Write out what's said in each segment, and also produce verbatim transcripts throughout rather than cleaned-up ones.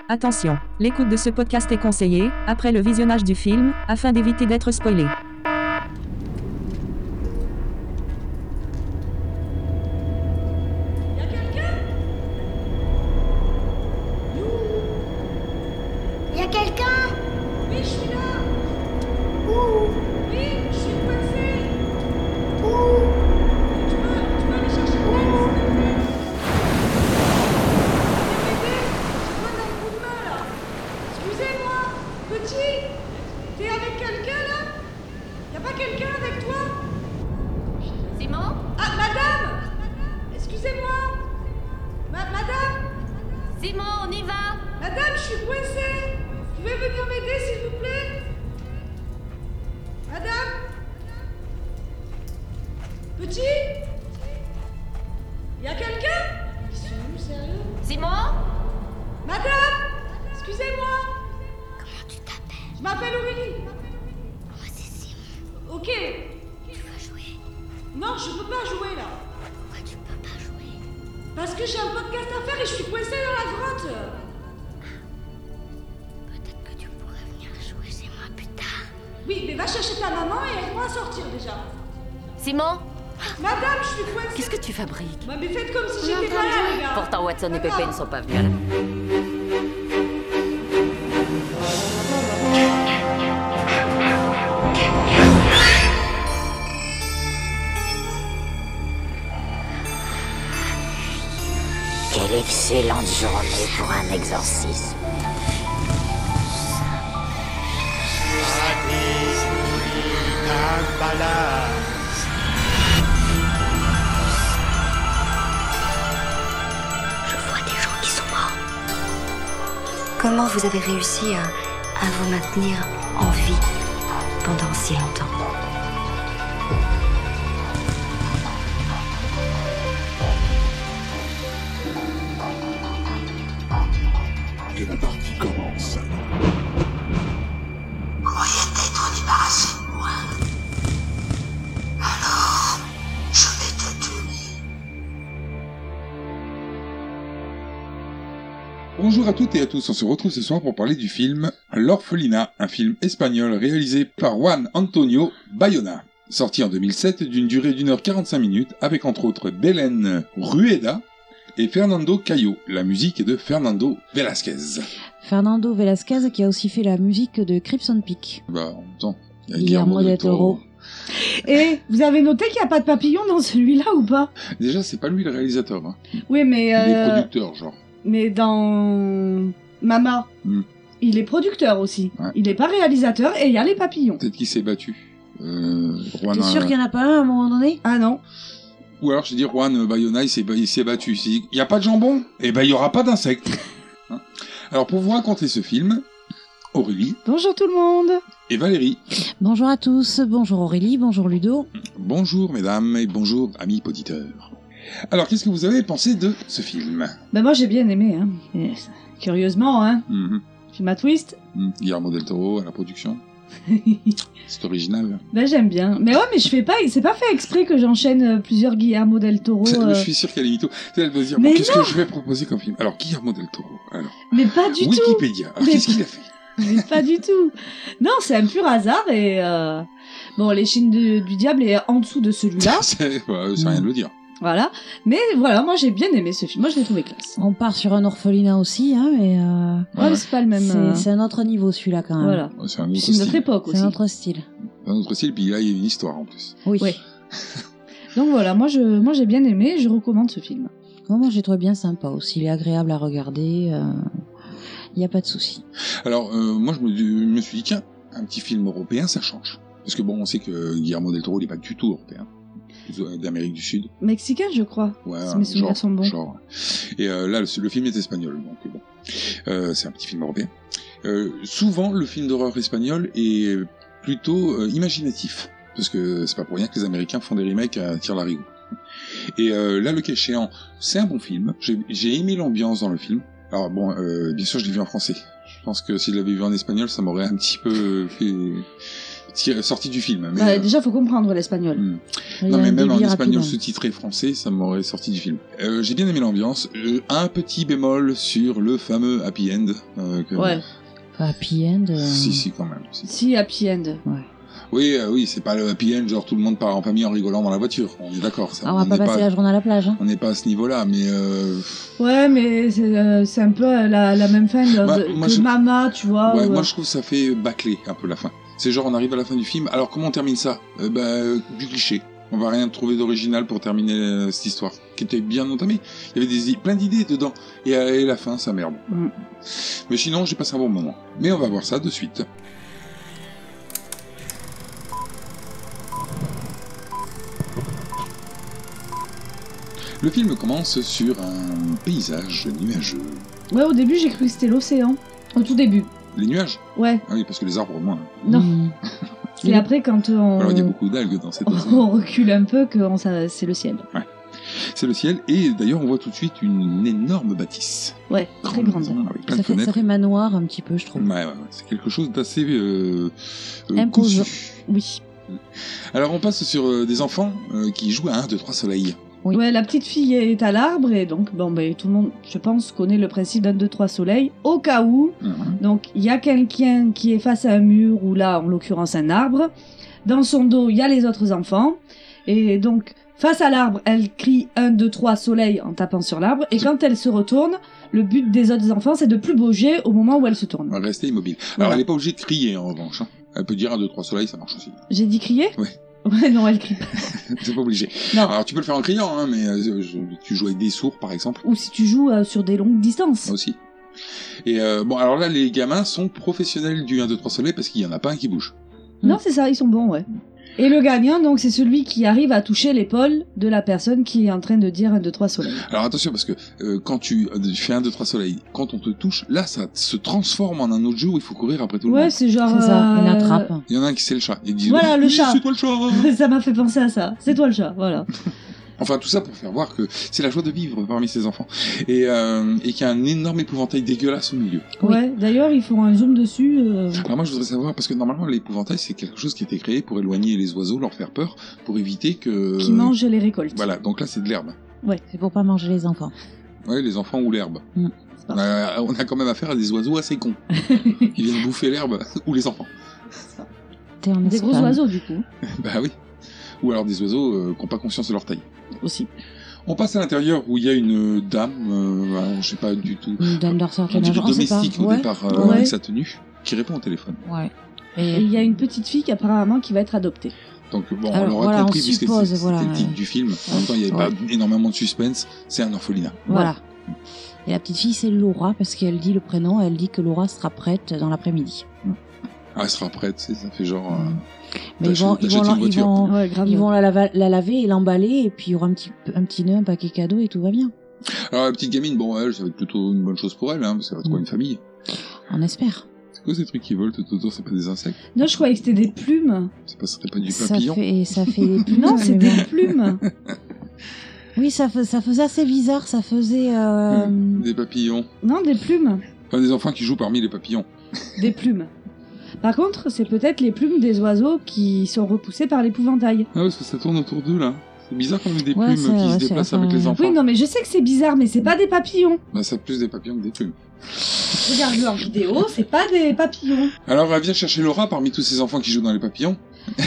Attention, l'écoute de ce podcast est conseillée, après le visionnage du film, afin d'éviter d'être spoilé. Watson et Pépé ne sont pas venus à la... Quelle excellente journée pour un exorcisme. Comment vous avez réussi à, à vous maintenir en vie pendant si longtemps? Et la partie commence. Vous croyez t'être débarrassé de moi? Alors, je vais te tuer. Bonjour à toutes et à tous, on se retrouve ce soir pour parler du film L'Orphelinat, un film espagnol réalisé par Juan Antonio Bayona, sorti en deux mille sept d'une durée d'une heure quarante-cinq minutes, avec entre autres Belén Rueda et Fernando Cayo. La musique est de Fernando Velázquez. Fernando Velázquez qui a aussi fait la musique de Crimson Peak. Bah, en même temps, il y a Guillermo del Toro. Et vous avez noté qu'il n'y a pas de papillon dans celui-là ou pas? Déjà, c'est pas lui le réalisateur. Hein. Oui, mais... Il est euh... producteur, genre. Mais dans Mama, mm. il est producteur aussi. Ouais. Il n'est pas réalisateur et il y a les papillons. Peut-être qu'il s'est battu. Euh, T'es sûr qu'il n'y en a pas un à un moment donné? Ah non. Ou alors, je dis, Juan Bayona, il s'est, il s'est battu. Il n'y a pas de jambon? Eh ben, il n'y aura pas d'insectes. Hein. Alors, pour vous raconter ce film, Aurélie. Bonjour tout le monde. Et Valérie. Bonjour à tous. Bonjour Aurélie, bonjour Ludo. Bonjour mesdames et bonjour amis auditeurs. Alors, qu'est-ce que vous avez pensé de ce film? Ben moi, j'ai bien aimé, hein. Et, curieusement, hein. Mm-hmm. Film à twist. Mm. Guillermo del Toro à la production. C'est original. Ben j'aime bien. Mais ouais, mais je fais pas, c'est pas fait exprès que j'enchaîne plusieurs Guillermo del Toro. Euh... Je suis sûr qu'elle est mytho. Elle va se dire, bon, qu'est-ce non. que je vais proposer comme film? Alors, Guillermo del Toro, alors. Mais pas du Wikipédia. tout. Wikipédia. Alors, mais qu'est-ce qu'il a fait? Mais pas du tout. Non, c'est un pur hasard et euh... bon, Les Chines de, du Diable est en dessous de celui-là. c'est, ouais, c'est rien de le dire. Voilà, mais voilà, moi j'ai bien aimé ce film, moi je l'ai trouvé classe. On part sur un orphelinat aussi, hein, mais euh... ouais, ouais. mais c'est pas le même. C'est, euh... c'est un autre niveau celui-là quand même. Voilà. Ouais, c'est un autre c'est style. notre époque aussi. C'est un autre style. Un autre style, puis là il y a une histoire en plus. Oui. oui. Donc voilà, moi je, moi j'ai bien aimé, je recommande ce film. Moi, moi j'ai trouvé bien sympa aussi, il est agréable à regarder, il euh... y a pas de souci. Alors euh, moi je me, je me suis dit tiens, un petit film européen ça change, parce que bon on sait que Guillermo del Toro il est pas du tout européen. D'Amérique du Sud. Mexicain, je crois. Ouais, si mes souvenirs sont bons. Genre. Et euh, là, le, le film est espagnol, donc bon. Euh, c'est un petit film européen. Euh, souvent, le film d'horreur espagnol est plutôt euh, imaginatif, parce que c'est pas pour rien que les Américains font des remakes à tire-larigot. Et euh, là, le cas échéant, c'est un bon film. J'ai, j'ai aimé l'ambiance dans le film. Alors bon, euh, bien sûr, je l'ai vu en français. Je pense que si je l'avais vu en espagnol, ça m'aurait un petit peu fait sorti du film. Mais, Bah, euh, déjà, faut comprendre l'espagnol. hmm. Il y Non a mais un même en débit espagnol rapide. sous-titré français, ça m'aurait sorti du film. Euh, j'ai bien aimé l'ambiance. Euh, un petit bémol sur le fameux happy end. Euh, que... Ouais. Happy end. euh, Si si quand même. Si. Si, happy end. Oui euh, oui c'est pas le happy end genre tout le monde part en famille en rigolant dans la voiture. On est d'accord. Ça, Ah, on va pas n'est passer la journée à la plage. Hein. On n'est pas à ce niveau-là, mais euh... Ouais, mais c'est, euh, c'est un peu la, la même fin de, Bah, de- moi, que je- Mama, tu vois. ouais, ou, moi euh, je trouve que ça fait bâclé un peu la fin. C'est genre on arrive à la fin du film. Alors comment on termine ça euh, Bah euh, du cliché. On va rien trouver d'original pour terminer euh, cette histoire qui était bien entamée. Il y avait des plein d'idées dedans et, euh, et la fin ça merde. Mm. Mais sinon j'ai passé un bon moment. Mais on va voir ça de suite. Le film commence sur un paysage nuageux. Ouais, au début, j'ai cru que c'était l'océan. Au tout début. Les nuages Ouais, Ah oui, parce que les arbres, moins. non. Mmh. Et après, quand on, Alors il y a beaucoup d'algues dans cette océan. on recule un peu, que on, ça, c'est le ciel. C'est le ciel, et d'ailleurs on voit tout de suite une énorme bâtisse. Ouais, très grande. maison avec plein Ça de fait, ça fenêtres. fait manoir un petit peu, je trouve. Ouais, ouais, ouais. C'est quelque chose d'assez euh, euh, Imposant. cousu. Oui. Alors on passe sur euh, des enfants euh, qui jouent à un, deux, trois soleils. Oui. Ouais, la petite fille est à l'arbre, et donc, bon, ben, tout le monde, je pense, connaît le principe d'un, deux, trois soleils, au cas où. Mhm. Donc, il y a quelqu'un qui est face à un mur, ou là, en l'occurrence, un arbre. Dans son dos, il y a les autres enfants. Et donc, face à l'arbre, elle crie un, deux, trois soleil en tapant sur l'arbre. Et quand elle se retourne, le but des autres enfants, c'est de plus bouger au moment où elle se tourne. On va rester immobile. Alors Voilà. elle n'est pas obligée de crier en revanche. Hein. Elle peut dire un, deux, trois soleils, ça marche aussi. J'ai dit crier? Ouais. Ouais, non, elle crie pas. C'est pas obligé. Non. Alors tu peux le faire en criant, hein, mais euh, je- tu joues avec des sourds par exemple. Ou si tu joues euh, sur des longues distances. Aussi. Et euh, bon, alors là, les gamins sont professionnels du un, deux, trois soleil parce qu'il y en a pas un qui bouge. Non, c'est ça, ils sont bons, ouais. Et le gagnant, donc, c'est celui qui arrive à toucher l'épaule de la personne qui est en train de dire un, deux, trois soleil. Alors attention, parce que euh, quand tu euh, fais un, deux, trois soleil, quand on te touche, là, ça se transforme en un autre jeu où il faut courir après tout le Ouais, monde. c'est genre. C'est ça, une euh, attrape. Il y en a un qui c'est le chat. Ils disent Voilà, le oui, chat. c'est toi le chat. Ça m'a fait penser à ça. C'est toi le chat, voilà. Enfin, tout ça pour faire voir que c'est la joie de vivre parmi ces enfants. Et, euh, et qu'il y a un énorme épouvantail dégueulasse au milieu. Oui. Ouais, d'ailleurs, ils font un zoom dessus. euh, Alors moi, je voudrais savoir, parce que normalement, l'épouvantail, c'est quelque chose qui a été créé pour éloigner les oiseaux, leur faire peur, pour éviter que... qui mangent les récoltes. Voilà, donc là, c'est de l'herbe. C'est pour pas manger les enfants. Ouais, les enfants ou l'herbe. Mm. C'est pas On a, on a quand même affaire à des oiseaux assez cons. qui viennent bouffer l'herbe, ou les enfants. T'es en Des gros Espagne. oiseaux, du coup, Bah oui. Ou alors des oiseaux euh, qui n'ont pas conscience de leur taille. aussi. On passe à l'intérieur où il y a une dame, euh, alors, je sais pas du tout, Une dame d'un on certain dirait âge. on sait pas. domestique au Ouais. départ, euh, Ouais. avec sa tenue, qui répond au téléphone. Ouais. Et Et il y a une petite fille qui, apparemment, qui va être adoptée. Donc bon, Alors, on l'aura voilà, compris on puisque suppose, c'est- c'était voilà, le titre ouais. du film. En même temps, il n'y avait Ouais. pas énormément de suspense. C'est un orphelinat. voilà. Et la petite fille, c'est Laura, parce qu'elle dit le prénom, elle dit que Laura sera prête dans l'après-midi. Ah, elle sera prête, c'est- ça fait genre... euh, Mais ils vont, T'achètes- ils vont, t'achètes une ils voiture. vont, Ouais, grave. ils vont la, lava- la laver et l'emballer, et puis il y aura un petit, un petit nœud, un paquet cadeau, et tout va bien. Alors la petite gamine, bon, elle, ça va être plutôt une bonne chose pour elle, hein, parce qu'elle va trouver Mm. une famille. On espère. C'est quoi ces trucs qui volent tout autour? C'est pas des insectes? Non, je croyais que c'était des plumes. Ça passerait pas du Ça papillon? fait, ça fait des plumes. Non, c'est mais des bon. plumes. Oui, ça, fais- ça faisait assez bizarre, ça faisait... Euh... Des papillons. Non, des plumes. Enfin, des enfants qui jouent parmi les papillons. Des plumes. Par contre, c'est peut-être les plumes des oiseaux qui sont repoussées par l'épouvantail. Ah, parce que ça tourne autour d'eux, là. C'est bizarre quand même des Ouais, plumes c'est- qui ouais, se c'est- déplacent enfin, avec les enfants. Oui, non, mais je sais que c'est bizarre, mais c'est pas des papillons. Bah, ça plus des papillons que des plumes. Regarde-le en vidéo, c'est pas des papillons. Alors, elle vient chercher Laura parmi tous ces enfants qui jouent dans les papillons.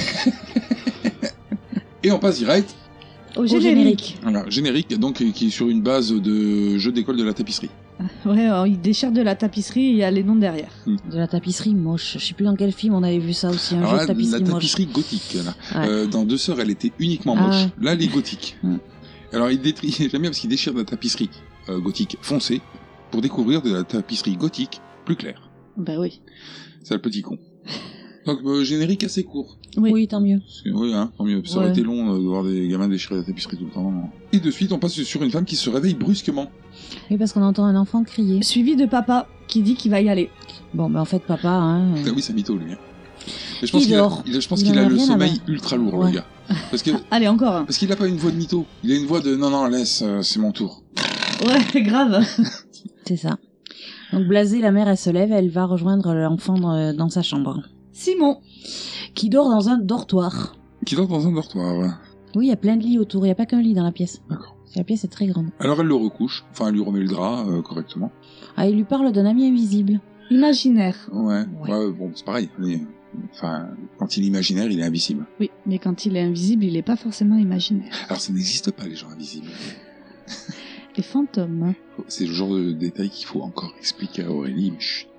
Et on passe direct. Au Au générique. générique. Voilà, générique, donc, qui est sur une base de jeu d'école de la tapisserie. Ouais, alors, il déchire de la tapisserie et il y a les noms derrière. De la tapisserie moche. Je sais plus dans quel film on avait vu ça aussi, un Alors jeu là, de tapisserie la moche. tapisserie gothique, là. Ouais. Euh, dans Deux Sœurs, elle était uniquement Ah moche. ouais. Là, elle est gothique. Mm. Alors, il détruit, j'aime bien parce qu'il déchire de la tapisserie euh, gothique foncée pour découvrir de la tapisserie gothique plus claire. Bah oui. C'est le petit con. Donc, euh, générique assez court. Oui. Oui, tant mieux. Parce que, oui, hein, tant mieux. Ça aurait Ouais. été long euh, de voir des gamins déchirer la tapisserie tout le temps. Et de suite, on passe sur une femme qui se réveille brusquement. Oui, parce qu'on entend un enfant crier. Suivi de papa qui dit qu'il va y aller. Bon, ben en fait, papa, hein... Ah oui, c'est mytho, lui. Hein. Mais je pense Il qu'il a, dort. il a- je pense Il qu'il en a a le rien à sommeil battre. ultra lourd, Ouais. le gars. Parce que Allez, encore un. parce qu'il a pas une voix de mytho. Il a une voix de non, non, laisse, euh, c'est mon tour. Ouais, grave. C'est ça. Donc, blasée, la mère, elle se lève, elle va rejoindre l'enfant dans, dans sa chambre. Simon. qui dort dans un dortoir. Qui dort dans un dortoir. Ouais. Oui, il y a plein de lits autour, il n'y a pas qu'un lit dans la pièce. D'accord. La pièce est très grande. Alors elle le recouche, enfin elle lui remet le drap euh, correctement. Ah, il lui parle d'un ami invisible. Imaginaire. Ouais, Ouais. ouais bon, c'est pareil. Mais, enfin, quand il est imaginaire, il est invisible. Oui, mais quand il est invisible, il n'est pas forcément imaginaire. Alors ça n'existe pas, les gens invisibles. Les fantômes. C'est le genre de détail qu'il faut encore expliquer à Aurélie, mais chut.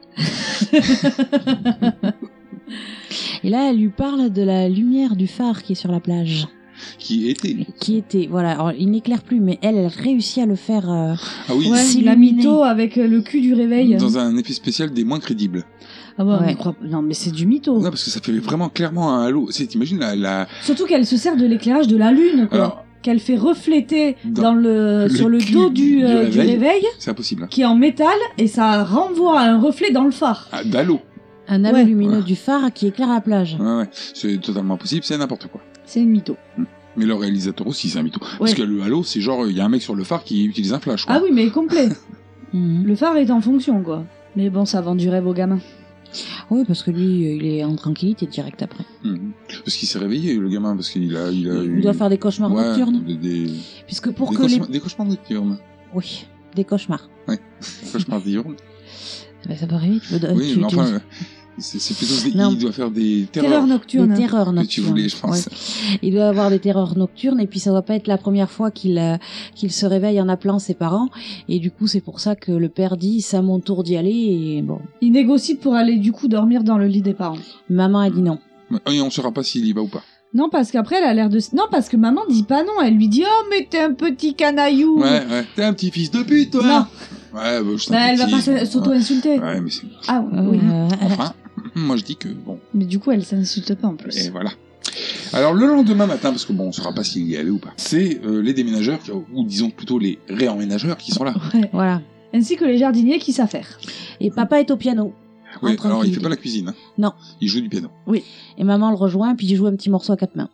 Et là, elle lui parle de la lumière du phare qui est sur la plage. Qui était. Qui était, voilà, alors, il n'éclaire plus, mais elle, elle réussit à le faire euh, Ah oui, Ouais, s'illuminer. la mytho avec le cul du réveil. dans un effet spécial des moins crédibles. Ah bah, Ouais. on croit- non, mais c'est du mytho. Non, parce que ça fait vraiment clairement un halo. C'est, t'imagines la, la... Surtout qu'elle se sert de l'éclairage de la lune, quoi. Alors, Qu'elle fait refléter Dans dans le, le sur le cul dos du, du euh, du réveil. réveil, c'est impossible. Hein. qui est en métal, et ça renvoie à un reflet dans le phare. Ah, d'halo. Un halo Ouais. lumineux Ouais. du phare qui éclaire la plage. Ouais, ouais. C'est totalement impossible, c'est n'importe quoi. C'est une mytho. Mais le réalisateur aussi, c'est un mytho. Parce Ouais. que le halo, c'est genre, il y a un mec sur le phare qui utilise un flash, quoi. Ah oui, mais complet. Mhm. Le phare est en fonction, quoi. Mais bon, ça vend du rêve aux gamins. Oui, parce que lui, euh, il est en tranquillité direct après. Mhm. Parce qu'il s'est réveillé, le gamin, parce qu'il a... Il, a Il eu- doit faire des cauchemars Ouais, nocturnes. Des, des, Puisque pour des que les... cauchemars, des cauchemars nocturnes. Oui, des cauchemars. Des cauchemars diurnes. Ben, ça paraît vite. le- Oui, tu- mais tu- enfin, euh, c'est, c'est plutôt... Des, Non. il doit faire des Terreur terreurs nocturne. Des terreurs que nocturnes. tu voulais, je pense. Ouais. Il doit avoir des terreurs nocturnes et puis ça doit pas être la première fois qu'il euh, qu'il se réveille en appelant ses parents et du coup c'est pour ça que le père dit c'est à mon tour d'y aller et bon Il négocie pour aller, du coup, dormir dans le lit des parents. maman a dit non. Et on saura pas s'il y va ou pas. Non, parce qu'après, elle a l'air de... Non, parce que maman dit pas non. Elle lui dit « Oh, mais t'es un petit canaillou !» Ouais, ouais. T'es un petit fils de pute, toi. Non, Ouais, bah, je suis bah, un elle va petit- pas s- s'auto-insulter. Ouais, mais c'est... Ah oui. Euh, Enfin, moi je dis que, bon, Mais du coup, elle s'insulte pas en plus. et voilà. Alors le lendemain matin, parce que bon, on saura pas s'il y allait ou pas, c'est euh, les déménageurs, qui- ou disons plutôt les réemménageurs qui sont là. Ouais. voilà. Ainsi que les jardiniers qui savent faire. Et papa est au piano. Oui, En alors il fait tranquillité. pas la cuisine. Hein. Non. Il joue du piano. Et maman le rejoint puis il joue un petit morceau à quatre mains.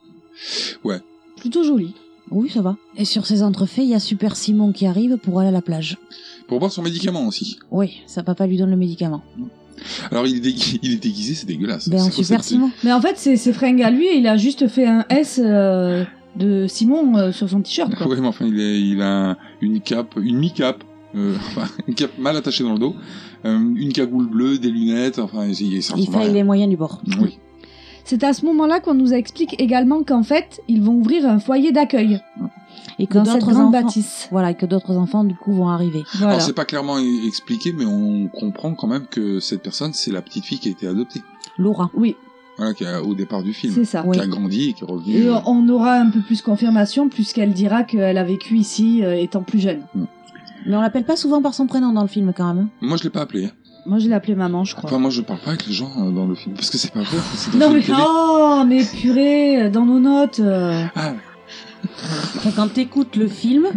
Plutôt joli. Oui ça va. Et sur ces entrefaits il y a Super Simon qui arrive pour aller à la plage. Pour boire son médicament aussi. Oui ça papa lui donne le médicament. Alors il est, dégui- il est déguisé, c'est dégueulasse. Ben en C'est quoi Super cette- Simon. Mais en fait, c'est ses fringues à lui et il a juste fait un S euh, de Simon euh, sur son t-shirt, quoi. Ouais, mais enfin, il, est, il a une cape, une mi-cape, euh, enfin, une cape mal attachée dans le dos, euh, une cagoule bleue, des lunettes, enfin, il, il, ça Il ressemble à fait rien. les moyens du bord. Oui. C'est à ce moment-là qu'on nous explique également qu'en fait, ils vont ouvrir un foyer d'accueil Et que dans cette d'autres grande enfants. bâtisse. Voilà, et que d'autres enfants du coup vont arriver. Voilà. Alors c'est pas clairement e- expliqué, mais on comprend quand même que cette personne, c'est la petite fille qui a été adoptée. Laura. Oui, Voilà, qui a, au départ du film. c'est ça. Qui Oui. a grandi et qui est revenue. Et euh, on aura un peu plus confirmation puisqu'elle dira qu'elle a vécu ici euh, étant plus jeune. Mais on l'appelle pas souvent par son prénom dans le film quand même. Moi, je l'ai pas appelé. Hein. Moi, je l'ai appelée maman, je crois. Enfin, moi, je parle pas avec les gens euh, dans le film. Parce que c'est pas vrai. C'est dans non une mais télé. oh mais purée, dans nos notes. euh, Ah, ouais. Enfin, quand t'écoutes le film,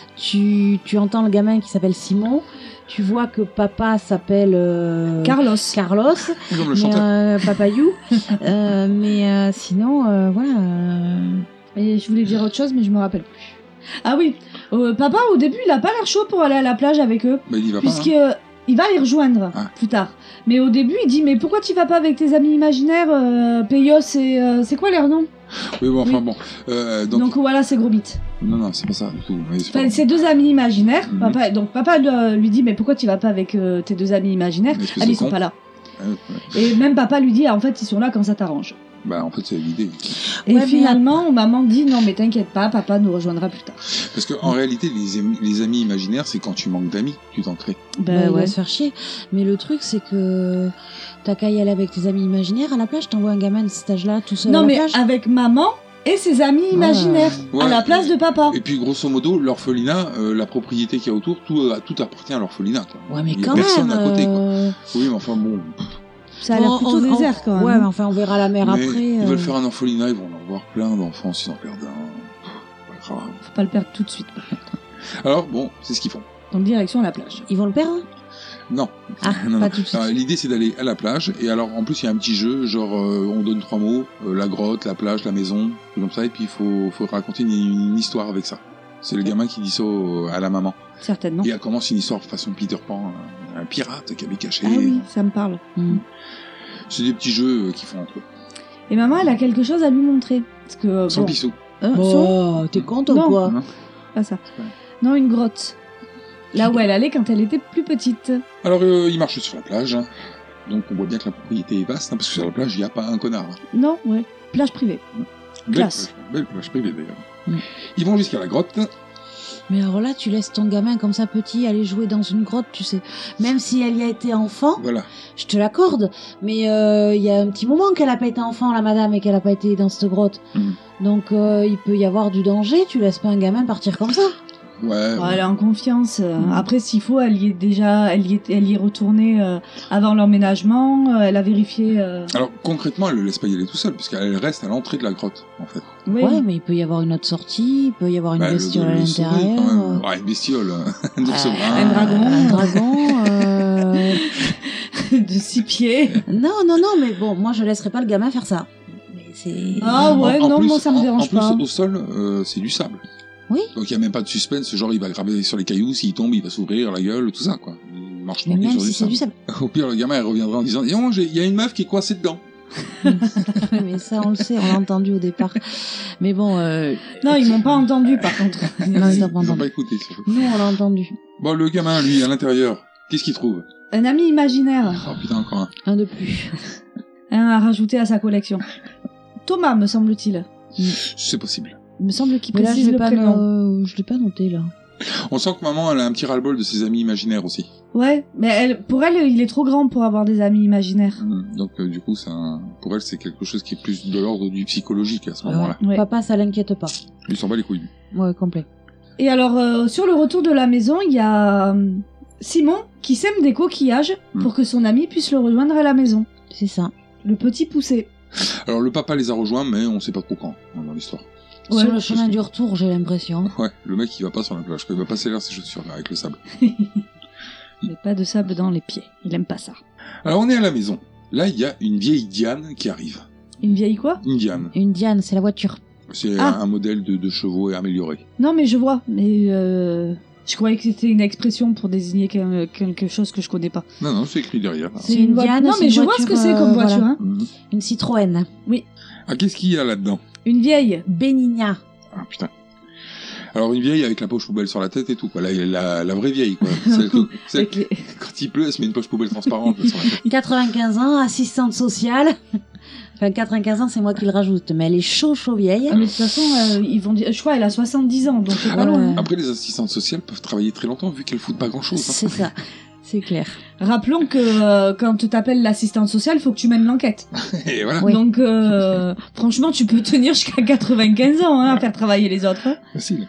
tu, tu entends le gamin qui s'appelle Simon, tu vois que papa s'appelle euh, Carlos. Carlos, Comme le mais, chanteur. euh, Papayou. Euh, mais euh, sinon, euh, voilà. euh, Et je voulais dire autre chose, mais je me rappelle plus. Ah oui, euh, papa au début il a pas l'air chaud pour aller à la plage avec eux, Bah, il y va pas. puisque hein. euh, il va les rejoindre Ah. plus tard. Mais au début il dit mais pourquoi tu vas pas avec tes amis imaginaires, euh, Peyos et euh, c'est quoi leur nom? Oui, bon, enfin Oui. bon. Euh, donc... Donc voilà c'est gros bite. Non, non, c'est pas ça du tout. Mais c'est Enfin pas- ses deux amis imaginaires. Mhm. Papa, donc papa euh, lui dit mais pourquoi tu vas pas avec euh, tes deux amis imaginaires? Une espèce Ah mais de ils sont con. pas là. Ouais, ouais. Et même papa lui dit ah, en fait ils sont là quand ça t'arrange. Bah, en fait, c'est l'idée. Et Ouais, mais finalement maman dit non mais t'inquiète pas, papa nous rejoindra plus tard. Parce que en réalité, les, ami- les amis imaginaires, c'est quand tu manques d'amis, tu t'en crées. bah, il va se faire chier. Mais le truc, c'est que t'as qu'à y aller avec tes amis imaginaires à la plage. T'envoies un gamin de cet âge-là tout seul à Non la mais plage. avec maman et ses amis imaginaires Ouais, à la place de papa. Et puis, grosso modo, l'orphelinat, euh, la propriété qu'il y a autour, tout, euh, tout appartient à l'orphelinat. Quoi. Ouais, mais Il y a quand personne même. à côté, quoi. euh, Oui, mais enfin bon. Ça a l'air on- plutôt on- désert quand même. Ouais, mais enfin, on verra la mer Mais après. Ils euh. veulent faire un orphelinat, ils vont en avoir plein d'enfants s'ils en perdent un. Pff, pas grave. Faut pas le perdre tout de suite. Alors, bon, c'est ce qu'ils font. Donc direction la plage. Ils vont le perdre. Non. Ah, Non, pas non. tout de suite. Euh, L'idée, c'est d'aller à la plage. Et alors, en plus, il y a un petit jeu, genre, euh, on donne trois mots euh, la grotte, la plage, la maison, tout comme ça. Et puis, il faut, faut raconter une, une histoire avec ça. C'est le gamin qui dit ça au- à la maman. Certainement. Et elle commence une histoire façon Peter Pan, un, un pirate qui avait caché. Ah oui, ça me parle. Mm. C'est des petits jeux euh, qu'ils font entre eux. Et maman, elle a quelque chose à lui montrer. Parce que, Sans bon, pissou. euh, son- Oh, t'es content Non. quoi? Non. pas ça. Non, une grotte. Là où elle allait quand elle était plus petite. Alors, euh, il marche sur la plage. hein. Donc, on voit bien que la propriété est vaste, hein, parce que sur la plage, il n'y a pas un connard. hein. Non, ouais. Plage privée. Belle Classe. plage, belle plage privée, d'ailleurs. Mm. Ils vont jusqu'à la grotte. Mais alors là, tu laisses ton gamin comme ça petit aller jouer dans une grotte, tu sais. Même si elle y a été enfant, Voilà. je te l'accorde. Mais euh, il y a un petit moment qu'elle a pas été enfant, la madame, et qu'elle a pas été dans cette grotte. Mm. Donc euh, il peut y avoir du danger. Tu laisses pas un gamin partir comme ça. Ouais. Oh, ouais. elle est en confiance. euh, Mm. Après, s'il faut, elle y est déjà, elle y est, elle y est retournée euh, avant l'emménagement. euh, Elle a vérifié. euh, Alors, concrètement, elle le laisse pas y aller tout seul, puisqu'elle reste à l'entrée de la grotte, en fait. Oui. Ouais, mais il peut y avoir une autre sortie. Il peut y avoir une Bah, le- bestiole le à sauver, l'intérieur. quand même. euh, Ouais, une bestiole. Un ours euh, brun. un dragon. Un dragon. euh, de six pieds. Non, non, non. Mais bon, moi je laisserai pas le gamin faire ça. Mais c'est. Ah ouais, En- en non, plus- moi ça me en- dérange en plus, pas. au sol, euh, c'est du sable. Oui. Donc il y a même pas de suspense, genre il va graver sur les cailloux, s'il tombe, il va s'ouvrir la gueule, tout ça, quoi. Il marche Mais tranquille même sur si du c'est sable. du sable. Au pire, le gamin, il reviendra en disant, et oh, j'ai- il y a une meuf qui est coincée dedans. Mais ça, on le sait, on l'a entendu au départ. Mais bon, euh, Non, ils m'ont pas entendu par contre. non, ils t'ont pas Ils ont entendu. pas écouté, surtout. Nous, on l'a entendu. Bon, le gamin, lui, à l'intérieur, qu'est-ce qu'il trouve? Un ami imaginaire. Oh putain, encore un. Un de plus. Un à rajouter à sa collection. Thomas, me semble-t-il. C'est possible. Il me semble qu'il Mais là, je précise l'ai le pas, prénom. no- je l'ai pas noté, là. On sent que maman, elle a un petit ras-le-bol de ses amis imaginaires aussi. Ouais, mais elle, pour elle, il est trop grand pour avoir des amis imaginaires. Mm. Donc, euh, du coup, ça, pour elle, c'est quelque chose qui est plus de l'ordre du psychologique à ce moment-là. Ouais. Papa, ça l'inquiète pas. Lui, il s'en bat les couilles. Ouais, complet. Et alors, euh, sur le retour de la maison, il y a euh, Simon qui sème des coquillages Mm. pour que son ami puisse le rejoindre à la maison. C'est ça. Le petit poussé. Alors, le papa les a rejoints, mais on sait pas trop quand, hein, dans l'histoire. Ouais, Sur le parce chemin que- du retour, j'ai l'impression. Ouais, le mec, il va pas sur la plage, quoi. Il va pas s'élever ses chaussures, là, avec le sable. Mais pas de sable dans les pieds. Il aime pas ça. Alors, on est à la maison. Là, il y a une vieille Diane qui arrive. Une vieille quoi? Une Diane. Une Diane, c'est la voiture. C'est Ah. un, un modèle de, de chevaux amélioré. Non, mais je vois. Mais euh, je croyais que c'était une expression pour désigner quel- quelque chose que je connais pas. Non, non, c'est écrit derrière. C'est C'est une voi- Diane, Non, c'est mais une je vois ce voiture, que c'est comme euh, voiture. voilà. Hein. Mhm. Une Citroën. Ah, qu'est-ce qu'il y a là-dedans? Une vieille. Benigna. Ah, putain. Alors, une vieille avec la poche poubelle sur la tête et tout, quoi. La, la, la vraie vieille, quoi. Celle que, celle- Avec les- quand il pleut, elle se met une poche poubelle transparente sur la tête. quatre-vingt-quinze ans, assistante sociale. Enfin, quatre-vingt-quinze ans, c'est moi qui le rajoute. Mais elle est chaud, chaud vieille. Ah, mais de toute façon, euh, ils vont dire... je crois qu'elle a soixante-dix ans, donc c'est pas Ah, loin. ouais. Après, les assistantes sociales peuvent travailler très longtemps vu qu'elles foutent pas grand-chose. hein. C'est ça. C'est clair. Rappelons que euh, quand tu t'appelles l'assistante sociale, il faut que tu mènes l'enquête. Et voilà, Oui. Donc, euh, franchement, tu peux tenir jusqu'à quatre-vingt-quinze ans hein, à faire travailler les autres. hein. facile.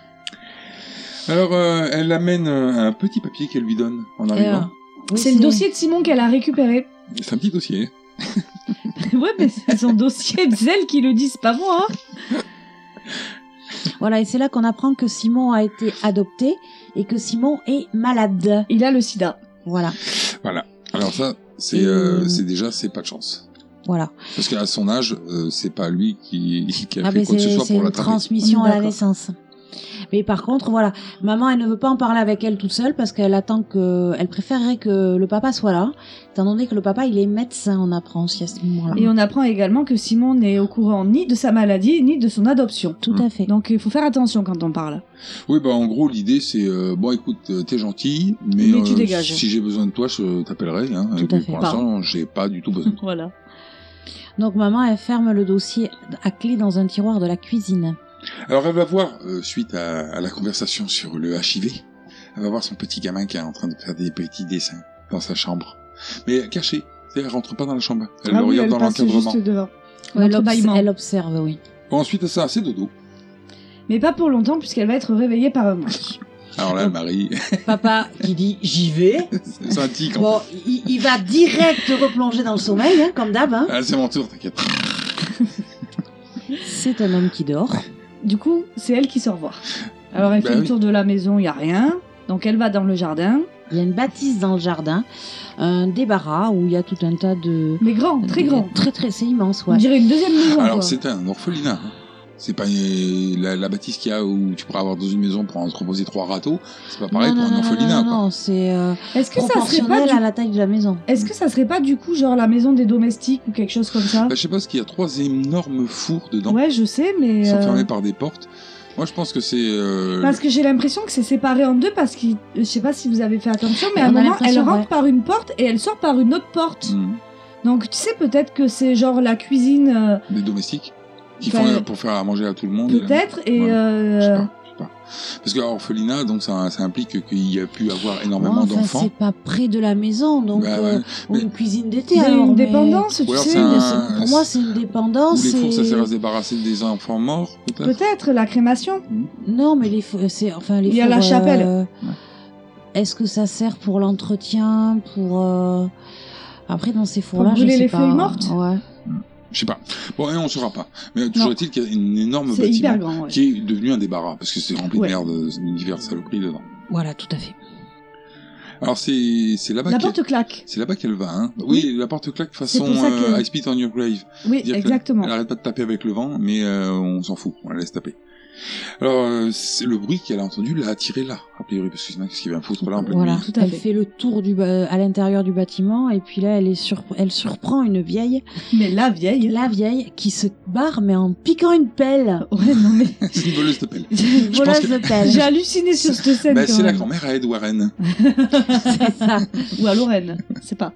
Alors, euh, elle amène euh, un petit papier qu'elle lui donne en Et, arrivant. euh, oui, C'est le dossier de Simon qu'elle a récupéré. C'est un petit dossier. Ouais, mais c'est son dossier, c'est elle qui le dit, c'est pas moi. Hein. Voilà, et c'est là qu'on apprend que Simon a été adopté et que Simon est malade. Il a le sida. Voilà, Voilà. Alors ça, c'est Et- euh, c'est déjà, c'est pas de chance. voilà. Parce qu'à son âge, euh, c'est pas lui qui, qui a Ah, fait mais quoi que ce c'est soit c'est pour une l'attraper. transmission On est à la d'accord. naissance. Mais par contre, voilà, maman, elle ne veut pas en parler avec elle toute seule parce qu'elle attend que, elle préférerait que le papa soit là, étant donné que le papa, il est médecin, on apprend aussi à ce moment-là. Et on apprend également que Simon n'est au courant ni de sa maladie, ni de son adoption. Tout à fait. Donc, il faut faire attention quand on parle. Oui, bah en gros, l'idée c'est euh, bon, écoute, euh, t'es gentil, mais, Mais tu euh, dégages. si j'ai besoin de toi, je t'appellerai. Hein, Tout et puis, à fait. Pour l'instant, j'ai pas du tout besoin. Voilà. Donc maman, elle ferme le dossier à clé dans un tiroir de la cuisine. Alors elle va voir, euh, suite à, à la conversation sur le H I V, elle va voir son petit gamin qui est en train de faire des petits dessins dans sa chambre. Mais caché, elle rentre pas dans la chambre, elle Ah le oui, regarde elle dans passe l'encadrement. juste devant. Elle, obs- L'entrebâillement. elle observe, oui. Bon, ensuite à ça, c'est dodo. Mais pas pour longtemps, puisqu'elle va être réveillée par un mari. Alors là, Marie, Papa qui dit j'y vais. c'est un tic. en Bon, il, il va direct replonger dans le sommeil, hein, comme d'hab. Hein. Ah, c'est mon tour, t'inquiète. C'est un homme qui dort. Du coup, c'est elle qui sort voir. Alors, elle Bah fait le oui. tour de la maison, il y a rien. Donc, elle va dans le jardin. Il y a une bâtisse dans le jardin, un débarras où il y a tout un tas de... Mais grand, très grand. Très très, c'est immense, On ouais. dirait une deuxième maison, Alors quoi. c'était un orphelinat. hein. C'est pas euh, la, la bâtisse qu'il y a où tu pourrais avoir dans une maison pour entreposer trois râteaux. C'est pas pareil non, pour non, un non, orphelinat. non, quoi. non, c'est euh, Est-ce que ça serait proportionnel pas du... à la taille de la maison. Est-ce que ça serait pas du coup genre la maison des domestiques ou quelque chose comme ça? Bah, je sais pas, parce qu'il y a trois énormes fours dedans, Ouais, je sais, mais... qui sont euh, fermés par des portes. Moi, je pense que c'est. Euh... Parce que j'ai l'impression que c'est séparé en deux parce que je sais pas si vous avez fait attention, mais à un On a moment elle l'impression, rentre ouais. par une porte et elle sort par une autre porte. hmm, Donc tu sais peut-être que c'est genre la cuisine euh, des domestiques qui Enfin, font pour faire à manger à tout le monde. et- peut-être et Ouais. euh, Je sais pas, je sais pas. Parce que orphelinat, donc ça, ça implique qu'il y a pu avoir énormément Ouais, enfin, d'enfants. c'est pas près de la maison, donc Bah, euh, ouais. ou Mais- une cuisine d'été. c'est alors, une mais- dépendance, Ou tu alors sais. c'est un- mais c'est- Pour moi, c'est une Ou dépendance. les fours, ça et- sert à se débarrasser des enfants morts, peut-être. Peut-être la crémation. Non, mais les fours, c'est enfin les Il y a fours, la chapelle. euh, Est-ce que ça sert pour l'entretien, pour euh, après dans ces fours-là, je brûler sais les pas. feuilles mortes Ouais. Je sais pas. Bon, et on saura pas. Mais toujours Non. est-il qu'il y a une énorme C'est bâtiment hyper grand. Ouais. qui est devenu un débarras parce que c'est rempli Ouais. de merde, de diverses saloperies dedans. Voilà, tout à fait. Alors c'est c'est là-bas La qu'elle- porte claque. c'est là-bas qu'elle va, hein. Oui, la porte claque façon pour ça que- euh, I Spit on Your Grave. Oui, C'est-à-dire que exactement. Elle arrête pas de taper avec le vent, mais euh, on s'en fout, on la laisse taper. Alors, euh, c'est le bruit qu'elle a entendu l'a attiré là, a priori, parce que sinon, qu'est-ce qu'il vient foutre là en pleine Voilà, nuit Tout à elle fait. fait le tour du ba- à l'intérieur du bâtiment et puis là, elle est sur... elle surprend une vieille, Mais la vieille. la vieille qui se barre mais en piquant une pelle. Ouais, non mais. C'est une voleuse de pelle. Une Je pense voleuse que- de pelle. J'ai halluciné sur cette scène. Bah, quand c'est la même. grand-mère à Ed Warren. C'est ça. Ou à Lorraine, c'est pas.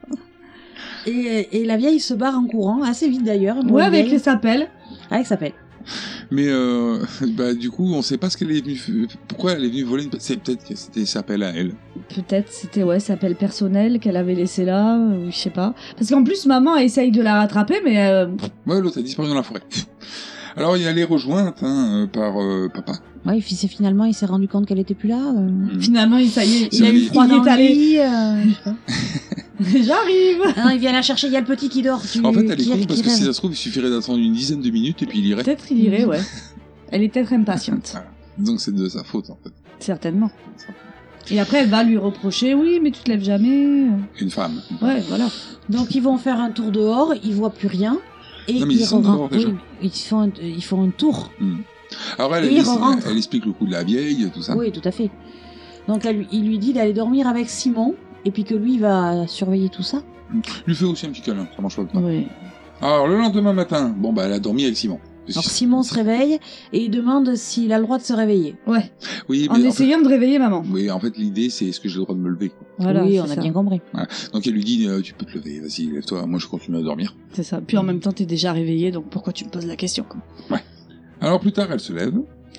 Et, et la vieille se barre en courant, assez vite d'ailleurs. une Ouais, bonne avec vieille. les sapelles. Avec sa pelle. Mais euh, bah du coup, on sait pas ce qu'elle est venue, f- pourquoi elle est venue voler une pelle. C'est peut-être que c'était sa pelle à elle. Peut-être c'était ouais sapelle personnelle qu'elle avait laissé là, ou je sais pas. Parce qu'en plus maman essaye de la rattraper, mais euh, Ouais, l'autre a disparu dans la forêt. Alors, il y a les rejointes hein, euh, par euh, papa. Ouais, et puis c'est finalement, il s'est rendu compte qu'elle était plus là. euh. Mm. finalement il ça y est, C'est il a vrai. eu froid Il dans est le lit. lit, euh, je sais pas. J'arrive. Ah non, il vient la chercher, il y a le petit qui dort. Tu... En fait, elle est qui- con qui parce que rêve. si ça se trouve, il suffirait d'attendre une dizaine de minutes et puis il irait. Peut-être il irait, ouais. Elle est peut-être impatiente, Voilà. Donc c'est de sa faute en fait. certainement. Et après elle va lui reprocher, oui, mais tu te lèves jamais. Une femme. Ouais, voilà. Donc ils vont faire un tour dehors, ils voient plus rien. Et Non, mais ils sont re- dehors, déjà. oui, ils font, un, ils font un tour. Alors elle, Et elle, il explique- rentre. elle explique le coup de la vieille, tout ça. Oui, tout à fait. Donc elle, lui- il lui dit d'aller dormir avec Simon, et puis que lui va surveiller tout ça. Lui fait aussi un petit câlin, ça mange pas le pain. Oui. Alors le lendemain matin, bon bah elle a dormi avec Simon. Parce Alors que- Simon se réveille et il demande s'il a le droit de se réveiller. Ouais. Oui, En mais en fait, essayant de réveiller maman. oui, en fait l'idée c'est est-ce que j'ai le droit de me lever quoi. Voilà, oui, c'est on a ça. bien compris. Donc elle lui dit euh, tu peux te lever, vas-y lève-toi, moi je continue à dormir. C'est ça. Puis en même temps t'es déjà réveillé, donc pourquoi tu me poses la question quoi. Alors plus tard elle se lève.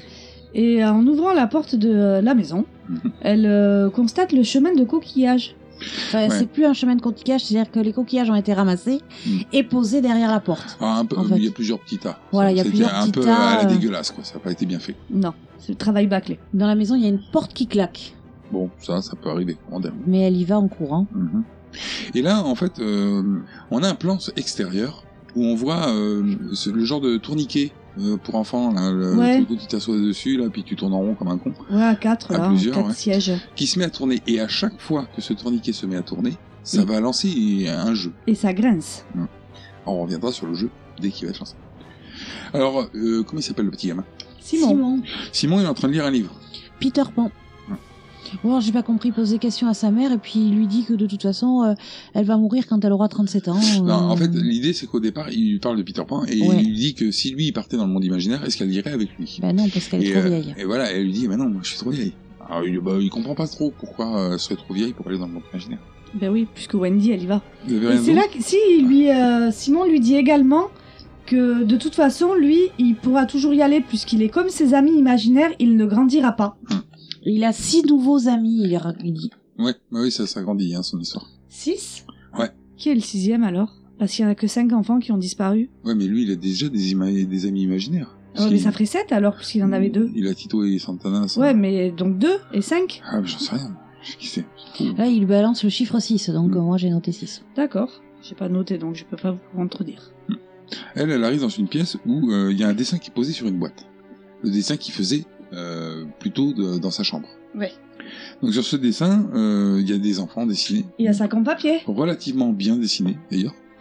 Et euh, en ouvrant la porte de euh, la maison, Mhm. elle euh, constate le chemin de coquillages. Enfin, Ouais. c'est plus un chemin de coquillage, c'est-à-dire que les coquillages ont été ramassés Mm. et posés derrière la porte. Ah, un peu, En euh, fait. il y a plusieurs petits tas. Voilà, il y a C'était plusieurs un petits peu tas, à la euh. dégueulasse quoi, ça n'a pas été bien fait. Non, c'est le travail bâclé. Dans la maison, il y a une porte qui claque, Bon, ça, ça peut arriver. On dirait. mais elle y va en courant. Mhm. Et là, en fait, euh, on a un plan extérieur où on voit euh, ce- le genre de tourniquet euh, pour enfants, là, le Ouais. truc où tu t'assois dessus, là, puis tu tournes en rond comme un con, Ouais, à quatre, À là, plusieurs, quatre ouais. sièges. qui se met à tourner. Et à chaque fois que ce tourniquet se met à tourner, ça Oui. va lancer un jeu. Et ça grince. On reviendra sur le jeu dès qu'il va être lancé. Alors, euh, comment il s'appelle le petit gamin? Simon. Simon, il est en train de lire un livre. Peter Pan. Bon, j'ai pas compris, il pose des questions à sa mère et puis il lui dit que de toute façon, euh, elle va mourir quand elle aura trente-sept ans. euh. Non, en fait, l'idée, c'est qu'au départ, il lui parle de Peter Pan et Ouais. il lui dit que si lui, il partait dans le monde imaginaire, est-ce qu'elle irait avec lui? Ben non, parce qu'elle est et, trop euh, vieille. et voilà, elle lui dit, mais non, moi je suis trop vieille. Alors il, bah, il comprend pas trop pourquoi euh, elle serait trop vieille pour aller dans le monde imaginaire. Ben oui, puisque Wendy, elle y va. Vous avez Et rien c'est d'autre là que si lui, euh, Simon lui dit également que de toute façon, lui, il pourra toujours y aller puisqu'il est comme ses amis imaginaires, il ne grandira pas. Il a six nouveaux amis, il ra- il dit. Ouais, bah oui, ça s'agrandit, hein, son histoire. Six. Ouais. Qui est le sixième alors? Parce qu'il y en a que cinq enfants qui ont disparu. Ouais, mais lui, il a déjà des, ima- des amis imaginaires. Ouais, Parce mais qu'il- ça ferait sept alors, puisqu'il en avait deux. Il a Tito et Santana, ça. Ouais, mais donc deux et cinq. Ah, mais j'en sais rien. Je sais qui c'est. Là, il balance le chiffre six, donc Mm. euh, moi j'ai noté six. D'accord. J'ai pas noté, donc je peux pas vous contredire. Elle, elle arrive dans une pièce où euh, il y a un dessin qui est posé sur une boîte. Le dessin qu'il faisait euh, plutôt de- dans sa chambre. Ouais. Donc sur ce dessin, euh, il y a des enfants dessinés. Il y a ça comme papier. Relativement bien dessinés, d'ailleurs.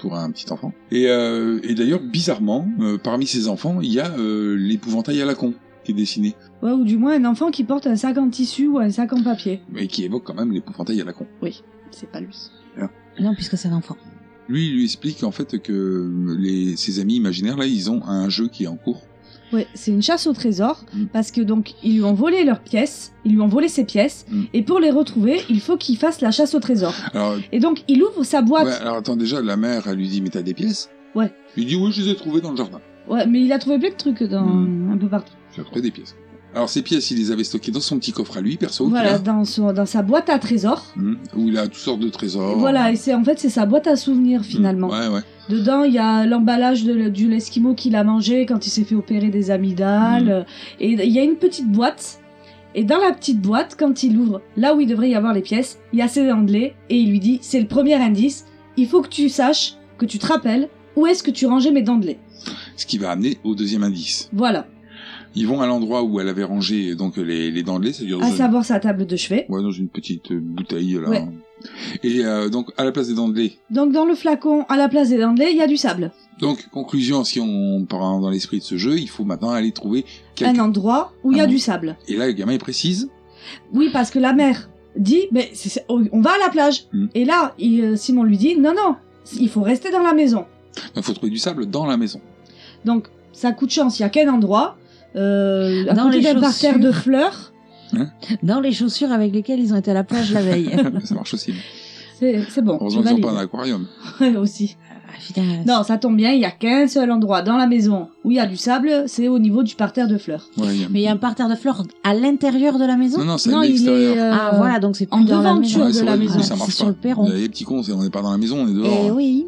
pour un petit enfant. Et, euh, et d'ailleurs, bizarrement, euh, parmi ces enfants, il y a euh, l'épouvantail à la con qui est dessiné, Ouais, ou du moins un enfant qui porte un sac en tissu ou un sac en papier. mais qui évoque quand même l'épouvantail à la con. Oui, c'est pas lui. Non, puisque c'est un enfant. Lui, il lui explique en fait que les, ses amis imaginaires, là, ils ont un jeu qui est en cours. Ouais, c'est une chasse au trésor, Mm. parce que donc, ils lui ont volé leurs pièces, ils lui ont volé ses pièces, Mm. et pour les retrouver, il faut qu'il fasse la chasse au trésor. Alors, Et donc, il ouvre sa boîte. ouais, alors attends, déjà, la mère, elle lui dit, mais t'as des pièces? Ouais. Il dit, oui, je les ai trouvées dans le jardin. Ouais, mais il a trouvé plein de trucs dans Mm. un peu partout. J'ai trouvé des pièces. Alors, ces pièces, il les avait stockées dans son petit coffre à lui, perso, Voilà, qu'il a, dans, son, dans sa boîte à trésors. hum, où il a toutes sortes de trésors. Voilà, et c'est en fait c'est sa boîte à souvenirs finalement. Hum, ouais, ouais. Dedans, il y a l'emballage de, du l'esquimau qu'il a mangé quand il s'est fait opérer des amygdales. Mm. euh, Et il y a une petite boîte. Et dans la petite boîte, quand il ouvre, là où il devrait y avoir les pièces, il y a ses anglais. Et il lui dit, c'est le premier indice, il faut que tu saches, que tu te rappelles, où est-ce que tu rangeais mes dents de lait. Ce qui va amener au deuxième indice. Voilà. Ils vont à l'endroit où elle avait rangé donc les, les dents de lait, c'est-à-dire dans, À une, savoir sa table de chevet. ouais, dans une petite euh, bouteille là. Ouais. Et euh, donc à la place des dents de lait. Donc dans le flacon, à la place des dents de lait, il y a du sable. Donc conclusion, si on part dans l'esprit de ce jeu, il faut maintenant aller trouver Un quelque... endroit où il y a Ah bon. du sable. Et là, le gamin il précise. Oui, parce que la mère dit, mais c'est- c'est- on va à la plage. Mm. Et là, il- euh, Simon lui dit, non, non, il faut rester dans la maison. Il faut trouver du sable dans la maison. Donc, ça coup de chance, il y a qu'un endroit, euh, à Dans côté les d'un parterre chaussures. de fleurs. Dans les chaussures avec lesquelles ils ont été à la plage la veille. Ça marche aussi. C'est c'est bon, Heureusement tu qu'ils n'ont pas un valides. aquarium. Ouais, aussi. Ah, putain, Non, ça tombe bien, il y a qu'un seul endroit dans la maison où il y a du sable, c'est au niveau du parterre de fleurs. Ouais, il y a... Mais il y a un parterre de fleurs à l'intérieur de la maison. Non, non, c'est Non, à il l'extérieur. est euh, Ah voilà, donc c'est plus en dans la devanture maison. Ouais, de c'est la vrai, du maison. coup, ça C'est marche sur pas. le perron. Les petits cons, c'est- on n'est pas dans la maison, on est dehors. Eh oui.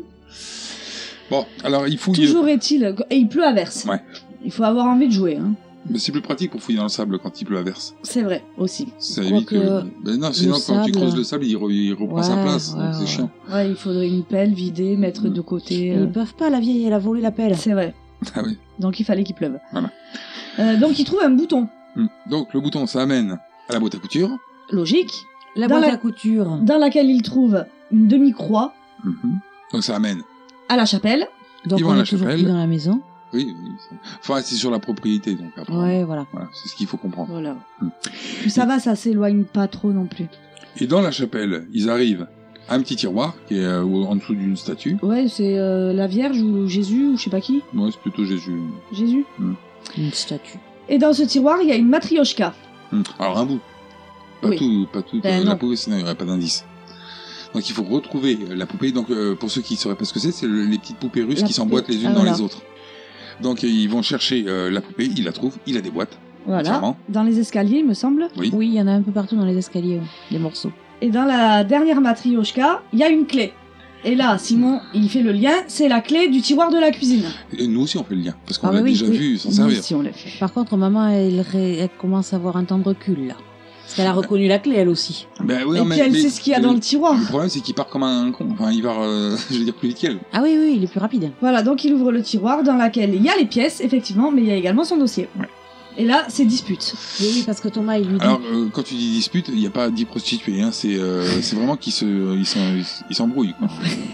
Bon, alors il fouille. Toujours est-il, et il pleut à verse. Ouais. Il faut avoir envie de jouer, hein. Mais c'est plus pratique pour fouiller dans le sable quand il pleut à verse. C'est vrai, aussi. Ça Je crois évite que. que Ben non, sinon quand tu sable- creuses le sable, il, re- il reprend sa Ouais, place. ouais, donc c'est ouais. chiant. Ouais, il faudrait une pelle, vider, mettre Mm. de côté. Et euh, Ils peuvent pas, la vieille, elle a volé la pelle. C'est vrai. Ah oui. Donc il fallait qu'il pleuve. Voilà. Euh, donc il trouve un bouton. Hmm. Donc le bouton, ça amène à la boîte à couture. Logique. La Dans boîte la- à couture. Dans laquelle il trouve une demi-croix Mhm. Donc ça amène. à la chapelle. Donc Ils vont on à la est toujours chapelle. plus dans la maison. Oui, oui. c'est- Enfin, c'est sur la propriété, donc après. Ouais, voilà. Voilà, c'est ce qu'il faut comprendre. Voilà. Mm. Puis ça va, ça s'éloigne pas trop non plus. Et dans la chapelle, ils arrivent à un petit tiroir qui est euh, en dessous d'une statue. Ouais, c'est euh, la Vierge ou Jésus ou je sais pas qui. Ouais, c'est plutôt Jésus. Jésus. Une statue. Et dans ce tiroir, il y a une matrioshka. Hmm. Alors un bout. Pas Oui. tout, pas tout Ben euh, la non. poupée, sinon il n'y aurait pas d'indice. Donc il faut retrouver euh, la poupée. Donc euh, pour ceux qui ne sauraient pas ce que c'est, c'est le- les petites poupées russes La qui s'emboîtent poupée. les unes Ah, dans voilà. les autres. Donc euh, ils vont chercher euh, la poupée, ils la trouvent, il a des boîtes. Voilà. Entièrement. Dans les escaliers, il me semble. Oui. Oui, il y en a un peu partout dans les escaliers, ouais, des morceaux. Et dans la dernière matrioshka, il y a une clé. Et là, Simon, il fait le lien, c'est la clé du tiroir de la cuisine. Et nous aussi on fait le lien, parce qu'on Ah, l'a oui, déjà oui. vu s'en Nous servir. aussi, on l'a fait. Par contre, maman, elle, ré- elle commence à avoir un temps de recul, là. Parce qu'elle a reconnu la clé, elle aussi. Ben, oui, Et non, puis mais- elle mais- sait ce qu'il y a dans le tiroir. Le problème c'est qu'il part comme un con. Enfin, il va, euh, je veux dire, plus vite qu'elle. Ah oui, oui, il est plus rapide. Voilà, donc il ouvre le tiroir dans lequel il y a les pièces, effectivement, mais il y a également son dossier. Ouais. Et là, c'est dispute. Oui, oui, parce que Thomas, il lui dit... Alors, euh, quand tu dis dispute, il n'y a pas dix prostituées, hein, c'est euh, c'est vraiment qu'ils se, ils s'en- ils s'embrouillent. Quoi.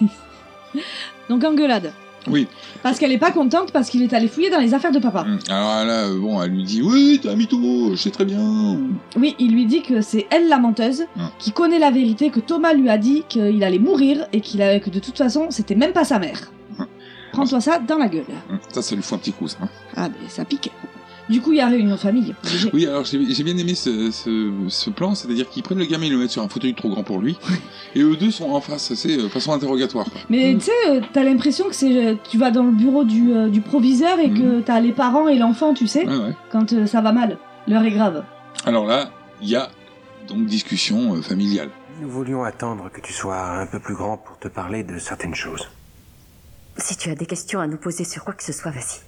Donc engueulade. Oui. Parce qu'elle est pas contente parce qu'il est allé fouiller dans les affaires de papa. Hum. Alors là, euh, bon, elle lui dit oui, t'es un mytho, je sais très bien. Oui, il lui dit que c'est elle la menteuse, Mm. qui connaît la vérité, que Thomas lui a dit qu'il allait mourir et qu'il avait, que de toute façon, c'était même pas sa mère. Mm. Prends-toi ça dans la gueule. Hum. Ça, ça lui fout un petit coup, ça. hein. Ah, ben ça pique. Du coup, il y a réunion de famille. obligé. Oui, alors j'ai j'ai bien aimé ce, ce, ce plan, c'est-à-dire qu'ils prennent le gamin et le mettent sur un fauteuil trop grand pour lui, et eux deux sont en face, c'est euh, façon interrogatoire. quoi. Mais Mm. tu sais, euh, t'as l'impression que c'est, euh, tu vas dans le bureau du, euh, du proviseur et Mm. que t'as les parents et l'enfant, tu sais, Ouais, ouais. quand euh, ça va mal. L'heure est grave. Alors là, il y a donc discussion euh, familiale. Nous voulions attendre que tu sois un peu plus grand pour te parler de certaines choses. Si tu as des questions à nous poser sur quoi que ce soit, vas-y.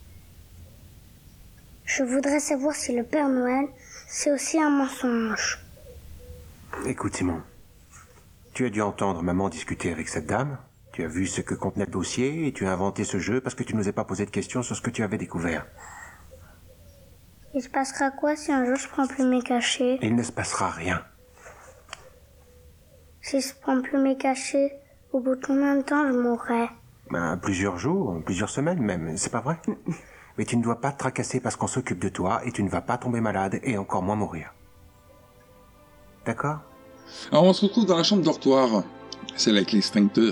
Je voudrais savoir si le Père Noël, c'est aussi un mensonge. Écoute, Simon. Tu as dû entendre maman discuter avec cette dame. Tu as vu ce que contenait le dossier et tu as inventé ce jeu parce que tu nous as pas posé de questions sur ce que tu avais découvert. Il se passera quoi si un jour je prends plus mes cachets? Il ne se passera rien. Si je prends plus mes cachets, au bout de combien de temps je mourrai? Ben, plusieurs jours, plusieurs semaines même, c'est pas vrai? Mais tu ne dois pas te tracasser parce qu'on s'occupe de toi et tu ne vas pas tomber malade et encore moins mourir. D'accord? Alors on se retrouve dans la chambre dortoir, celle avec l'extincteur.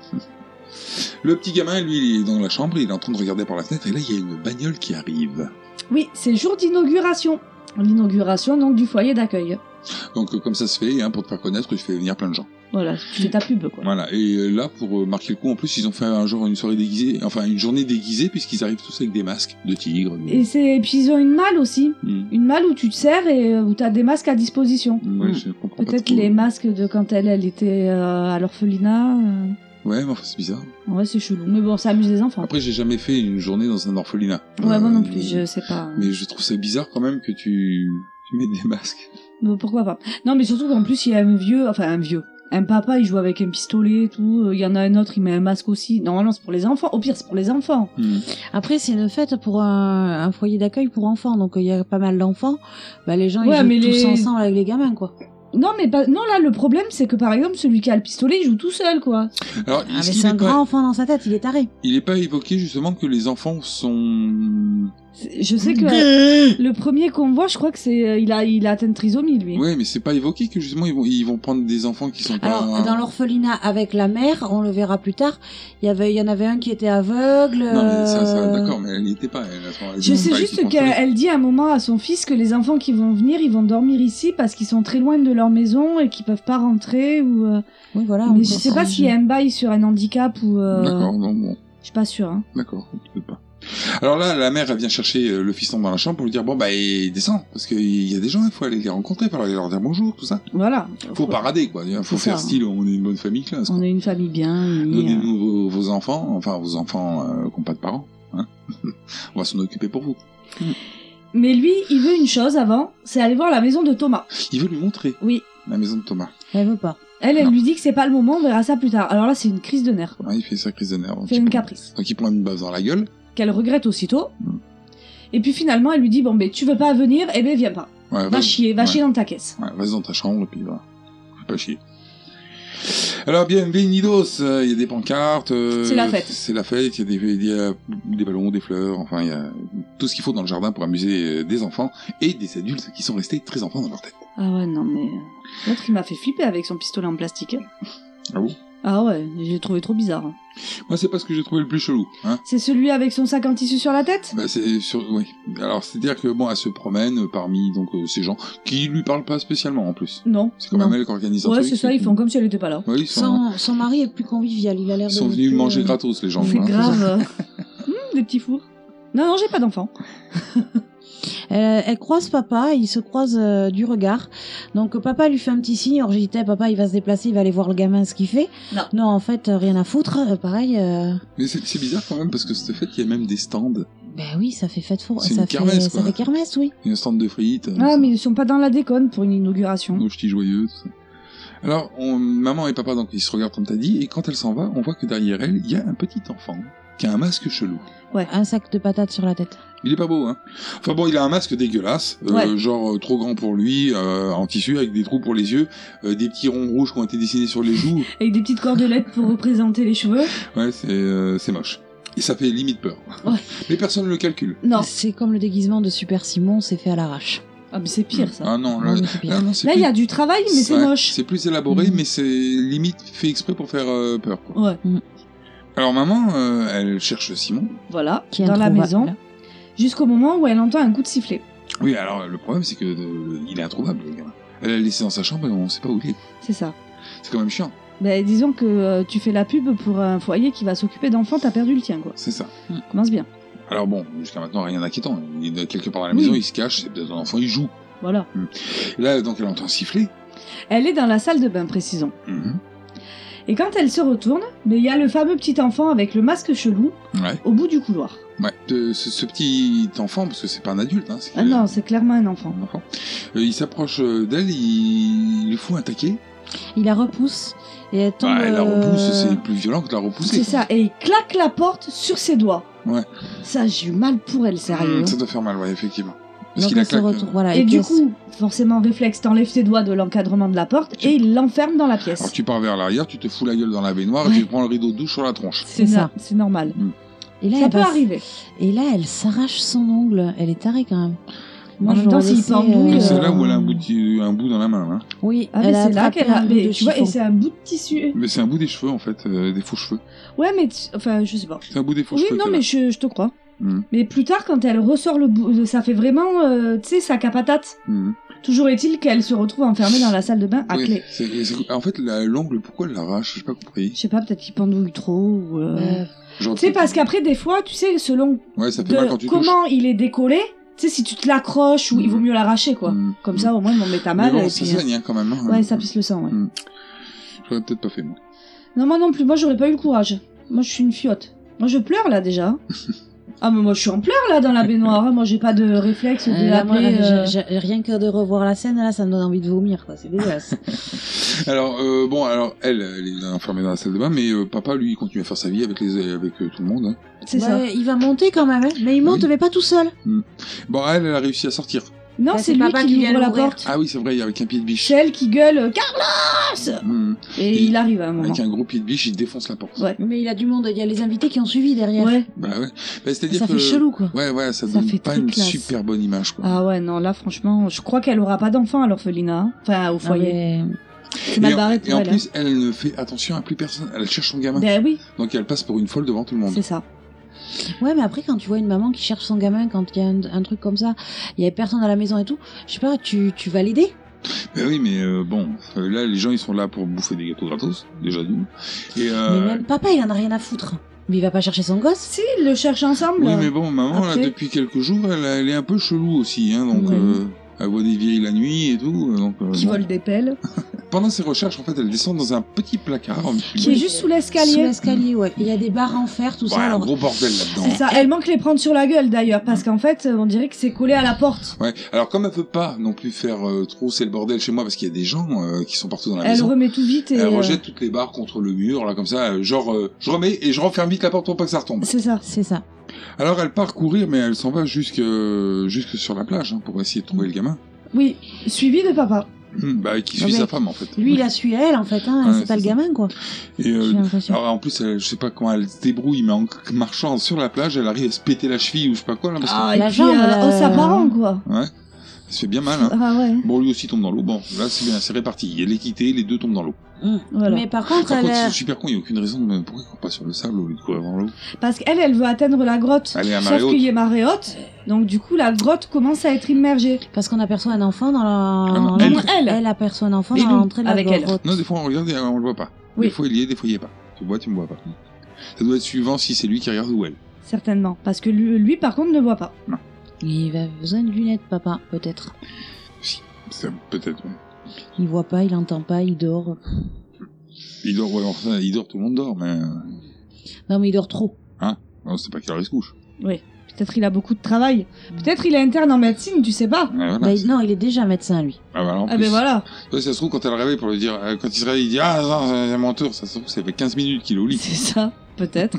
Le petit gamin, lui, il est dans la chambre, il est en train de regarder par la fenêtre et là il y a une bagnole qui arrive. Oui, c'est jour d'inauguration. L'inauguration donc du foyer d'accueil. Donc euh, comme ça se fait, hein, pour te faire connaître, je fais venir plein de gens. Voilà, tu fais ta pub quoi. Voilà, et euh, là pour euh, marquer le coup, en plus ils ont fait un genre une soirée déguisée, enfin une journée déguisée puisqu'ils arrivent tous avec des masques de tigre. De... Et c'est et puis ils ont une malle aussi, mmh. une malle où tu te sers et euh, où t'as des masques à disposition. Ouais, je comprends pas Peut-être trop. les masques de quand elle elle était euh, à l'orphelinat. Euh... Ouais, mais enfin c'est bizarre. Ouais, c'est chelou, mais bon, ça amuse les enfants. Après j'ai jamais fait une journée dans un orphelinat. Ouais, euh, moi non plus, je sais pas. Mais je trouve ça bizarre quand même que tu, tu mets des masques. Mais pourquoi pas? Non, mais surtout qu'en plus il y a un vieux, enfin un vieux. Un papa, il joue avec un pistolet et tout. Il y en a un autre, il met un masque aussi. Normalement, c'est pour les enfants. Au pire, c'est pour les enfants. Mmh. Après, c'est une fête pour un, un foyer d'accueil pour enfants. Donc, il y a pas mal d'enfants. Bah, les gens, Ouais, ils jouent mais tous les... ensemble avec les gamins, quoi. Non, mais pas... non, là, le problème, c'est que par exemple, celui qui a le pistolet, il joue tout seul, quoi. Alors, ah, mais c'est un grand pas... enfant dans sa tête, il est taré. Il est pas évoqué justement que les enfants sont... Je sais que euh, le premier qu'on voit, je crois que c'est euh, il a il a atteint trisomie lui. Ouais, mais c'est pas évoqué que justement ils vont ils vont prendre des enfants qui sont pas. Alors dans l'orphelinat avec la mère, on le verra plus tard. Il y avait il y en avait un qui était aveugle. Non mais ça, ça euh... d'accord, mais elle n'y était pas. Elle, elle, je sais juste qu'elle dit à un moment à son fils que les enfants qui vont venir, ils vont dormir ici parce qu'ils sont très loin de leur maison et qu'ils peuvent pas rentrer ou. Euh... Oui voilà. Mais je sais pas s'il y a un bail sur un handicap ou. Euh... D'accord, non bon. Je suis pas sûre. Hein. D'accord, peut-être pas. Alors là, la mère, elle vient chercher le fiston dans la chambre pour lui dire, bon, bah, descend, parce qu'il y a des gens, il faut aller les rencontrer, il faut aller leur dire bonjour, tout ça. Voilà. Faut, faut parader, quoi. Il faut faire ça. Style, on est une bonne famille classe. On est une famille bien. Donnez-nous vos, vos enfants, enfin, vos enfants euh, qui n'ont pas de parents, hein. On va s'en occuper pour vous. Mais lui, il veut une chose avant, c'est aller voir la maison de Thomas. Il veut lui montrer. Oui. La maison de Thomas. Elle veut pas. Elle, elle non. lui dit que c'est pas le moment, on verra ça plus tard. Alors là, c'est une crise de nerfs. Ouais, il fait sa crise de nerfs. Il fait une caprice. Donc il prend une baffe dans la gueule. Qu'elle regrette aussitôt. Mm. Et puis finalement, elle lui dit, bon, ben, tu veux pas venir, eh ben, viens pas. Ouais, va chier, va ouais. chier dans ta caisse. Ouais, vas-y dans ta chambre, et puis va. Fais pas chier. Alors, bienvenidos, il euh, y a des pancartes. Euh, c'est la fête. C'est la fête, il y a des, des, euh, des ballons, des fleurs, enfin, il y a tout ce qu'il faut dans le jardin pour amuser euh, des enfants et des adultes qui sont restés très enfants dans leur tête. Ah ouais, non, mais. L'autre, il m'a fait flipper avec son pistolet en plastique. Ah bon? Ah ouais, j'ai trouvé trop bizarre. Moi, c'est pas ce que j'ai trouvé le plus chelou. Hein. C'est celui avec son sac en tissu sur la tête? Bah, c'est sur, oui. Alors, c'est-à-dire que bon, elle se promène parmi donc euh, ces gens qui lui parlent pas spécialement en plus. Non. C'est quand non. même elle qui organise. Ouais, c'est ça. Ils font comme si elle était pas là. Ouais, ils sont... son, son mari est plus convivial. Il a l'air. Ils sont venus plus... manger gratos les gens. C'est hein. grave. mmh, des petits fours. Non, non, j'ai pas d'enfant. Elle, elle croise papa, ils se croisent euh, du regard. Donc papa lui fait un petit signe. Alors j'ai dit, papa, il va se déplacer, il va aller voir le gamin ce qu'il fait. Non. Non, en fait, euh, rien à foutre. Euh, pareil. Euh... Mais c'est, c'est bizarre quand même parce que cette fête, il y a même des stands. Ben oui, ça fait fête four. C'est ça une fait, kermesse, quoi. Ça fait kermesse, oui. Il y a un stand de frites. Ah, ça. mais ils sont pas dans la déconne pour une inauguration. Nos ch'tis joyeux, tout ça. Alors, on, maman et papa, donc, ils se regardent comme t'as dit, et quand elle s'en va, on voit que derrière elle, il y a un petit enfant qui a un masque chelou. Ouais, un sac de patates sur la tête. Il est pas beau, hein. Enfin bon, il a un masque dégueulasse, euh, ouais. genre euh, trop grand pour lui, euh, en tissu, avec des trous pour les yeux, euh, des petits ronds rouges qui ont été dessinés sur les joues. Avec des petites cordelettes pour représenter les cheveux. Ouais, c'est, euh, c'est moche. Et ça fait limite peur. Ouais. Mais personne ne le calcule. Non. C'est comme le déguisement de Super Simon, c'est fait à l'arrache. Ah, mais c'est pire, ça. Ah non, là, non, c'est là, non, c'est là il plus... y a du travail, mais c'est ouais, moche. C'est plus élaboré, mmh. mais c'est limite fait exprès pour faire euh, peur, quoi. Ouais. Mmh. Alors maman, euh, elle cherche Simon. Voilà, qui est dans la maison, là. Jusqu'au moment où elle entend un coup de sifflet. Oui, alors le problème, c'est que euh, il est introuvable, le gamin. Elle l'a laissé dans sa chambre et on sait pas où il est. C'est ça. C'est quand même chiant. Ben, disons que euh, tu fais la pub pour un foyer qui va s'occuper d'enfants, t'as perdu le tien, quoi. C'est ça. Mmh. Commence bien. Alors bon, jusqu'à maintenant, rien d'inquiétant. Il est quelque part dans la oui. maison, il se cache, c'est peut-être un enfant, il joue. Voilà. Mmh. Et là, donc, elle entend siffler. Elle est dans la salle de bain, précisons. Mmh. Et quand elle se retourne, il y a le fameux petit enfant avec le masque chelou ouais. au bout du couloir. Ouais, de, ce, ce petit enfant, parce que c'est pas un adulte, hein, c'est ah non, c'est clairement un enfant. Un enfant. Euh, il s'approche d'elle, il... il lui fout un taquet. Il la repousse et elle tombe. Bah, elle la repousse, euh... c'est plus violent que de la repousser. C'est quoi. Ça, et il claque la porte sur ses doigts. Ouais. Ça, j'ai eu mal pour elle, sérieux. Mmh, ça doit faire mal, ouais, effectivement. Parce Donc qu'il a elle se claqué. retourne, voilà, Et du pièce. coup, forcément, réflexe, t'enlèves tes doigts de l'encadrement de la porte et il l'enferme dans la pièce. Alors tu pars vers l'arrière, tu te fous la gueule dans la baignoire Ouais. et tu prends le rideau de douche sur la tronche. C'est ça. C'est normal. Et là, Ça elle peut va- arriver. Et là, elle s'arrache son ongle. Elle est tarée quand même. En même temps, j'aurais s'il laissé, pendouille, euh, C'est là où elle a un bout, de- un bout dans la main. Hein. Oui, Ah, mais elle a c'est là attrapé qu'elle a. un bout Mais de tu vois, et chiffon. c'est un bout de tissu. Mais c'est un bout des cheveux en fait, euh, des faux cheveux. Ouais, mais. tu- Enfin, je sais pas. C'est un bout des faux Oui, cheveux. non, qu'elle mais a. je, je te crois. Mhm. Mais plus tard, quand elle ressort le bout, ça fait vraiment, euh, tu sais, sac à patate. Mhm. Toujours est-il qu'elle se retrouve enfermée dans la salle de bain à Oui, clé. c'est- et c'est- en fait, la- l'ongle, pourquoi elle l'arrache J'ai pas compris. Je sais pas, peut-être qu'il pendouille trop ou. euh, Euh, Genre, Tu sais, parce qu'après, des fois, tu sais, selon Ouais, ça fait de mal quand tu touches. comment il est décollé, tu sais, si tu te l'accroches ou il vaut mieux l'arracher, quoi. Mhm. Comme ça, au moins, on met ta Mais mal. bon, et ça puis, euh, saigne hein, quand même. Hein. Ouais, ça pisse le sang, ouais. Mhm. J'aurais peut-être pas fait moi. Non, moi non plus, moi j'aurais pas eu le courage. Moi je suis une fiotte. Moi je pleure là déjà. Ah, mais moi je suis en pleurs là dans la baignoire. hein. Moi j'ai pas de réflexe de euh, là, moi, l'appeler. euh, j'ai- j'ai- rien que de revoir la scène, là, ça me donne envie de vomir, quoi. C'est dégueulasse. Alors, euh, bon, alors, elle, elle est enfermée dans la salle de bain, mais euh, papa, lui, il continue à faire sa vie avec, les, avec euh, tout le monde. Hein. C'est ça. Ouais, il va monter quand même, hein. Mais il monte, Oui. mais pas tout seul. Bon, elle, elle a réussi à sortir. Non, Bah, c'est c'est lui papa qui qui lui vient ouvre la l'ouvrir. porte. Ah oui, c'est vrai, avec un pied de biche. C'est elle qui gueule euh, Carlos Mhm. Et, Et- il arrive à un moment. Avec un gros pied de biche, il défonce la porte. Ouais. Mais il a du monde, il y a les invités qui ont suivi derrière. Ouais. Bah ouais. Bah, c'est-à-dire Ça que... fait chelou, quoi. Ouais, ouais, ça, Ça donne fait pas très une classe. super bonne image, quoi. Ah ouais, non, là franchement, je crois qu'elle aura pas d'enfant à l'orphelinat. hein. Enfin, au Ah, foyer. mais- C'est mal et en, barré et pour en elle. plus, elle ne fait attention à plus personne. Elle cherche son gamin. hein. Ben oui, Donc elle passe pour une folle devant tout le monde. c'est ça. Ouais, mais après, quand tu vois une maman qui cherche son gamin, quand il y a un, un truc comme ça, il y a personne à la maison et tout, je sais pas, tu, tu vas l'aider. Bah oui, mais euh, bon, euh, là, les gens, ils sont là pour bouffer des gâteaux gratos, déjà d'une. Et Mais euh... même papa, il en a rien à foutre. Mais il va pas chercher son gosse. Si, ils le cherchent ensemble. Oui, mais bon, maman, là, Après- depuis quelques jours, elle, elle est un peu chelou aussi, hein, donc... Ouais. Euh... Elle voit des vieilles la nuit et tout, donc... euh, Qui bon. vole des pelles. Pendant ses recherches, en fait, elle descend dans un petit placard. Qui est juste sous l'escalier. Sous l'escalier, ouais. Il y a des barres en fer, tout Ouais, ça. un alors- gros bordel là-dedans. C'est ça, elle manque les prendre sur la gueule d'ailleurs, parce qu'en fait, on dirait que c'est collé à la porte. Ouais. Alors comme elle veut pas non plus faire euh, trop c'est le bordel chez moi parce qu'il y a des gens euh, qui sont partout dans la Elle maison. remet tout vite et. Elle euh, rejette toutes les barres contre le mur là comme ça, euh, genre euh, je remets et je referme vite la porte pour pas que ça retombe. C'est ça. C'est ça. Alors elle part courir mais elle s'en va jusque jusque sur la plage hein, pour essayer de trouver le gamin. Oui, suivi de papa. Hum, bah qui suit Ouais. sa femme en fait. Lui, il a su elle, en fait, hein. Ouais, c'est pas c'est le ça. gamin, quoi. Et euh, J'ai l'impression. alors en plus elle, je sais pas comment elle se débrouille mais en marchant sur la plage elle arrive à se péter la cheville ou je sais pas quoi là parce que Ah, et La puis, jambe, euh, là, oh, ça part quoi. ouais. Elle se fait bien mal hein. Ah ouais. Bon lui aussi tombe dans l'eau. Bon là c'est bien, c'est réparti. Il y a l'équité, les deux tombent dans l'eau. Mm. Voilà. Mais par contre, Par elle contre, a- c'est super con, il n'y a aucune raison de... Pourquoi il court pas sur le sable au lieu de courir dans l'eau? Parce qu'elle, elle veut atteindre la grotte. Elle est à marée Sauf haute. qu'il y a marée haute. Donc du coup, la grotte commence à être immergée. Parce qu'on aperçoit un enfant dans la... non, dans elle. l'entrée- Elle. elle aperçoit un enfant Et dans nous, l'entrée de la avec elle. grotte. Non, des fois on regarde et on le voit pas. Oui. Des fois il y est, des fois il y est pas. Tu vois, tu me vois pas. Ça doit être suivant si c'est lui qui regarde ou elle. Certainement. Parce que lui, lui, par contre, ne voit pas. Il a besoin de lunettes, papa, peut-être. Si, ça, peut-être, ouais. Il voit pas, il entend pas, il dort. Il dort, ouais, enfin, il dort, tout le monde dort, mais... euh, Non, mais il dort trop. Hein on sait pas quelle heure il se couche. Oui. Peut-être il a beaucoup de travail. Peut-être il est interne en médecine, tu sais pas. Ouais, voilà, Bah, c'est- non, il est déjà médecin, lui. Ah, voilà, en Ah plus. ben voilà. Ça, ça se trouve, quand elle réveille pour lui dire... euh, Quand il se réveille, il dit « Ah, non, c'est mon tour », ça se trouve, ça fait quinze minutes qu'il est au lit. C'est ça. Peut-être.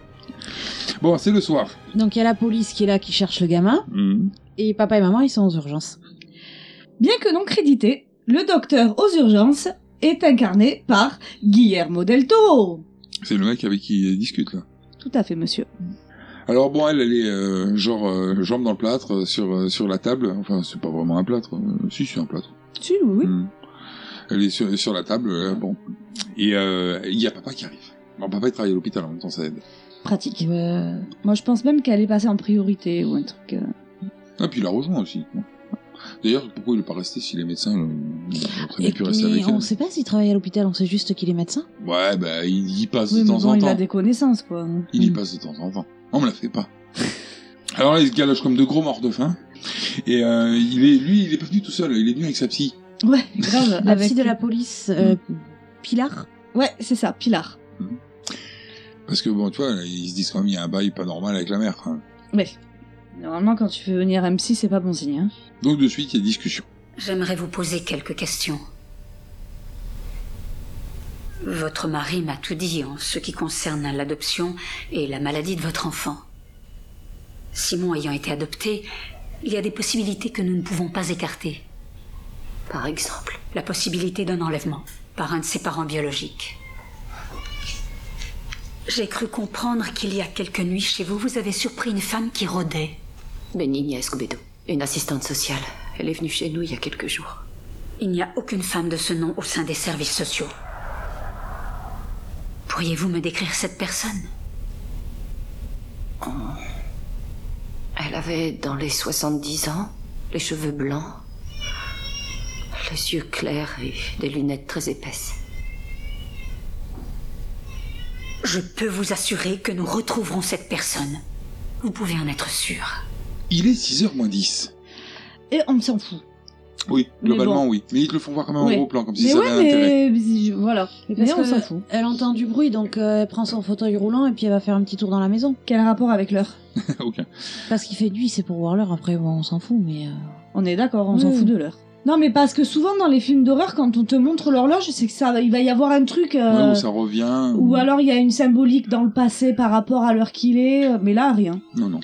Bon, c'est le soir. Donc, il y a la police qui est là, qui cherche le gamin. Mhm. Et papa et maman, ils sont aux urgences. Bien que non crédité, le docteur aux urgences est incarné par Guillermo del Toro. C'est le mec avec qui il discute, là. Tout à fait, monsieur. Alors bon, elle, elle est euh, genre euh, jambes dans le plâtre euh, sur euh, sur la table. Enfin, c'est pas vraiment un plâtre. Euh, si, c'est un plâtre. Si, oui, oui. Mm. Elle est sur, sur la table. euh, bon, et euh, il y a papa qui arrive. Bon, papa il travaille à l'hôpital en même temps, ça aide. Pratique. Ouais. Moi, je pense même qu'elle est passée en priorité ou un truc. euh. Ah, puis il la rejoint aussi. Bon. D'ailleurs, pourquoi il est pas resté si les médecins euh, ont très bien Et pu rester mais avec elle? on sait pas s'il travaille à l'hôpital, on sait juste qu'il est médecin. Ouais, bah il y passe Oui, de mais temps bon, en il temps. a des connaissances, quoi. Il y Mm. passe de temps en temps. On me la fait pas. Alors là, il se galoche comme de gros morts de faim. Et euh, il est, lui, il est pas venu tout seul. Il est venu avec sa psy. Ouais, grave. La avec... psy de la police, euh, Pilar. Ouais, c'est ça, Pilar. Parce que bon, tu vois, ils se disent quand même il y a un bail pas normal avec la mère. Hein. Ouais. Normalement, quand tu fais venir un psy, c'est pas bon signe. Hein. Donc de suite, il y a discussion. J'aimerais vous poser quelques questions. Votre mari m'a tout dit en ce qui concerne l'adoption et la maladie de votre enfant. Simon ayant été adopté, Il y a des possibilités que nous ne pouvons pas écarter. Par exemple. La possibilité d'un enlèvement par un de ses parents biologiques. J'ai cru comprendre qu'il y a quelques nuits chez vous, vous avez surpris une femme qui rôdait. Benigna Escobedo, une assistante sociale. Elle est venue chez nous il y a quelques jours. Il n'y a aucune femme de ce nom au sein des services sociaux. Pourriez-vous me décrire cette personne? Oh. Elle avait dans les soixante-dix ans, les cheveux blancs, les yeux clairs et des lunettes très épaisses. Je peux vous assurer que nous retrouverons cette personne. Vous pouvez en être sûr. Il est six heures moins dix. Et on s'en fout. Oui, globalement bon. oui. Mais ils te le font voir quand même Ouais. en gros plan, comme si Mais ça ouais, avait un intérêt. mais je- voilà. Mais parce Mais on que s'en fout. Elle entend du bruit, donc euh, elle prend son fauteuil roulant et puis elle va faire un petit tour dans la maison. Quel rapport avec l'heure? Aucun. Parce qu'il fait nuit, c'est pour voir l'heure. Après, bon, on s'en fout, mais... euh, On est d'accord, on Oui. s'en fout de l'heure. Non, mais parce que souvent dans les films d'horreur, quand on te montre l'horloge, c'est que ça, il va y avoir un truc. euh, Ouais, où ça revient. Ou alors il y a une symbolique dans le passé par rapport à l'heure qu'il est, euh, mais là rien. Non, non.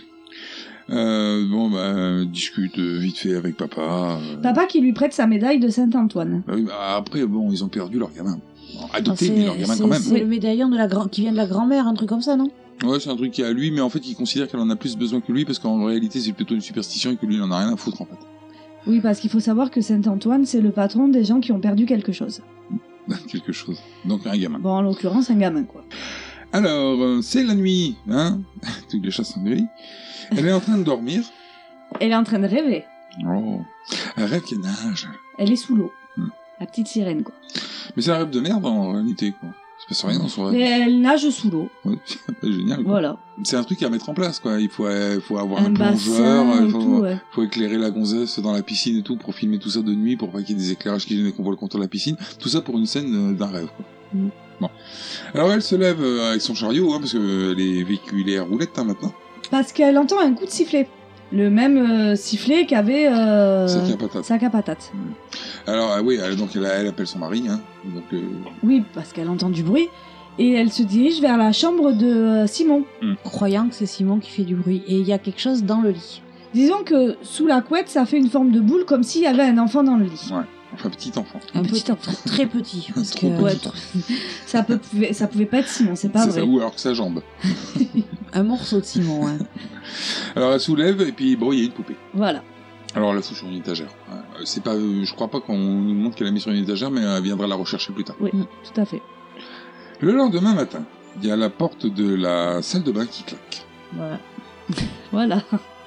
Euh, bon, bah, euh, discute euh, vite fait avec papa. euh. Papa qui lui prête sa médaille de Saint-Antoine. Bah oui, bah, après, bon, ils ont perdu leur gamin. Bon, ah, adopté, c'est mais leur gamin c'est- quand même. c'est le médaillon de la grand... qui vient de la grand-mère, un truc comme ça, non? Ouais, c'est un truc qui est à lui, mais en fait, il considère qu'elle en a plus besoin que lui, parce qu'en réalité, c'est plutôt une superstition et que lui, il en a rien à foutre, en fait. Oui, parce qu'il faut savoir que Saint-Antoine, c'est le patron des gens qui ont perdu quelque chose. Quelque chose. Donc, un gamin. Bon, en l'occurrence, un gamin, quoi. Alors, euh, c'est la nuit, hein. Toutes les chats sont nuit. Elle est en train de dormir. Elle est en train de rêver. Oh. Elle rêve qu'elle nage. Elle est sous l'eau. Hmm. La petite sirène, quoi. Mais c'est un rêve de merde, en réalité, quoi. Il se passe rien dans son rêve. Mais elle nage sous l'eau. Ouais, c'est pas génial, quoi. Voilà. C'est un truc à mettre en place, quoi. Il faut, euh, faut avoir un, Un plongeur, bassin il et faut, tout, ouais. faut éclairer la gonzesse dans la piscine et tout, pour filmer tout ça de nuit, pour pas qu'il y ait des éclairages qui gênent et qu'on voit le contour de la piscine. Tout ça pour une scène euh, d'un rêve, quoi. Mm. Bon. Alors elle se lève euh, avec son chariot, hein, parce qu'elle est véhiculée à roulette, hein, maintenant. Parce qu'elle entend un coup de sifflet. Le même euh, sifflet qu'avait euh, Sac à patate. Sac à patate. Alors, ah oui, elle, donc elle, elle appelle son mari, hein. Donc, euh, Oui, parce qu'elle entend du bruit. Et elle se dirige vers la chambre de euh, Simon. Croyant que c'est Simon qui fait du bruit. Et il y a quelque chose dans le lit. Disons que sous la couette, ça fait une forme de boule comme s'il y avait un enfant dans le lit. ouais. Enfin, petit enfant. Un petit petit enfant. Très petit. Parce Trop que... petit. Ouais, trop- ça, peut, pouvait, ça pouvait pas être Simon, c'est pas C'est vrai. ça, ou alors que sa jambe. Un morceau de Simon, hein. Alors elle soulève, et puis bon, il y a une poupée. Voilà. Alors elle la fout sur une étagère. Euh, C'est pas, euh, je crois pas qu'on nous montre qu'elle l'a mis sur une étagère, mais elle viendra la rechercher plus tard. Oui, tout à fait. Le lendemain matin, il y a la porte de la salle de bain qui claque. Voilà. voilà.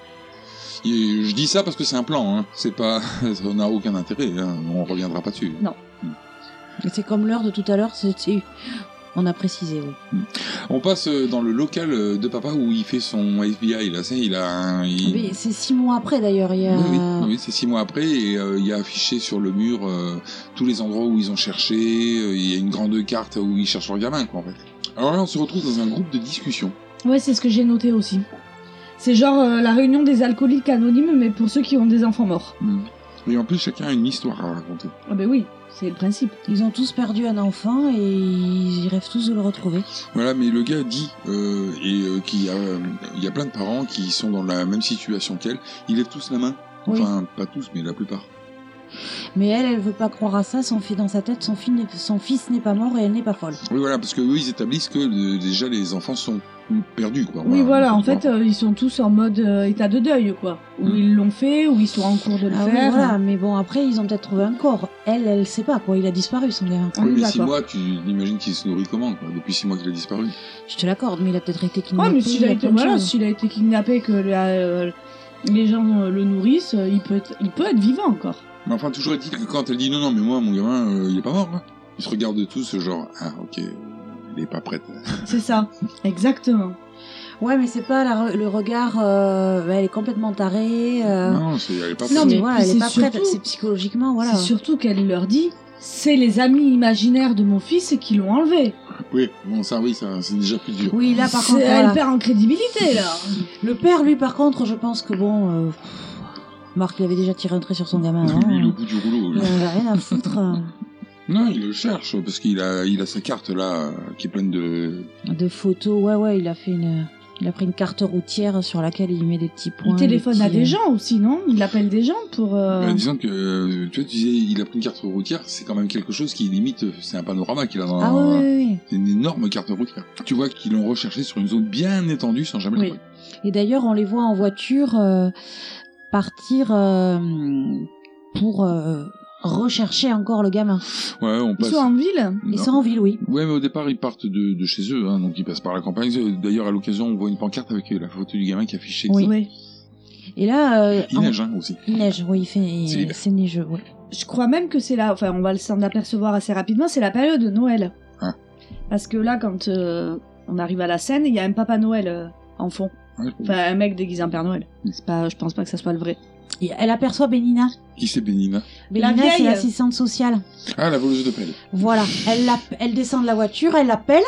Et je dis ça parce que c'est un plan, hein. C'est pas, ça n'a aucun intérêt, hein. On reviendra pas dessus. Non. Et c'est comme l'heure de tout à l'heure, c'est... c'est- On a précisé, oui. On passe euh, dans le local euh, de papa où il fait son F B I, là, c'est, il a un... il- Mais c'est six mois après, d'ailleurs. Il y a... Oui, oui, oui, c'est six mois après, et euh, il y a affiché sur le mur euh, tous les endroits où ils ont cherché, euh, il y a une grande carte où ils cherchent leur gamin, quoi, en fait. Alors là, on se retrouve dans un groupe de discussion. Ouais, c'est ce que j'ai noté aussi. C'est genre euh, la réunion des alcooliques anonymes, mais pour ceux qui ont des enfants morts. Et en plus, chacun a une histoire à raconter. Ah ben oui, c'est le principe. Ils ont tous perdu un enfant et ils rêvent tous de le retrouver. Voilà, mais le gars dit, euh, et euh, qu'il y a, euh, il y a plein de parents qui sont dans la même situation qu'elle, ils lèvent tous la main. Enfin, pas tous, mais la plupart. Mais elle, elle veut pas croire à ça. Son fils dans sa tête, son fils n'est, son fils n'est pas mort et elle n'est pas folle. Oui, voilà, parce que eux, ils établissent que euh, déjà les enfants sont perdus, quoi. Oui, voilà, en fait, euh, ils sont tous en mode euh, état de deuil, quoi. Ou Mm. ils l'ont fait, ou ils sont en cours de le Ah oui, faire. voilà. Mais bon, après, ils ont peut-être trouvé un corps. Elle, elle sait pas, quoi. Il a disparu, son gamin. Ah Oui, oui, mais six d'accord. mois, tu imagines qu'il se nourrit comment, quoi, depuis six mois qu'il a disparu. Je te l'accorde, mais il a peut-être été Ouais, kidnappé. mais s'il a il y été, plein de voilà, choses. s'il a été kidnappé, que la, euh, les gens euh, le nourrissent, euh, il peut être, il peut être vivant encore. Mais enfin, toujours est-il que quand elle dit non, non, mais moi, mon gamin, euh, il est pas mort, hein. Ils se regardent tous, genre, ah, ok, euh, il est pas prêt. C'est ça, exactement. Ouais, mais c'est pas la re- le regard. Euh, elle est complètement tarée. Euh... Non, c'est, elle est pas Non, prête. mais voilà, puis elle est c'est pas prête. surtout- C'est psychologiquement, voilà. C'est surtout qu'elle leur dit, c'est les amis imaginaires de mon fils qui l'ont enlevé. Oui, bon, ça, oui, ça, c'est déjà plus dur. Oui, là, par C'est- contre, elle voilà. perd en crédibilité, là. Le père, lui, par contre, je pense que bon. Euh... Marc, il avait déjà tiré un trait sur son gamin avant. Lui, il est au hein. bout du rouleau. Il là. en avait rien à foutre. euh, Non, il le cherche, parce qu'il a, il a sa carte, là, euh, qui est pleine de... De photos, ouais, ouais, il a fait une. Il a pris une carte routière sur laquelle il met des petits points. Il téléphone des à petits... des gens aussi, non? Il appelle des gens pour... Euh... Bah, disons que, euh, tu vois, tu disais, il a pris une carte routière, c'est quand même quelque chose qui limite, c'est un panorama qu'il a dans Ah oui, oui, oui. C'est une énorme carte routière. Tu vois qu'ils l'ont recherché sur une zone bien étendue sans jamais Oui. le trouver. Et d'ailleurs, on les voit en voiture euh, partir euh, pour euh, rechercher encore le gamin. Ouais, on Ils passe. sont en ville? Ils Non. sont en ville, oui. Ouais, mais au départ, ils partent de, de chez eux, hein, donc ils passent par la campagne. D'ailleurs, à l'occasion, on voit une pancarte avec la photo du gamin qui affiche chez Oui. Oui. Et là... Euh, Il en- neige, hein, aussi. Il neige, oui, il fait... C'est l'hiver. C'est neigeux, oui. Je crois même que c'est là, enfin on va s'en apercevoir assez rapidement, c'est la période de Noël. Ah. Parce que là, quand euh, on arrive à la scène, il y a un Papa Noël euh, en fond. Ouais. Enfin, un mec déguisé en Père Noël. C'est pas, je pense pas que ça soit le vrai. Et elle aperçoit Benina. Qui c'est Bénina? Benina, vieille. c'est l'assistante sociale. Ah, la voleuse de pelle. Voilà. Elle, l'app- elle descend de la voiture, elle l'appelle,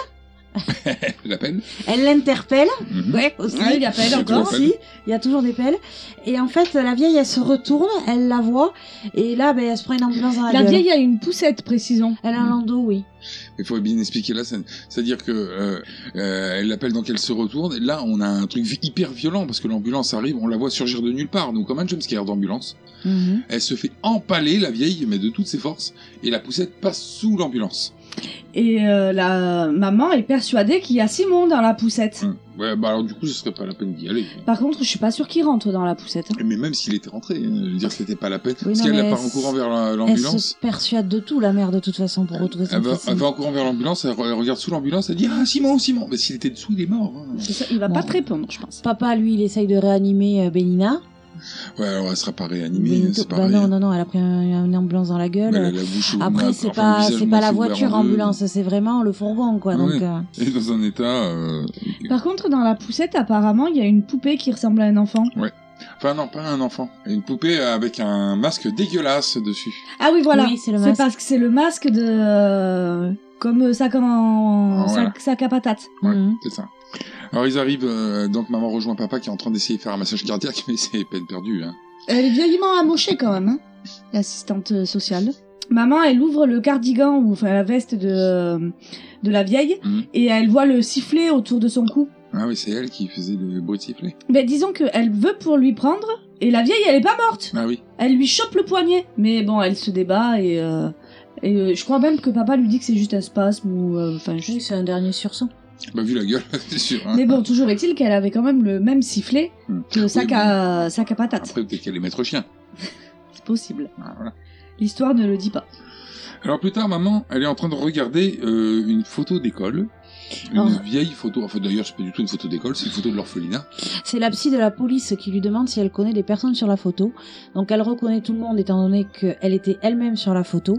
La pelle. elle l'interpelle. Mhm. Ouais, aussi. Ah, il appelle Il y a encore. toujours Aussi, il y a toujours des pelles. Et en fait, la vieille, elle se retourne, elle la voit, et là, ben, elle se prend une ambulance dans la, La gueule. vieille a une poussette, précisons. Elle a un landau, oui. Il faut bien expliquer la scène. C'est-à-dire que euh, euh, elle l'appelle donc elle se retourne. Et là, on a un truc hyper violent parce que l'ambulance arrive, on la voit surgir de nulle part. Donc comme un jumpscare d'ambulance. Mhm. Elle se fait empaler, la vieille, mais de toutes ses forces. Et la poussette passe sous l'ambulance. Et euh, la maman est persuadée qu'il y a Simon dans la poussette. Hum. Ouais, bah alors du coup, ce serait pas la peine d'y aller. Par contre, je suis pas sûre qu'il rentre dans la poussette. hein. Mais même s'il était rentré, hein, je veux dire, c'était pas la peine. Oui, parce non, qu'elle mais la part en elle courant s- vers la- Elle l'ambulance. se persuade de tout, la mère, de toute façon, pour retrouver son Elle va, fils. elle va en courant vers l'ambulance, elle, re- elle regarde sous l'ambulance, elle dit ah Simon, Simon. Mais s'il était dessous, il est mort. hein. C'est ça, il va Bon. pas te répondre, je pense. Papa, lui, il essaye de réanimer euh, Benina. Ouais, alors elle sera pas réanimée, Benito- c'est bah pareil. non, non, non, elle a pris un- une ambulance dans la gueule. Mais elle a la bouche ouverte, Après, c'est enfin, pas, le visage c'est pas la moitié ouvert voiture en deux. ambulance, c'est vraiment le fourgon, quoi. Ah donc, ouais. euh, Et dans un état. euh, Par contre, dans la poussette, apparemment, il y a une poupée qui ressemble à un enfant. Enfin, non, pas un enfant. Une poupée avec un masque dégueulasse dessus. Ah oui, voilà. Oui, c'est le C'est masque. parce que c'est le masque de... euh, comme euh, sac, en... Ah, voilà. sac, sac à patates. Ouais, Mhm. c'est ça. Alors ils arrivent, euh, donc maman rejoint papa qui est en train d'essayer de faire un massage cardiaque, mais c'est peine perdue. Hein. Elle est vieillement amochée quand même, hein, l'assistante euh, sociale. Maman, elle ouvre le cardigan, ou enfin la veste de, de la vieille, Mhm. et elle voit le sifflet autour de son cou. Ah oui, c'est elle qui faisait le bruit de sifflet. Ben, disons qu'elle veut pour lui prendre, et la vieille, elle est pas morte. Ah oui. Elle lui chope le poignet. Mais bon, elle se débat, et, euh, et euh, je crois même que papa lui dit que c'est juste un spasme, ou... euh, Enfin, Oui, juste... c'est un dernier sursaut. Bah vu la gueule, c'est sûr. Hein. Mais bon, toujours est-il qu'elle avait quand même le même sifflet Mhm. que sac, Oui, à, sac à patates. Après, peut-être qu'elle est maître chien. C'est possible. Ah, voilà. L'histoire ne le dit pas. Alors plus tard, maman, elle est en train de regarder euh, une photo d'école. Une Oh. vieille photo. Enfin d'ailleurs, c'est pas du tout une photo d'école, c'est une photo de l'orphelinat. C'est la psy de la police qui lui demande si elle connaît des personnes sur la photo. Donc elle reconnaît tout le monde étant donné qu'elle était elle-même sur la photo.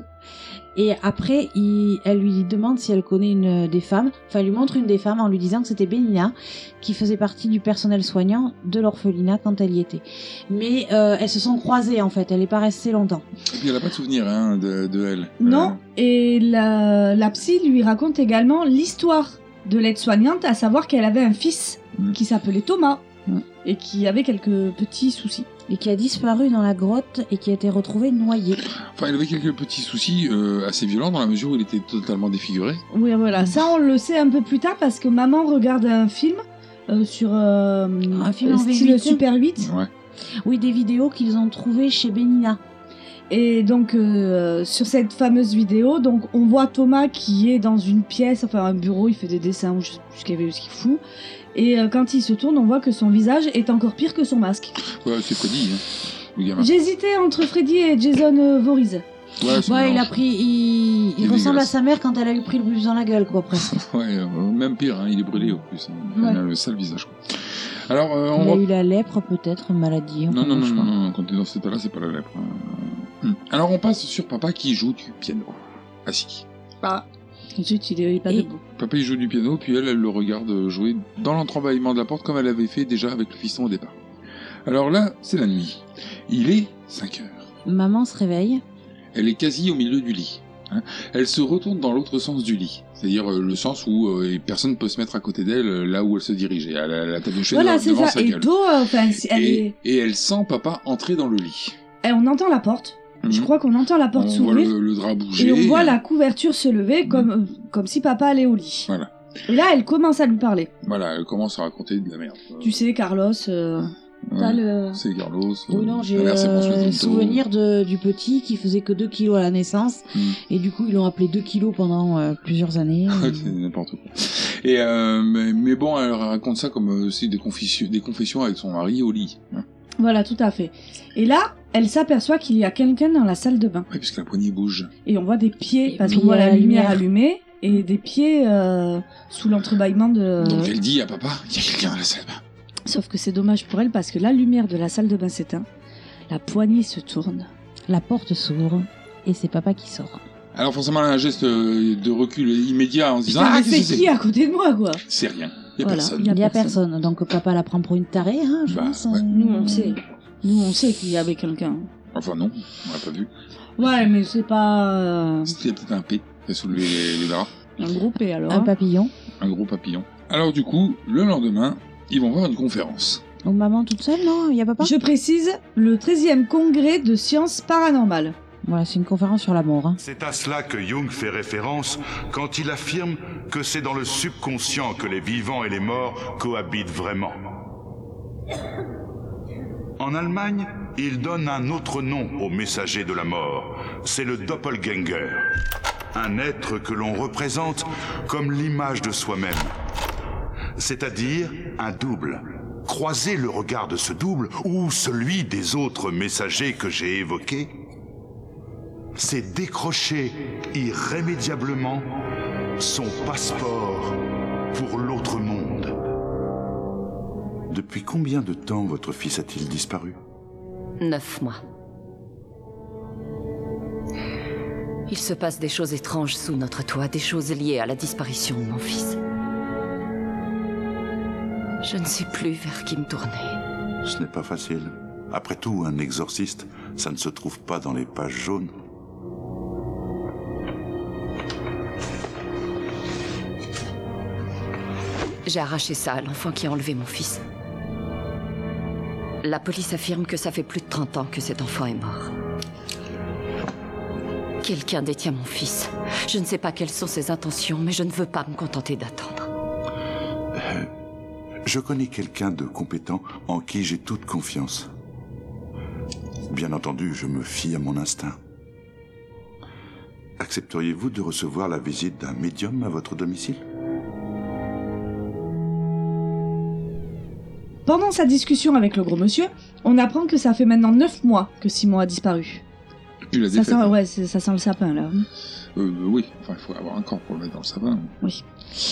Et après, il- elle lui demande si elle connaît une des femmes. Enfin, elle lui montre une des femmes en lui disant que c'était Benina, qui faisait partie du personnel soignant de l'orphelinat quand elle y était. Mais euh, elles se sont croisées en fait, elle n'est pas restée longtemps. Et puis elle a pas de souvenir hein, de, de elle. Non, et la, la psy lui raconte également l'histoire de l'aide-soignante, à savoir qu'elle avait un fils Mm. qui s'appelait Thomas, Mm. et qui avait quelques petits soucis. Et qui a disparu dans la grotte et qui a été retrouvé noyé. Enfin, elle avait quelques petits soucis euh, assez violents dans la mesure où il était totalement défiguré. Oui, voilà, ça on le sait un peu plus tard, parce que maman regarde un film euh, sur euh, Un film en style V huit. Super huit, Ouais. Oui, des vidéos qu'ils ont trouvées chez Benina. et donc euh, sur cette fameuse vidéo, donc on voit Thomas qui est dans une pièce, enfin un bureau, il fait des dessins, ou je sais plus ce qu'il y avait- ce qu'il fout, et euh, quand il se tourne, on voit que son visage est encore pire que son masque. Ouais, c'est Freddy, hein, le gamin. J'hésitais entre Freddy et Jason euh, Voorhees. Ouais, c'est Ouais, il marrant, a pris, il, il Il est ressemble à dégueulasse. sa mère quand elle a eu pris le bus dans la gueule, quoi, presque. ça. Ouais, euh, même pire, hein, il est brûlé au plus. Hein. Il Ouais. a le sale visage. Quoi. Alors, euh, on Il a re- eu la lèpre, peut-être, une maladie. Non, enfin, non, non, je non, crois. non, quand t'es dans cet état-là, c'est pas la lèpre. hein. Hmm. Alors, on passe sur papa qui joue du piano. Assis. Ah. Ensuite, il est pas Et- debout. Papa, il joue du piano, puis elle, elle le regarde jouer dans l'entrebâillement de la porte comme elle avait fait déjà avec le fiston au départ. Alors là, c'est la nuit. Il est cinq heures. Maman se réveille. Elle est quasi au milieu du lit. hein. Elle se retourne dans l'autre sens du lit. C'est-à-dire euh, le sens où euh, personne ne peut se mettre à côté d'elle, euh, là où elle se dirigeait. Elle a la tête de cheveux Voilà, devant, c'est devant ça. sa Et gueule. dos, euh, enfin, si- elle Et, est... et elle sent papa entrer dans le lit. et on entend la porte. Je Mhm. crois qu'on entend la porte On voit s'ouvrir. le, le drap bouger. Et on voit la couverture se lever comme, euh, comme si papa allait au lit. Voilà. Et là, elle commence à lui parler. Voilà, elle commence à raconter de la merde. Tu sais, Carlos, euh, Ouais, t'as le... c'est Carlos. Oui, non, j'ai la mère, c'est euh, François le Pinto. souvenir de, du petit qui faisait que deux kilos à la naissance. Mm. Et du coup, ils l'ont appelé deux kilos pendant euh, plusieurs années. C'est n'importe quoi. Et euh, mais, mais bon, elle raconte ça comme euh, aussi des confessions, des confessions avec son mari au lit. Hein. Voilà, tout à fait. Et là, elle s'aperçoit qu'il y a quelqu'un dans la salle de bain. Oui, puisque la poignée bouge. Et on voit des pieds, Et parce puis, qu'on voit la la lumière lumière. allumée, et des pieds euh, sous l'entrebâillement de... Donc elle dit à papa, il y a quelqu'un dans la salle de bain. Sauf que c'est dommage pour elle, parce que la lumière de la salle de bain s'éteint, la poignée se tourne. La porte s'ouvre et c'est papa qui sort. Alors forcément, elle a un geste de recul immédiat en se disant Putain, ah mais qu'est-ce que c'est qui c'est à côté de moi, quoi? C'est rien. Il y a Voilà, personne. il y a Il n'y a personne. personne. Donc papa la prend pour une tarée, hein, je Bah, pense. ouais. euh, Nous, on sait. Nous, on sait qu'il y avait quelqu'un. Enfin non, on l'a pas vu. Ouais, mais c'est pas... euh, C'était peut-être un P qui a soulevé les, les draps. un gros P, alors. Un hein. papillon. Un gros papillon. Alors du coup, le lendemain, ils vont voir une conférence. Donc maman toute seule, non? Il y a papa? Je précise, le treizième congrès de sciences paranormales. Voilà, c'est une conférence sur la mort. Hein. C'est à cela que Jung fait référence quand il affirme que c'est dans le subconscient que les vivants et les morts cohabitent vraiment. En Allemagne, il donne un autre nom au messager de la mort. C'est le doppelganger. Un être que l'on représente comme l'image de soi-même. C'est-à-dire un double. Croiser le regard de ce double ou celui des autres messagers que j'ai évoqués, c'est décrocher irrémédiablement son passeport pour l'autre monde. Depuis combien de temps votre fils a-t-il disparu? Neuf mois. Il se passe des choses étranges sous notre toit, des choses liées à la disparition de mon fils. Je ne sais plus vers qui me tourner. Ce n'est pas facile. Après tout, un exorciste, ça ne se trouve pas dans les pages jaunes. J'ai arraché ça à l'enfant qui a enlevé mon fils. La police affirme que ça fait plus de trente ans que cet enfant est mort. Quelqu'un détient mon fils. Je ne sais pas quelles sont ses intentions, mais je ne veux pas me contenter d'attendre. Euh, je connais quelqu'un de compétent en qui j'ai toute confiance. Bien entendu, je me fie à mon instinct. Accepteriez-vous de recevoir la visite d'un médium à votre domicile ? Pendant sa discussion avec le gros monsieur, on apprend que ça fait maintenant neuf mois que Simon a disparu. Tu l'as Ça défait. sent, ouais, c'est- ça sent le sapin, là. Euh, oui, enfin, il faut avoir un corps pour le mettre dans le sapin. Oui.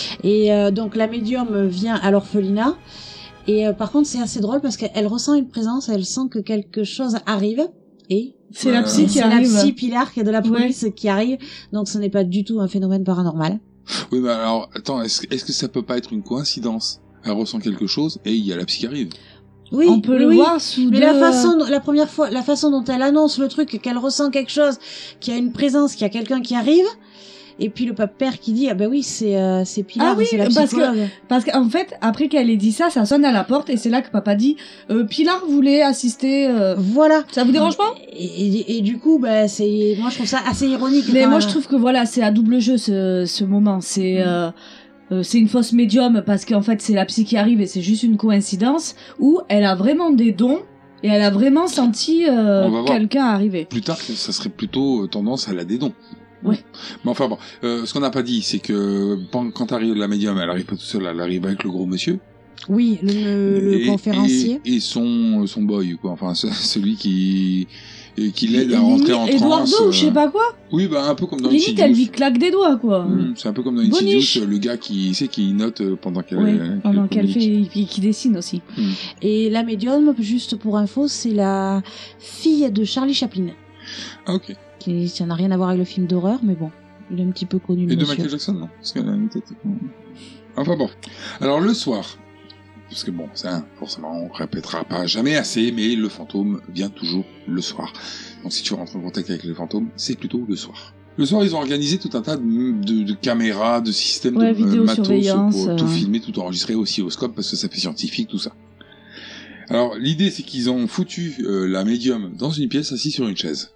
Et euh, donc la médium vient à l'orphelinat. Et euh, par contre, c'est assez drôle parce qu'elle ressent une présence, elle sent que quelque chose arrive. Et C'est la Ouais. psy qui c'est arrive. la psy Pilar qui est de la police qui arrive. Donc ce n'est pas du tout un phénomène paranormal. Oui, mais alors, attends, est-ce est-ce que ça peut pas être une coïncidence? Elle ressent quelque chose et il y a la psy qui arrive. Oui, On peut oui, le oui. voir sous Mais deux... la façon, la première fois, la façon dont elle annonce le truc, qu'elle ressent quelque chose, qu'il y a une présence, qu'il y a quelqu'un qui arrive, et puis le pape père qui dit ah ben oui c'est euh, c'est Pilar, Ah oui, c'est la parce que- psychologue. Parce qu'en fait, après qu'elle ait dit ça, ça sonne à la porte et c'est là que papa dit euh, Pilar voulait assister. euh, Voilà. Ça vous dérange pas? Et, et, et du coup, bah c'est, moi je trouve ça assez ironique. Mais quand moi même. je trouve que voilà, c'est à double jeu ce, ce moment. C'est euh, euh, c'est une fausse médium parce qu'en fait c'est la psy qui arrive et c'est juste une coïncidence où elle a vraiment des dons et elle a vraiment senti euh, On va voir. quelqu'un arriver. Plus tard, ça serait plutôt euh, tendance à la dédon. Ouais. Mais enfin bon, euh, ce qu'on n'a pas dit, c'est que pen- quand arrive la médium, elle arrive pas toute seule, elle arrive avec le gros monsieur. Oui, le, le, le Et- conférencier. Et, et son, son boy, quoi. Enfin, ce- celui qui, et qui l'aide à rentrer en Limite transe. Eduardo, je sais pas quoi. Oui, bah, un peu comme dans Limite elle lui Insidious. claque des doigts quoi. Mmh, c'est un peu comme dans Boniche. Insidious, le gars qui, sait qui note euh, pendant qu'elle, Ouais, qu'elle pendant qu'elle communique. fait, qui dessine aussi. Mmh. Et la médium, juste pour info, c'est la fille de Charlie Chaplin. Ah, ok. Qui, ça n'a rien à voir avec le film d'horreur, mais bon, il est un petit peu connu. le Et de monsieur. Michael Jackson, non? Parce qu'elle a une tête. Enfin bon. Alors, le soir. Parce que bon, ça, forcément, on répétera pas jamais assez, mais le fantôme vient toujours le soir. Donc si tu rentres en contact avec le fantôme, c'est plutôt le soir. Le soir, ils ont organisé tout un tas de, de, de caméras, de systèmes Ouais, de euh, matos vidéosurveillance, pour tout euh. filmer, tout enregistrer aussi au scope, parce que ça fait scientifique, tout ça. Alors, l'idée, c'est qu'ils ont foutu euh, la médium dans une pièce, assise sur une chaise.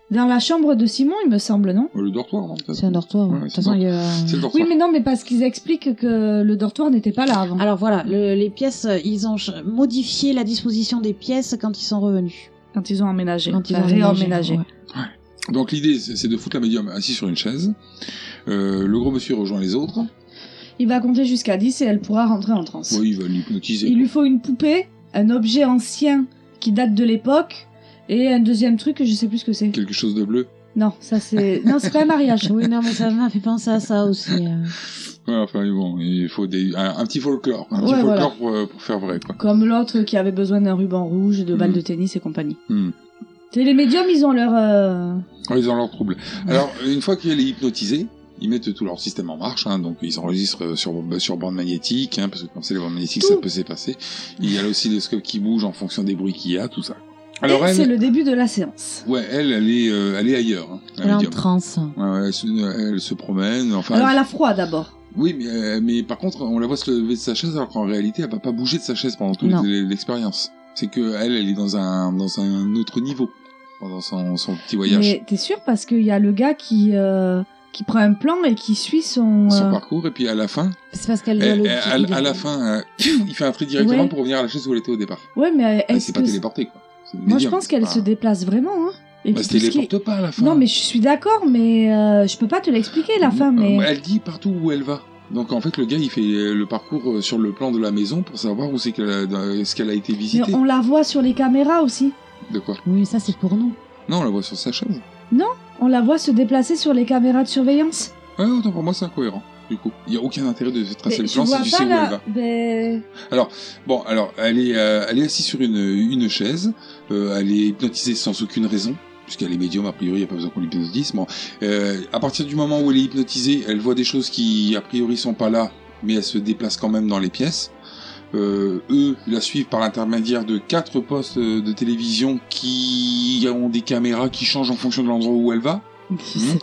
Dans la chambre de Simon, il me semble, non? Le dortoir, non? C'est un dortoir, ouais. De toute façon, il y a... C'est le dortoir. Oui, mais non, mais parce qu'ils expliquent que le dortoir n'était pas là avant. Alors voilà, le, les pièces, ils ont ch- modifié la disposition des pièces quand ils sont revenus. Quand ils ont emménagé. Quand ils ont Enfin, emménagé, réemménagé. ouais. Ouais. Donc l'idée, c'est c'est de foutre la médium assis sur une chaise. Euh, le gros monsieur rejoint les autres. Il va compter jusqu'à dix et elle pourra rentrer en transe. Oui, il va l'hypnotiser. Il lui faut une poupée, un objet ancien qui date de l'époque, et un deuxième truc que je sais plus ce que c'est. Quelque chose de bleu. Non, ça c'est... Non, c'est pas un mariage. Oui, non, mais ça m'a fait penser à ça aussi. euh. Ouais, enfin bon, il faut des, un, un petit folklore, un petit Ouais, folklore voilà. pour, pour faire vrai, quoi. Comme l'autre qui avait besoin d'un ruban rouge, de balles Mm. de tennis et compagnie. Hmm. C'est les médiums, ils ont leur... euh, Ouais, ils ont leurs troubles. Alors, une fois qu'elle est hypnotisée, ils mettent tout leur système en marche, hein, donc ils enregistrent sur, sur bande magnétique, hein, parce que comme c'est les bandes magnétiques, Tout. ça peut s'épasser. Il y a aussi le scope qui bouge en fonction des bruits qu'il y a, tout ça. Alors et elle, c'est le début de la séance. ouais, elle, elle est, euh, elle est ailleurs. Hein, la Elle est en médium. transe. Ouais, ouais, elle, se, elle se promène, enfin. Alors elle- elle a froid d'abord. Oui, mais, euh, mais par contre, on la voit se lever de sa chaise, alors qu'en réalité, elle va pas bouger de sa chaise pendant toute Non. l'expérience. C'est que elle, elle est dans un, dans un autre niveau pendant son, son petit voyage. Mais t'es sûr parce qu'il y a le gars qui, euh, qui prend un plan et qui suit son... Son euh, parcours, et puis à la fin, C'est parce qu'elle elle- doit le... elle- à, à la fin, euh, il fait un tri directement Ouais. pour revenir à la chaise où elle était au départ. Ouais, mais Elle est-ce s'est pas que... téléportée, quoi. C'est une Moi je médium, pense c'est qu'elle pas- se déplace vraiment. Hein. Et Bah, que se tout ce qui- téléporte pas à la fin. Non, mais je suis d'accord, mais euh, je peux pas te l'expliquer la fin, mais... Euh, Elle dit partout où elle va. Donc en fait, le gars, il fait euh, le parcours euh, sur le plan de la maison pour savoir où c'est qu'elle a, dans- ce qu'elle a été mais visitée. on la voit sur les caméras aussi. De quoi? Oui, ça c'est pour nous. Non, on la voit sur sa chaise. Non, on la voit se déplacer sur les caméras de surveillance. Ouais, autant pour moi, c'est incohérent. Du coup, il y a aucun intérêt de tracer Mais le tu plan vois si tu pas sais où là... elle va. Ben... Alors, bon, alors, elle est, euh, elle est assise sur une, une chaise, euh, elle est hypnotisée sans aucune raison, puisqu'elle est médium, a priori, il n'y a pas besoin qu'on l'hypnotise. Bon, euh, à partir du moment où elle est hypnotisée, elle voit des choses qui, a priori, sont pas là, mais elle se déplace quand même dans les pièces. Euh, eux la suivent par l'intermédiaire de quatre postes de télévision qui ont des caméras qui changent en fonction de l'endroit où elle va. Mmh.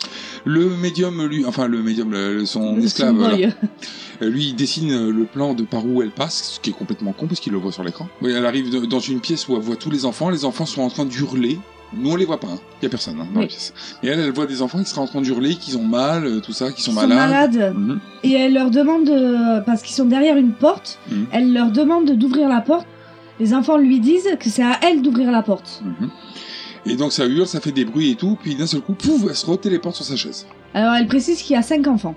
Le médium, lui, enfin le médium, le- son esclave, Son boy. voilà. Euh, lui, il dessine le plan de par où elle passe, ce qui est complètement con parce qu'il le voit sur l'écran. Oui, elle arrive de- dans une pièce où elle voit tous les enfants. Les enfants sont en train d'hurler. Nous, on les voit pas. Hein. Il y a personne hein, dans Oui. la pièce. Et elle, elle voit des enfants qui seraient en train d'hurler, qu'ils ont mal, euh, tout ça, qui sont Ils sont malades. malades. Mhm. Et elle leur demande, de- parce qu'ils sont derrière une porte, Mhm. elle leur demande d'ouvrir la porte. Les enfants lui disent que c'est à elle d'ouvrir la porte. Mhm. Et donc ça hurle, ça fait des bruits et tout, puis d'un seul coup, pouf, elle se retéléporte sur sa chaise. Alors elle précise qu'il y a cinq enfants.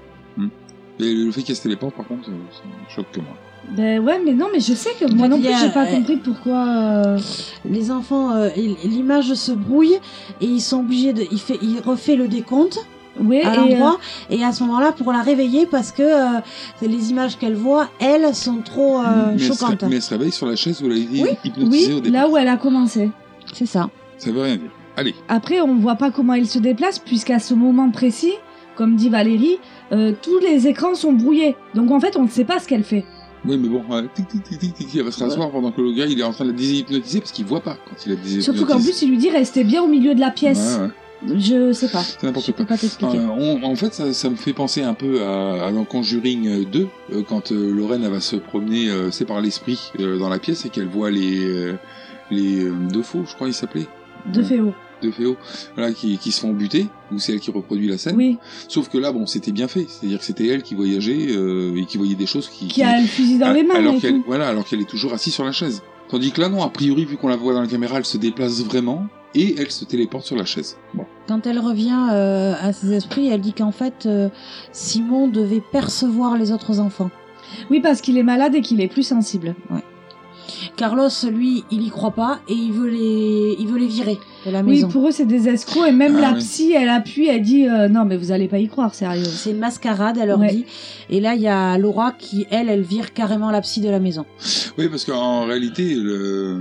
Et le fait qu'elle se téléporte, par contre, euh, ça me choque que moi. Ben ouais, mais non, mais je sais que moi fait, non il y plus, a- j'ai pas euh, compris pourquoi... euh, Les enfants, euh, il- l'image se brouille et ils sont obligés de... Il, fait, il refait le décompte Ouais, à et, l'endroit et à ce moment-là pour la réveiller parce que euh, les images qu'elle voit, elles, sont trop euh, mais, elle se, choquantes. ré- mais elle se réveille sur la chaise où elle a été Oui, hypnotisée au oui, départ. là où elle a commencé. C'est ça. Ça veut rien dire. Allez. Après, on voit pas comment il se déplace, puisqu'à ce moment précis, comme dit Valérie, euh, tous les écrans sont brouillés. Donc en fait, on ne sait pas ce qu'elle fait. Oui, mais bon, ouais, tic, tic, tic, tic, tic, elle va se rasseoir pendant que le gars il est en train de la déshypnotiser parce qu'il voit pas quand il a déshypnotisé. Surtout qu'en plus, il lui dit restez bien au milieu de la pièce. Ouais, ouais. Je sais pas. C'est n'importe Je peux quoi. pas t'expliquer. Euh, on- en fait, ça, ça me fait penser un peu à, à dans Conjuring deux, euh, quand euh, Lorraine elle va se promener, euh, c'est par l'esprit euh, dans la pièce et qu'elle voit les euh, les euh, deux faux, je crois ils s'appelaient. De Féo. De Féo, voilà, qui, qui se font buter, ou c'est elle qui reproduit la scène. Oui. Sauf que là, bon, c'était bien fait, c'est-à-dire que c'était elle qui voyageait euh, et qui voyait des choses qui. Qui a le fusil dans les mains alors et qu'elle, tout. voilà, alors qu'elle est toujours assise sur la chaise. Tandis que là, non, a priori, vu qu'on la voit dans la caméra, elle se déplace vraiment et elle se téléporte sur la chaise. Bon. Quand elle revient euh, à ses esprits, elle dit qu'en fait, euh, Simon devait percevoir les autres enfants. Oui, parce qu'il est malade et qu'il est plus sensible. Ouais. Carlos, lui, il y croit pas et il veut les, il veut les virer de la Oui, maison. pour eux, c'est des escrocs. Et même Ah la oui. psy, elle appuie, elle dit euh, non, mais vous allez pas y croire, sérieux. C'est une mascarade, elle leur Ouais. dit. Et là, il y a Laura qui, elle, elle vire carrément la psy de la maison. Oui, parce qu'en réalité, le...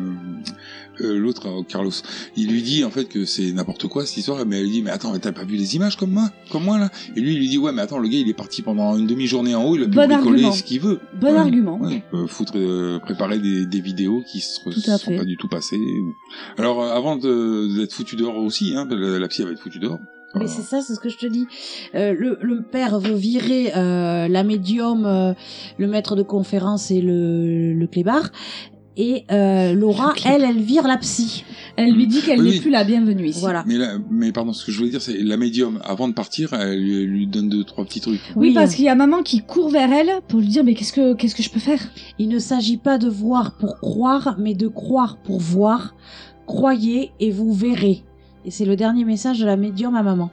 euh, l'autre, euh, Carlos, il lui dit en fait que c'est n'importe quoi cette histoire, mais elle lui dit mais attends, mais t'as pas vu les images comme moi, comme moi là Et lui, il lui dit ouais, mais attends, le gars il est parti pendant une demi-journée en haut, il a pu Bon bricoler argument. ce qu'il veut. Bon Ouais. argument. Ouais, il peut foutre, euh, préparer des, des vidéos qui se Tout à sont fait. pas du tout passées. Alors euh, avant de- d'être foutu dehors aussi, hein, la, la psy elle va être foutue dehors. Mais c'est ça, c'est ce que je te dis. Euh, le, le père veut virer euh, la médium, euh, le maître de conférence et le, le clébard. Et euh, Laura, elle, elle vire la psy. Elle lui dit qu'elle Oui, n'est oui. plus la bienvenue ici. Voilà. Mais là, mais pardon, ce que je voulais dire, c'est la médium, avant de partir, elle lui, elle lui donne deux, trois petits trucs. Oui, Oui, parce euh, qu'il y a maman qui court vers elle pour lui dire mais qu'est-ce que qu'est-ce que je peux faire? Il ne s'agit pas de voir pour croire, mais de croire pour voir. Croyez et vous verrez. Et c'est le dernier message de la médium à maman.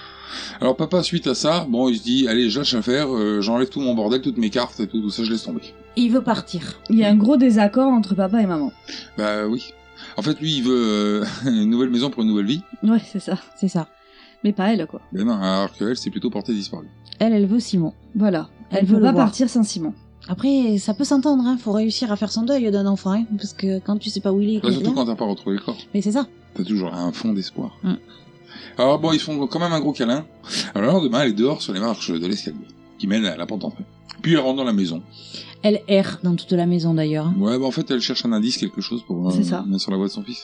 Alors papa, suite à ça, bon, il se dit, allez, je lâche l'affaire, euh, j'enlève tout mon bordel, toutes mes cartes et tout, tout ça, je laisse tomber. Et il veut partir. Il y a un gros désaccord entre papa et maman. Bah oui. En fait, lui, il veut euh, une nouvelle maison pour une nouvelle vie. Ouais, c'est ça. C'est ça. Mais pas elle, quoi. Mais non, alors qu'elle, c'est plutôt portée disparue. Elle, elle veut Simon. Voilà. Elle, Elle veut veut pas le voir. partir sans Simon. Après, ça peut s'entendre, hein. Faut réussir à faire son deuil d'un enfant, hein. Parce que quand tu sais pas où il est, Bah, surtout quand t'as pas retrouvé le corps. Mais c'est ça. T'as toujours un fond d'espoir. Mm. Alors bon, ils font quand même un gros câlin. Alors demain, elle est dehors sur les marches de l'escalier, qui mène à la porte d'entrée. Puis elle rentre dans la maison. Elle erre dans toute la maison, d'ailleurs. Ouais, bah en fait, elle cherche un indice, quelque chose pour euh, C'est ça. mettre sur la voie de son fils.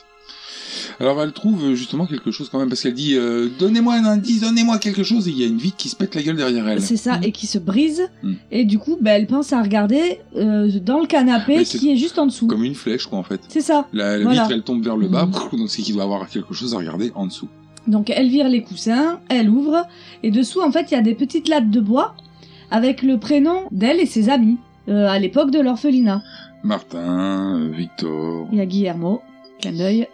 Alors elle trouve euh, justement quelque chose quand même, parce qu'elle dit euh, « Donnez-moi un indice, donnez-moi quelque chose », et il y a une vitre qui se pète la gueule derrière elle. C'est ça, Mm. et qui se brise. Mm. Et du coup, bah, elle pense à regarder euh, dans le canapé Mais c'est qui est juste en dessous. Comme une flèche, quoi, en fait. C'est ça. La, la Voilà. vitre, elle tombe vers le bas, Mm. donc c'est qu'il doit avoir quelque chose à regarder en dessous. Donc elle vire les coussins, elle ouvre, et dessous, en fait, il y a des petites lattes de bois avec le prénom d'elle et ses amis, euh, à l'époque de l'orphelinat. Martin, euh, Victor... Il y a Guillermo, clin d'œil.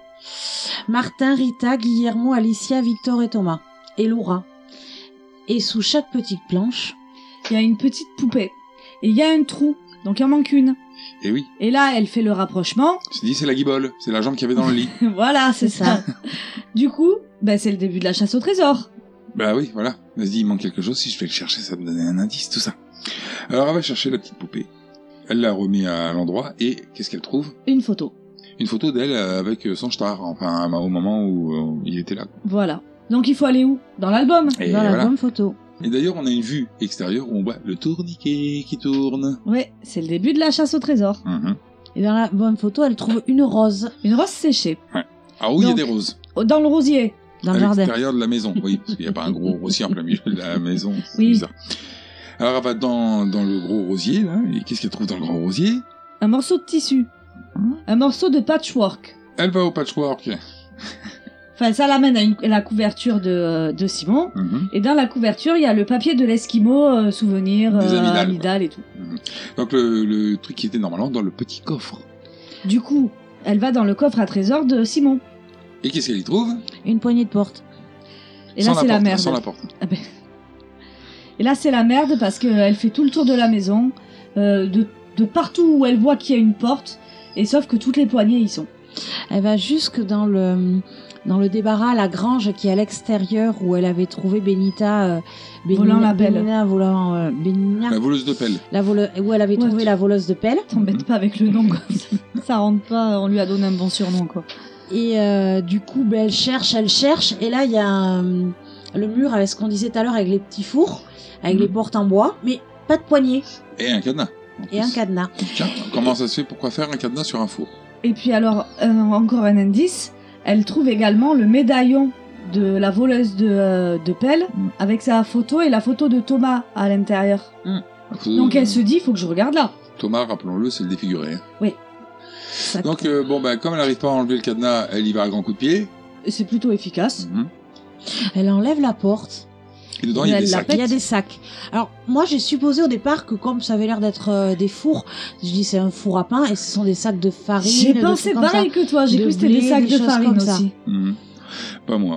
Martin, Rita, Guillermo, Alicia, Victor et Thomas. Et Laura. Et sous chaque petite planche, Il y a une petite poupée. Et il y a un trou, donc il en manque une. Et oui, Et là, elle fait le rapprochement. je te dis, c'est la guibole, c'est la jambe qu'il y avait dans le lit. Voilà, c'est C'est ça. ça. Du coup, bah, c'est le début de la chasse au trésor. Bah oui, voilà. Elle se dit, il manque quelque chose, si je vais le chercher, ça va me donner un indice, tout ça. Alors elle va chercher la petite poupée. Elle la remet à l'endroit, et qu'est-ce qu'elle trouve? Une photo. Une photo d'elle avec son star, enfin au moment où euh, il était là. Voilà. Donc il faut aller où? Dans l'album. Et dans la voilà. bonne photo. Et d'ailleurs, on a une vue extérieure où on voit le tourniquet qui tourne. Ouais, c'est le début de la chasse au trésor. Mhm. Et dans la bonne photo, elle trouve une rose Une rose séchée. Alors où il y a Donc, des roses? Dans le rosier. dans À le jardin. l'extérieur de la maison, oui, parce qu'il n'y a pas un gros rosier en plein milieu de la maison. C'est Oui. bizarre. Alors elle va dans, dans le gros rosier, là, et qu'est-ce qu'elle trouve dans le grand rosier? Un morceau de tissu. Hein Un morceau de patchwork. Elle va au patchwork. Enfin, ça l'amène à, une- à la couverture de, de Simon. Mhm. Et dans la couverture, il y a le papier de l'Esquimau, euh, souvenir, Des euh, amygdales, amygdale et tout. Mhm. Donc le, le truc qui était normalement dans le petit coffre. Du coup, elle va dans le coffre à trésor de Simon. Et qu'est-ce qu'elle y trouve? Une poignée de porte. Et là, Sans c'est la porte, merde. Sans la porte. Ah ben. Et là, c'est la merde parce qu'elle fait tout le tour de la maison, euh, de, de partout où elle voit qu'il y a une porte, et sauf que toutes les poignées y sont. Elle va jusque dans le dans le débarras, la grange qui est à l'extérieur où elle avait trouvé Benita, euh, Volant la pelle. Benina, volant, euh, Benina, La voleuse de pelle. la vole- où elle avait Ouais, trouvé tu- la voleuse de pelle. T'embête pas avec le nom, quoi. Ça rentre pas, on lui a donné un bon surnom, quoi. Et euh, du coup, ben, elle cherche, elle cherche, et là il y a un- le mur avec ce qu'on disait tout à l'heure avec les petits fours, avec Mhm. les portes en bois, mais pas de poignée Et un cadenas. en et un plus. cadenas. Tiens, comment ça se fait? Pourquoi faire un cadenas sur un four? Et puis alors, euh, encore un indice, elle trouve également le médaillon de la voleuse de, euh, de pelle, Mm. avec sa photo et la photo de Thomas à l'intérieur. La photo Donc de- elle se dit, il faut que je regarde là. Thomas, rappelons-le, c'est le défiguré. hein. Ça- Donc euh, bon, ben comme elle n'arrive pas à enlever le cadenas, elle y va à grands coups de pied. C'est plutôt efficace. Mhm. Elle enlève la porte. Et dedans, il y a Elle des l'a sacs. pète. Il y a des sacs. Alors, moi, j'ai supposé au départ que comme ça avait l'air d'être euh, des fours, je dis c'est un four à pain et ce sont des sacs de farine. J'ai de pensé trucs comme pareil ça. que toi, j'ai De cru que c'était blé, des sacs des de choses farine comme ça. aussi. Mhm. Pas moi.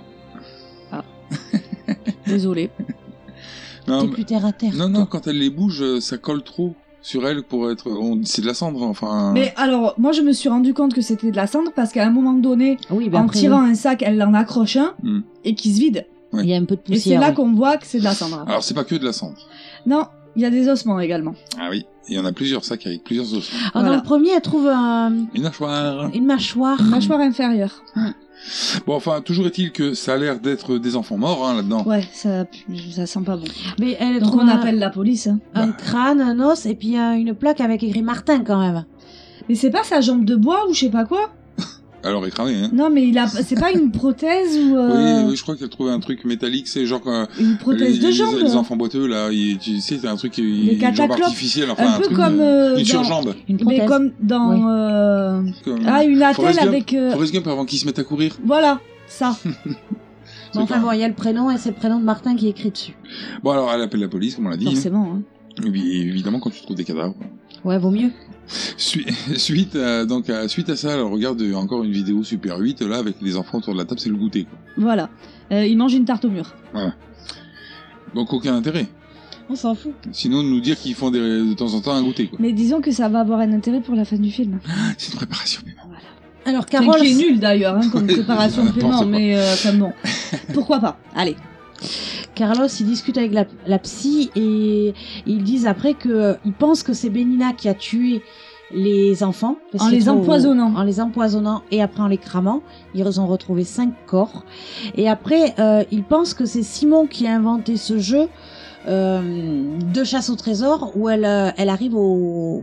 Désolé. Non, T'es mais- plus terre à terre. non, non, quand elle les bouge, ça colle trop sur elle pour être... on- C'est de la cendre, enfin... Mais alors, moi je me suis rendu compte que c'était de la cendre parce qu'à un moment donné, Oui, ben en après, tirant oui. un sac, elle en accroche un Hmm. et qui se vide. il y a un peu de Et c'est poussière. là oui. qu'on voit que c'est de la cendre. Alors, c'est pas que de la cendre. Non, il y a des ossements également. Ah oui, il y en a plusieurs sacs avec plusieurs ossements. Ah, Voilà. Dans le premier, elle trouve un- Une mâchoire. une mâchoire. Une mâchoire inférieure. Bon, enfin, toujours est-il que ça a l'air d'être des enfants morts, hein, là-dedans. Ouais, ça, pue- ça sent pas bon. Mais elle Donc trouve on un, appelle la police. hein. un Bah. crâne, un os et puis euh, une plaque avec écrit Martin quand même. Mais c'est pas sa jambe de bois ou je sais pas quoi? Alors, est cramé, hein. Non, mais il a, c'est pas une prothèse ou. Euh... Oui, oui, je crois qu'elle trouvait un truc métallique, c'est genre quand. Une prothèse les, de jambe. Les, les enfants boiteux, là, ils, tu sais, c'est un truc, des une jambe artificielle, enfin, un, un peu truc, comme. Euh, une dans... surjambe. Une prothèse. Mais comme dans. Oui. Euh... Comme... Ah, une attelle Forrest avec. Gump, euh... Forrest Gump avant qu'il se mette à courir. Voilà, ça. Bon, enfin bon, il y a le prénom et c'est le prénom de Martin qui est écrit dessus. Bon, alors, elle appelle la police, comme on l'a dit. Forcément, hein. Et puis, évidemment, quand tu trouves des cadavres. Ouais, vaut mieux. Suite à, donc, à, suite à ça, elle regarde encore une vidéo Super huit, là, avec les enfants autour de la table, c'est le goûter, quoi. Voilà. Euh, ils mangent une tarte au mur. Voilà. Donc, aucun intérêt. On s'en fout. Sinon, de nous dire qu'ils font des, de temps en temps un goûter, quoi. Mais disons que ça va avoir un intérêt pour la fin du film. C'est une préparation paiement. Voilà. Alors, Carole. Qui est nul d'ailleurs, hein, comme ouais, préparation de paiement, mais euh, comme bon. Pourquoi pas? Allez. Carlos, il discute avec la, la psy et ils disent après que euh, ils pensent que c'est Benina qui a tué les enfants. En les empoisonnant. En les empoisonnant et après en les cramant. Ils ont retrouvé cinq corps. Et après, euh, ils pensent que c'est Simon qui a inventé ce jeu euh, de chasse au trésor où elle, euh, elle arrive au...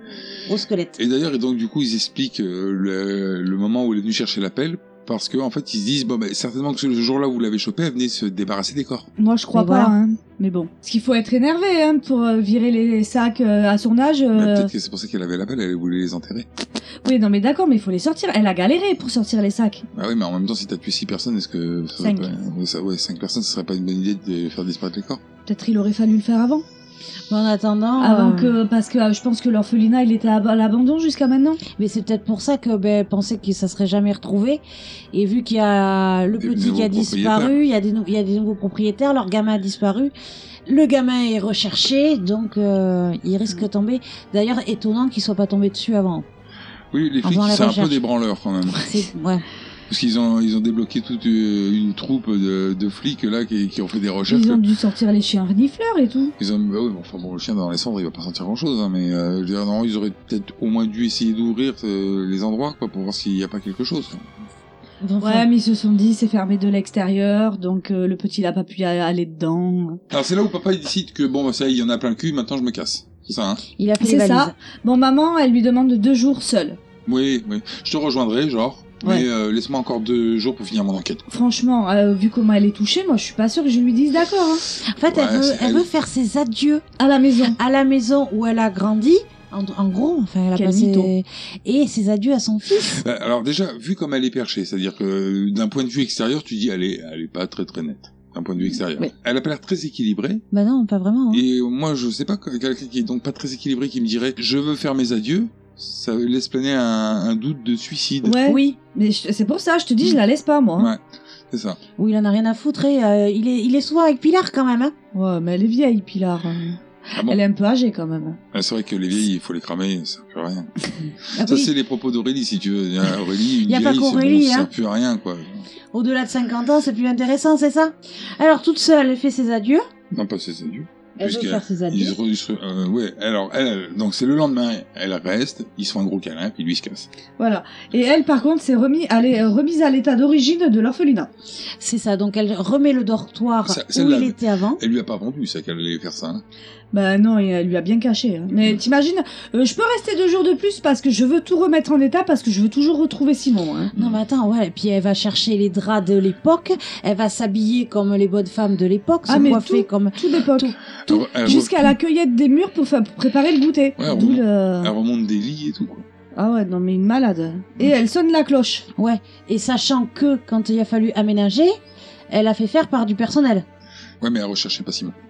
au squelette. Et d'ailleurs, et donc du coup, ils expliquent euh, le, le moment où elle est venue chercher l'appel, parce qu'en en fait, ils se disent, bon, ben, certainement que ce jour-là où vous l'avez chopé, elle venait se débarrasser des corps. Moi, je crois Mais pas, voilà. hein. Mais bon. Parce qu'il faut être énervé, hein, pour euh, virer les sacs euh, à son âge. Euh... Ben, peut-être que c'est pour ça qu'elle avait l'appel, elle voulait les enterrer. Oui, non, mais d'accord, mais il faut les sortir. Elle a galéré pour sortir les sacs. Ah oui, mais en même temps, si t'as tué six personnes, est-ce que... Ça Cinq. Pas... Ouais, ça, ouais, cinq personnes, ce serait pas une bonne idée de faire disparaître les corps? Peut-être il aurait fallu le faire avant. Mais en attendant, Avant euh... que, parce que euh, je pense que l'orphelinat, il était à, à l'abandon jusqu'à maintenant. Mais c'est peut-être pour ça que ben, elle pensait que ça serait jamais retrouvé. Et vu qu'il y a le Des petit qui a disparu, il y a des, nou- il y a des nouveaux propriétaires, leur gamin a disparu. Le gamin est recherché, donc euh, il risque de tomber. D'ailleurs, étonnant qu'il soit pas tombé dessus avant. Oui, les flics, Avant les c'est un peu recherches. des branleurs quand même. C'est, ouais. Parce qu'ils ont, ils ont débloqué toute euh, une troupe de, de flics là qui, qui ont fait des recherches. Ils ont dû sortir les chiens renifleurs et tout. Ils ont, bah oui, bon, enfin bon, le chien dans les cendres, il va pas sentir grand chose, hein, mais euh, je veux dire, non, ils auraient peut-être au moins dû essayer d'ouvrir euh, les endroits, quoi, pour voir s'il y a pas quelque chose. Quoi. Ouais, mais ils se sont dit c'est fermé de l'extérieur, donc euh, le petit il a pas pu y aller dedans. Alors c'est là où papa il décide que bon, bah ça, y est, il y en a plein le cul, maintenant je me casse. C'est ça, hein. Il a fait les C'est valises. ça. Bon, maman, elle lui demande deux jours seule. Oui, oui. Je te rejoindrai, genre. Ouais. Mais euh, laisse-moi encore deux jours pour finir mon enquête. Franchement, euh, vu comment elle est touchée, moi je suis pas sûre que je lui dise d'accord. Hein. En fait, Ouais, elle, veut, c'est elle elle. veut faire ses adieux À la maison. à la maison où elle a grandi. En, en gros, enfin, elle a Quel passé mytho. et ses adieux à son fils. Bah, alors déjà, vu comme elle est perchée, c'est-à-dire que d'un point de vue extérieur, tu dis elle est, elle est pas très très nette. D'un point de vue extérieur. Oui. Elle a pas l'air très équilibrée. Bah non, pas vraiment. Hein. Et moi, je sais pas, quelqu'un qui est donc pas très équilibré qui me dirait je veux faire mes adieux, ça laisse planer un, un doute de suicide. Ouais. Oui. Mais je- c'est pour ça, je te dis, je la laisse pas, moi. Ouais, c'est ça. Où il en a rien à foutre et euh, il est, il est souvent avec Pilar quand même. Hein. Ouais, mais elle est vieille, Pilar. Ah bon. Elle est un peu âgée quand même. Ah, c'est vrai que les vieilles, il faut les cramer, ça sert plus à rien. Ah Ça, oui. c'est les propos d'Aurélie, si tu veux. Il y a Aurélie, une Il y a pas vieille, c'est qu'Aurélie, bon, ça hein. sert plus à rien, quoi. Au-delà de cinquante ans, c'est plus intéressant, c'est ça? Alors, toute seule, elle fait ses adieux. Non, pas ses adieux. Elle veut Puisque faire ses ils adieux. se re- ils se- euh, ouais, alors, elle, elle- donc c'est le lendemain, elle reste, ils se font un gros câlin, puis lui il se casse. Voilà. Et elle, par contre, s'est remis, elle est euh, remise à l'état d'origine de l'orphelinat. C'est ça, donc elle remet le dortoir Ça- où celle-là, il était avant. Elle lui a pas vendu, ça, qu'elle allait faire ça, hein. Bah non, et elle lui a bien caché. Hein. Mais t'imagines, euh, je peux rester deux jours de plus parce que je veux tout remettre en état, parce que je veux toujours retrouver Simon. Hein. Non mais attends, ouais, et puis elle va chercher les draps de l'époque, elle va s'habiller comme les bonnes femmes de l'époque, se Ah, mais coiffer tout- comme... Tout d'époque. Tout. Tout. Elle, elle Jusqu'à la cueillette des murs pour, fa- pour préparer le goûter. Ouais, D'où remonte- le- elle remonte des lits et tout, quoi. Ah ouais, non mais une malade. Et elle sonne la cloche. Ouais, et sachant que quand il a fallu aménager, elle a fait faire par du personnel. Ouais, mais elle recherchait pas Simon.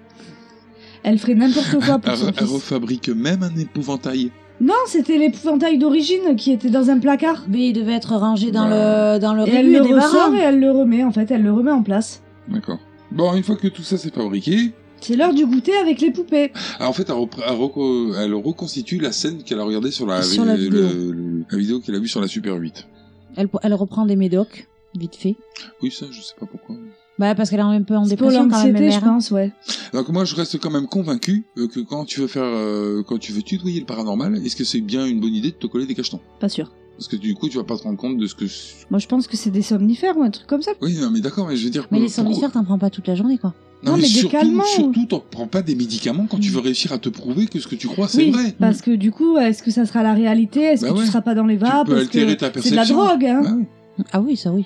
Elle ferait n'importe quoi pour Elle, son elle fils. refabrique même un épouvantail. Non, c'était l'épouvantail d'origine qui était dans un placard. Mais il devait être rangé dans le dans le Et elle rébu le des ressort barins. et elle le remet, en fait, elle le remet en place. D'accord. Bon, une fois que tout ça s'est fabriqué, C'est l'heure du goûter avec les poupées. alors, en fait, elle, repr- elle reco- elle reconstitue la scène qu'elle a regardée sur la, Sur la le- vidéo. le- le- la vidéo qu'elle a vue sur la Super huit. Elle, elle reprend des médocs, vite fait. Oui, ça, je sais pas pourquoi. Bah parce qu'elle est un peu en C'est pour dépression quand même, l'anxiété, je mère. pense, ouais. Donc moi, je reste quand même convaincu euh, que quand tu veux faire, euh, quand tu veux tutoyer le paranormal, est-ce que c'est bien une bonne idée de te coller des cachetons? Pas sûr. Parce que du coup, tu vas pas te rendre compte de ce que... Moi, je pense que c'est des somnifères ou un truc comme ça. Oui, non, mais d'accord, mais je veux dire... Mais pour- les somnifères, t'en prends pas toute la journée, quoi. Non, Non, mais, mais des surtout, calmants. surtout, t'en prends pas des médicaments quand tu veux réussir à te prouver que ce que tu crois, c'est Oui, vrai. parce que du coup, est-ce que ça sera la réalité? Est-ce Bah que ouais. tu seras pas dans les vapes? Tu peux Parce altérer que ta c'est de la perception. drogue, hein. Bah oui. Ah oui, ça oui.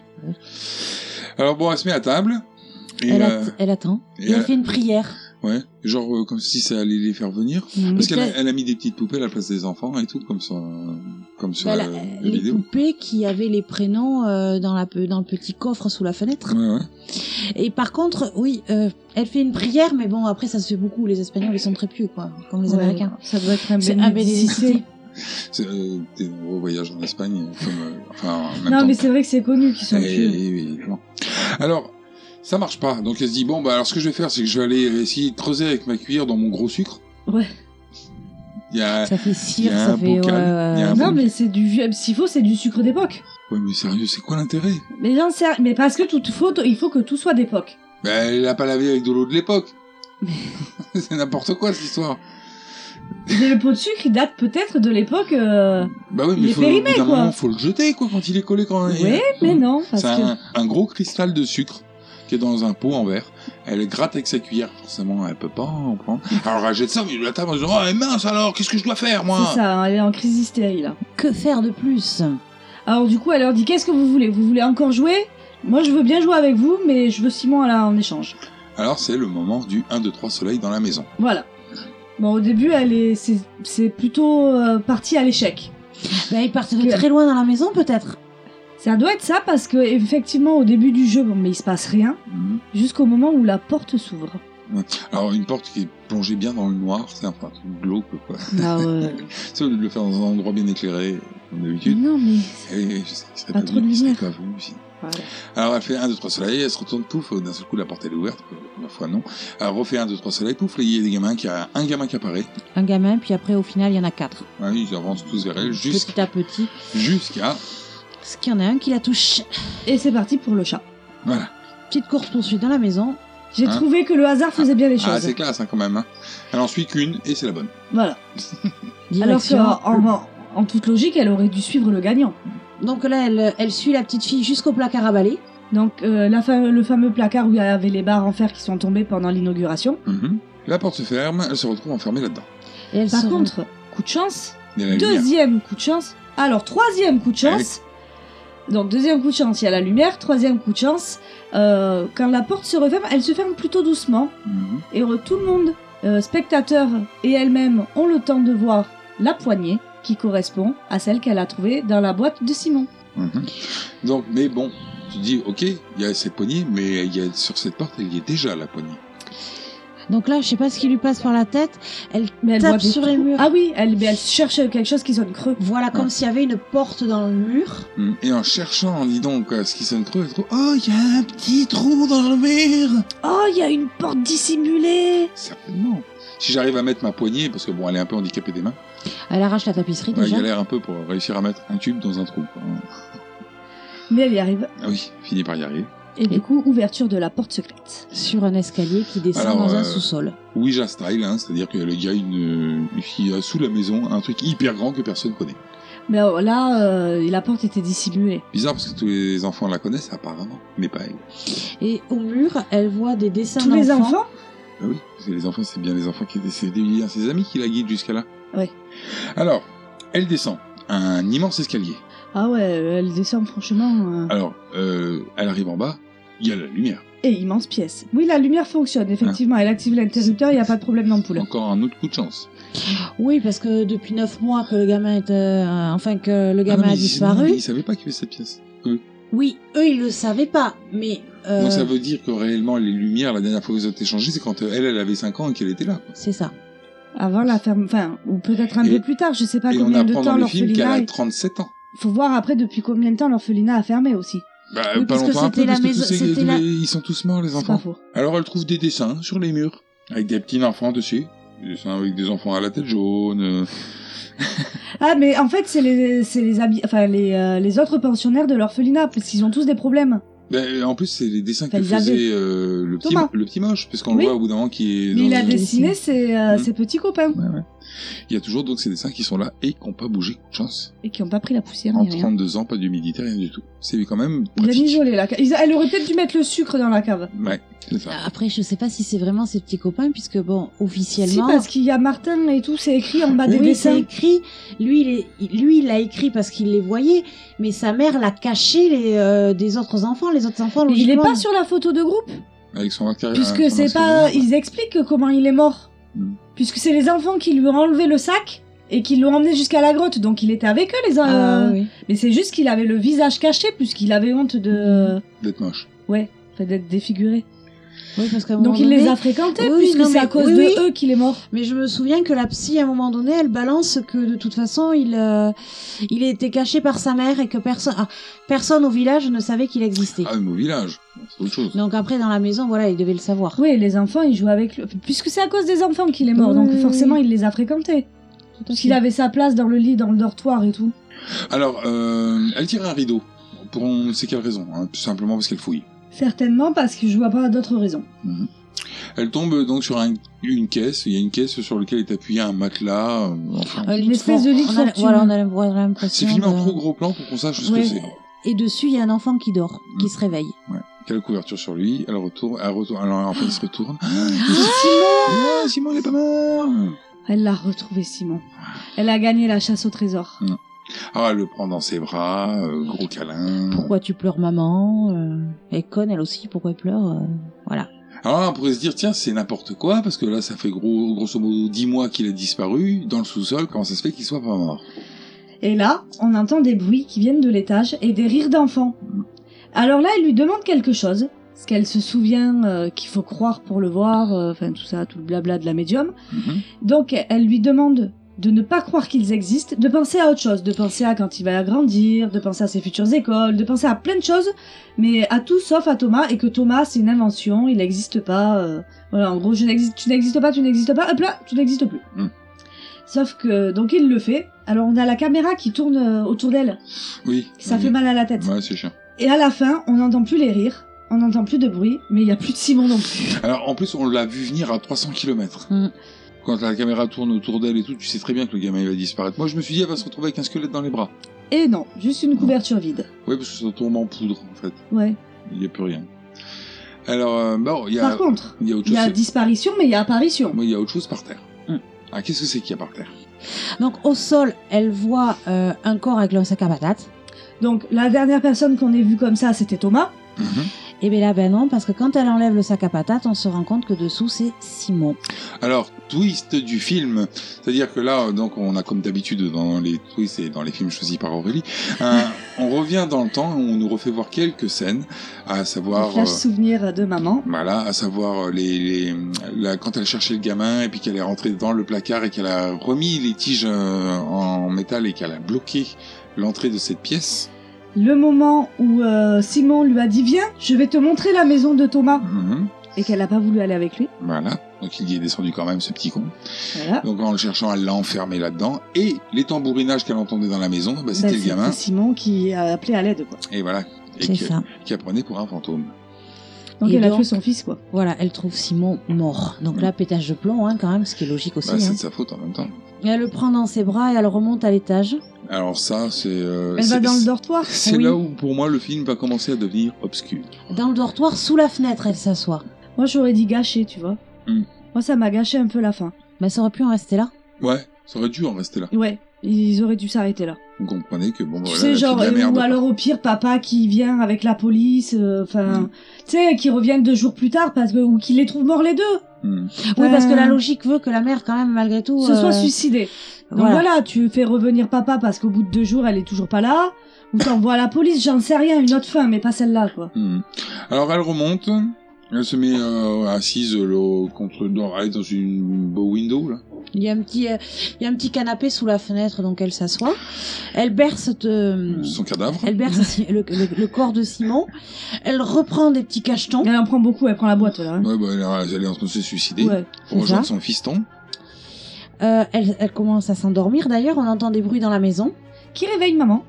Alors bon, elle se met à table. Et, Elle, euh, att- elle attend. et Et elle elle- fait une prière. Ouais, genre euh, comme si ça allait les faire venir. Mhm. Parce qu'elle a, Mais elle a mis des petites poupées à la place des enfants et tout, comme sur, euh, comme sur Bah, la, la- la les vidéo. poupées qui avaient les prénoms euh, dans, la, pe- dans le petit coffre sous la fenêtre. Ouais, ouais. Et par contre, oui, euh, elle fait une prière, mais bon, après, ça se fait beaucoup. Les Espagnols, ils sont très pieux, quoi, comme les Ouais, Américains. ça doit être un C'est bénédicité. un bénédicité. C'est euh, des gros voyages en Espagne, comme, euh, enfin, en même Non, temps. mais c'est vrai que c'est connu qu'ils sont Et- pieux. et- évidemment. Alors, ça marche pas. Donc elle se dit, bon, bah alors ce que je vais faire, c'est que je vais aller essayer de creuser avec ma cuillère dans mon gros sucre. Ouais. Il y a, Ça fait il y cire, a ça un fait... bocal, ouais, il y a un ouais. Non, bocal. mais c'est du vieux. S'il faut, c'est du sucre d'époque. Ouais, mais sérieux, c'est quoi l'intérêt? Mais j'en sais, mais parce que tout faut, il faut que tout soit d'époque. Bah, elle a pas lavé avec de l'eau de l'époque. C'est n'importe quoi, cette histoire. Mais le pot de sucre, il date peut-être de l'époque. Euh... Bah oui, Il mais est faut, périmé, au bout d'un quoi. moment, faut le jeter, quoi, quand il est collé quand Oui, mais non, parce C'est que. un, un gros cristal de sucre qui est dans un pot en verre. Elle gratte avec sa cuillère, forcément, elle peut pas en prendre. Alors elle jette ça au milieu de la table en disant, oh, mais mince alors, qu'est-ce que je dois faire, moi? C'est ça, elle est en crise d'hystérie là. Que faire de plus? Alors du coup, elle leur dit qu'est-ce que vous voulez? Vous voulez encore jouer? Moi, je veux bien jouer avec vous, mais je veux Simon là en échange. Alors c'est le moment du un, deux, trois soleil dans la maison. Voilà. Bon, au début, elle est, c'est, c'est plutôt euh, parti à l'échec. Bah, ils partent de très loin dans la maison, peut-être. Ça doit être ça parce que effectivement, au début du jeu, bon, mais il se passe rien Mhm. jusqu'au moment où la porte s'ouvre. Ouais. Alors une porte qui est plongée bien dans le noir, c'est un truc glauque, quoi. Ah ouais. C'est au lieu de le faire dans un endroit bien éclairé, comme d'habitude. Non mais. Et je sais, il serait Pas pas, trop vu, de il serait lumière. pas vu aussi. Voilà. Alors elle fait un, deux, trois soleil, elle se retourne, pouf, d'un seul coup la porte elle est ouverte, la première fois non. Elle refait un, deux, trois soleil, pouf, là il y a des gamins, qui a un gamin qui apparaît. Un gamin, puis après, au final, il y en a quatre. Ouais, ils avancent tous vers elle, jusqu'à, Petit à petit. jusqu'à, Parce qu'il y en a un qui la touche. Et c'est parti pour le chat. voilà. Petite course-poursuite dans la maison. J'ai Hein trouvé que le hasard faisait bien les Ah, choses. c'est classe, hein, quand même, hein. Elle en suit qu'une, et c'est la bonne. Voilà. Direction. Alors qu'en en, en toute logique, elle aurait dû suivre le gagnant. Donc là, elle, elle suit la petite fille jusqu'au placard à balai. Donc euh, la fa- le fameux placard où il y avait les barres en fer qui sont tombées pendant l'inauguration. Mhm. La porte se ferme, elle se retrouve enfermée là-dedans. Et elle Par se rend- contre, coup de chance, Il y a la lumière. deuxième coup de chance, alors troisième coup de chance. Donc deuxième coup de chance, il y a la lumière, troisième coup de chance, euh, quand la porte se referme, elle se ferme plutôt doucement. Mhm. Et euh, tout le monde, euh, spectateur et elle-même, ont le temps de voir la poignée qui correspond à celle qu'elle a trouvée dans la boîte de Simon. Mhm. Donc, mais bon, tu dis, ok, il y a cette poignée, mais il y a, sur cette porte, il y a déjà la poignée. Donc là, je sais pas ce qui lui passe par la tête. Elle Mais elle tape voit des sur les trous. murs. Ah oui, elle, mais elle cherche quelque chose qui sonne creux. Voilà, comme Ouais. s'il y avait une porte dans le mur. Mhm. Et en cherchant, dis donc, euh, ce qui sonne creux, elle trouve, oh, il y a un petit trou dans le mur. Oh, il y a une porte dissimulée. Certainement. Si j'arrive à mettre ma poignée, parce que bon, elle est un peu handicapée des mains, Elle arrache la tapisserie ouais, il déjà. galère un peu pour réussir à mettre un tube dans un trou, quoi. Mais elle y arrive. Ah oui, finit par y arriver. Et du coup, ouverture de la porte secrète. Sur un escalier qui descend Alors, dans un euh, sous-sol. Ouija style, hein, c'est-à-dire que le gars, une, il a sous la maison un truc hyper grand que personne connaît. Mais alors, là, euh, la porte était dissimulée. Bizarre parce que tous les enfants la connaissent apparemment, mais pas elle. Et au mur, elle voit des dessins Tous les d'enfants. enfants Ah oui, parce que les enfants, c'est bien les enfants qui c'est bien ses amis qui la guident jusqu'à là. Ouais. Alors, elle descend un immense escalier. Ah ouais, elle descend franchement. euh, Alors, euh, elle arrive en bas, il y a la lumière. Et immense pièce. Oui, la lumière fonctionne, effectivement. Elle active l'interrupteur, il n'y a pas de problème d'ampoule. Encore un autre coup de chance. Oui, parce que depuis neuf mois que le gamin est, euh, enfin que le Ah gamin non, mais a ils- disparu. non, mais ils savaient pas qu'il y avait cette pièce. Eux. Oui, eux ils le savaient pas, mais. euh, Donc ça veut dire que réellement les lumières, la dernière fois que vous êtes échangé, c'est quand euh, elle, elle avait cinq ans et qu'elle était là. C'est ça. Avant la ferme, enfin, ou peut-être un Et- peu plus tard, je sais pas et on combien de apprend temps dans le film qu'elle l'orphelinat. a est- trente-sept ans. Faut voir après depuis combien de temps l'orphelinat a fermé aussi. Bah, Oui, pas parce que longtemps un c'était peu, la parce que maison- tous ces- c'était tous la- les- ils sont tous morts, les C'est enfants. pas faux. Alors elle trouve des dessins sur les murs, avec des petits enfants dessus. Des dessins avec des enfants à la tête jaune. euh. Ah, mais en fait, c'est les, c'est les, habi- enfin, les, euh, les autres pensionnaires de l'orphelinat, parce qu'ils ont tous des problèmes. Ben, en plus, c'est les dessins que Enfin, ils avaient- faisait euh, le, petit, Thomas. le petit moche, puisqu'on Oui. le voit au bout d'un moment qui est... Mais dans il a une- dessiné ses, euh, Mmh. ses petits copains. Ouais, ouais. Il y a toujours donc ces dessins qui sont là et qui n'ont pas bougé, chance. Et qui n'ont pas pris la poussière En ni rien. trente-deux ans, pas d'humidité, rien du tout. C'est quand même Il a pratique. isolé la cave. Ils- Elle aurait peut-être dû mettre le sucre dans la cave. Ouais, c'est ça. Après, je sais pas si c'est vraiment ses petits copains, puisque bon, Si, officiellement. parce qu'il y a Martin et tout, c'est écrit en bas des oui, c'est dessins. écrit. Lui, il est, lui, il l'a écrit parce qu'il les voyait, mais sa mère l'a caché les, euh, des autres enfants. Les autres enfants, Mais il est logiquement- pas sur la photo de groupe, Avec son masque arrière- puisque son c'est masque pas. arrière, ouais. Ils expliquent comment il est mort. Mm. Puisque c'est les enfants qui lui ont enlevé le sac et qui l'ont emmené jusqu'à la grotte, donc il était avec eux, les. Ah, euh, oui, oui. Mais c'est juste qu'il avait le visage caché, puisqu'il avait honte de. D'être moche. Ouais, enfin, d'être défiguré. Oui, parce qu'à un moment Donc il donné- les a fréquentés, Oui, puisque non, c'est mais- à cause oui, de oui. eux qu'il est mort. Mais je me souviens que la psy, à un moment donné, elle balance que de toute façon, il, euh, il était caché par sa mère et que personne, ah, personne au village ne savait qu'il existait. Ah, mais au village, c'est autre chose. Donc après, dans la maison, voilà, il devait le savoir. Oui, les enfants, ils jouent avec lui. Puisque c'est à cause des enfants qu'il est mort, Oui, donc oui, forcément, oui. il les a fréquentés. Tout à Parce qu'il fait. avait sa place dans le lit, dans le dortoir et tout. Alors, euh, elle tire un rideau. Pour on ne sait quelle raison, hein, tout simplement parce qu'elle fouille. Certainement, parce que je vois pas d'autres raisons. Mhm. Elle tombe donc sur un- une caisse. Il y a une caisse sur laquelle est appuyé un matelas. euh, enfin. Un lit Une de espèce for- de lit de on a- fortune. Voilà, on a l'im- l'impression. C'est filmé en de- trop gros plan pour qu'on sache ce Ouais. que c'est. Et dessus, il y a un enfant qui dort, qui Mm. se réveille. Ouais. Quelle couverture sur lui. Elle retourne. Elle retourne. Alors, enfin, il se retourne. Ah, Simon Simon, il est pas mort. Elle l'a retrouvé, Simon. Elle a gagné la chasse au trésor. Alors, elle le prend dans ses bras. euh, gros câlin. Pourquoi tu pleures, maman euh, Elle est conne, elle aussi, pourquoi elle pleure euh, Voilà. Alors là, on pourrait se dire, tiens, c'est n'importe quoi, parce que là, ça fait gros, grosso modo dix mois qu'il a disparu, dans le sous-sol, comment ça se fait qu'il soit pas mort? Et là, on entend des bruits qui viennent de l'étage et des rires d'enfants. Alors là, elle lui demande quelque chose, parce qu'elle se souvient euh, qu'il faut croire pour le voir, euh, enfin tout ça, tout le blabla de la médium. Mhm. Donc elle lui demande de ne pas croire qu'ils existent, de penser à autre chose, de penser à quand il va grandir, de penser à ses futures écoles, de penser à plein de choses, mais à tout sauf à Thomas, et que Thomas c'est une invention, il n'existe pas. euh, Voilà, en gros, je n'existe, tu n'existes pas, tu n'existes pas, hop là, tu n'existes plus. Mm. Sauf que, donc il le fait. Alors on a la caméra qui tourne euh, autour d'elle, Oui. ça oui. fait mal à la tête. Ouais, c'est chiant. Et à la fin, on n'entend plus les rires, on n'entend plus de bruit, mais il n'y a plus de Simon non plus. Alors, en plus, on l'a vu venir à trois cents kilomètres. Mm. Quand la caméra tourne autour d'elle et tout, tu sais très bien que le gamin il va disparaître. Moi, je me suis dit, elle va se retrouver avec un squelette dans les bras. Et non, juste une couverture vide. Oui, parce que ça tombe en poudre, en fait. Ouais. Il n'y a plus rien. Alors, euh, bon, il y a... Par contre, il y a autre il y chose. a disparition, mais il y a apparition. Moi, il y a autre chose par terre. Mm. Ah, qu'est-ce que c'est qu'il y a par terre? Donc au sol, elle voit euh, un corps avec un sac à patates. Donc la dernière personne qu'on ait vue comme ça, c'était Thomas. Mhm. Et bien là, ben non, parce que quand elle enlève le sac à patates, on se rend compte que dessous, c'est Simon. Alors, twist du film, c'est-à-dire que là, donc, on a comme d'habitude dans les twists et dans les films choisis par Aurélie, euh, on revient dans le temps, on nous refait voir quelques scènes, à savoir, Flash euh, souvenir de maman. voilà, à savoir les, les la, quand elle cherchait le gamin et puis qu'elle est rentrée dans le placard et qu'elle a remis les tiges euh, en métal et qu'elle a bloqué l'entrée de cette pièce. Le moment où euh, Simon lui a dit viens, je vais te montrer la maison de Thomas. Mhm. Et qu'elle n'a pas voulu aller avec lui. Voilà, donc il y est descendu quand même, ce petit con. Voilà. Donc en le cherchant, elle l'a enfermé là-dedans. Et les tambourinages qu'elle entendait dans la maison, bah, c'était Bah, le gamin. Simon qui a appelé à l'aide, quoi. Et voilà. Et C'est qui, ça. qui apprenait pour un fantôme. Donc Et elle a donc- tué son fils, quoi. Voilà, elle trouve Simon mort. Donc là, pétage de plomb, hein, quand même, ce qui est logique aussi. Bah, c'est hein. de sa faute en même temps. Et elle le prend dans ses bras et elle remonte à l'étage. Alors ça, c'est... euh, Elle c'est- va dans le dortoir. C'est Oui. là où, pour moi, le film va commencer à devenir obscur. Dans le dortoir, sous la fenêtre, elle s'assoit. Moi j'aurais dit gâché, tu vois. Hmm. Moi ça m'a gâché un peu la fin. Mais ça aurait pu en rester là. Ouais, ça aurait dû en rester là. Ouais, ils auraient dû s'arrêter là. Vous comprenez que, bon, Tu voilà, sais, elle a genre, fait de la euh, merde. ou alors au pire, papa qui vient avec la police, enfin, Mm. tu sais, qui reviennent deux jours plus tard, parce que, ou qui les trouvent morts les deux, Hmm. Oui, Euh, parce que la logique veut que la mère, quand même, malgré tout... se euh, soit suicidée. Donc voilà. voilà. tu fais revenir papa parce qu'au bout de deux jours, elle est toujours pas là, ou t'envoies à la police, j'en sais rien, une autre fin, mais pas celle-là, quoi. Hmm. Alors elle remonte, elle se met euh, assise là, contre, dans, elle est dans une beau window là. Il y a un petit, euh, il y a un petit canapé sous la fenêtre, donc elle s'assoit. Elle berce de... Son cadavre. Elle berce Si- le, le, le corps de Simon. Elle reprend des petits cachetons. Elle en prend beaucoup, elle prend la boîte, là. hein. Ouais, bah, elle, est- elle est en train de se suicider Ouais. pour c'est rejoindre ça. son fiston. Euh, elle, elle commence à s'endormir d'ailleurs. On entend des bruits dans la maison. Qui réveille maman.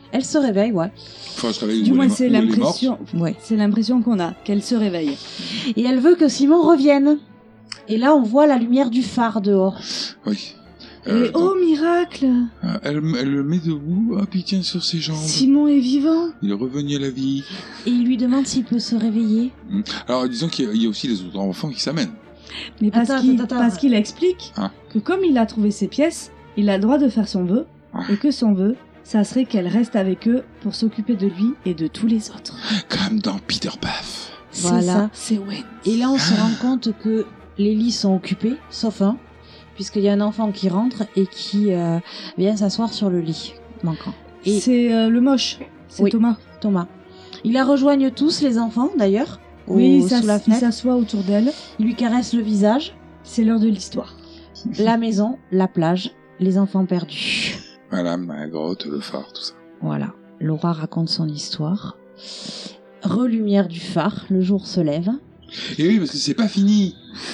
Elle se réveille, ouais. Enfin, se réveille Du où moins, elle est- c'est où elle est l'impression, morte. Ouais. c'est l'impression qu'on a, qu'elle se réveille. Et elle veut que Simon revienne. Et là, on voit la lumière du phare dehors. Oui. Et Euh, oh miracle, euh, elle, elle le met debout, hop, il tient sur ses jambes. Simon est vivant. Il est revenu à la vie. Et il lui demande s'il peut se réveiller. Mm. Alors, disons qu'il y a- il y a aussi les autres enfants qui s'amènent. Mais parce Attends, qu'il attends, attends. parce qu'il explique Ah. que comme il a trouvé ses pièces, il a le droit de faire son vœu, Ah. et que son vœu, ça serait qu'elle reste avec eux pour s'occuper de lui et de tous les autres. Comme dans Peter Paff. C'est Voilà, ça. c'est Wendy. Et là, on se rend compte que les lits sont occupés, sauf un, puisqu'il y a un enfant qui rentre et qui euh, vient s'asseoir sur le lit manquant. Et C'est euh, le moche, c'est Oui. Thomas. Thomas. Ils la rejoignent tous, les enfants, d'ailleurs, au- Oui, il sous s'ass- la il fenêtre. s'assoit autour d'elle. Il lui caresse le visage. C'est l'heure de l'histoire. La maison, la plage, les enfants perdus. Voilà, la grotte, le phare, tout ça. Voilà. Laura raconte son histoire. Relumière du phare, le jour se lève. Et oui, parce que c'est pas fini.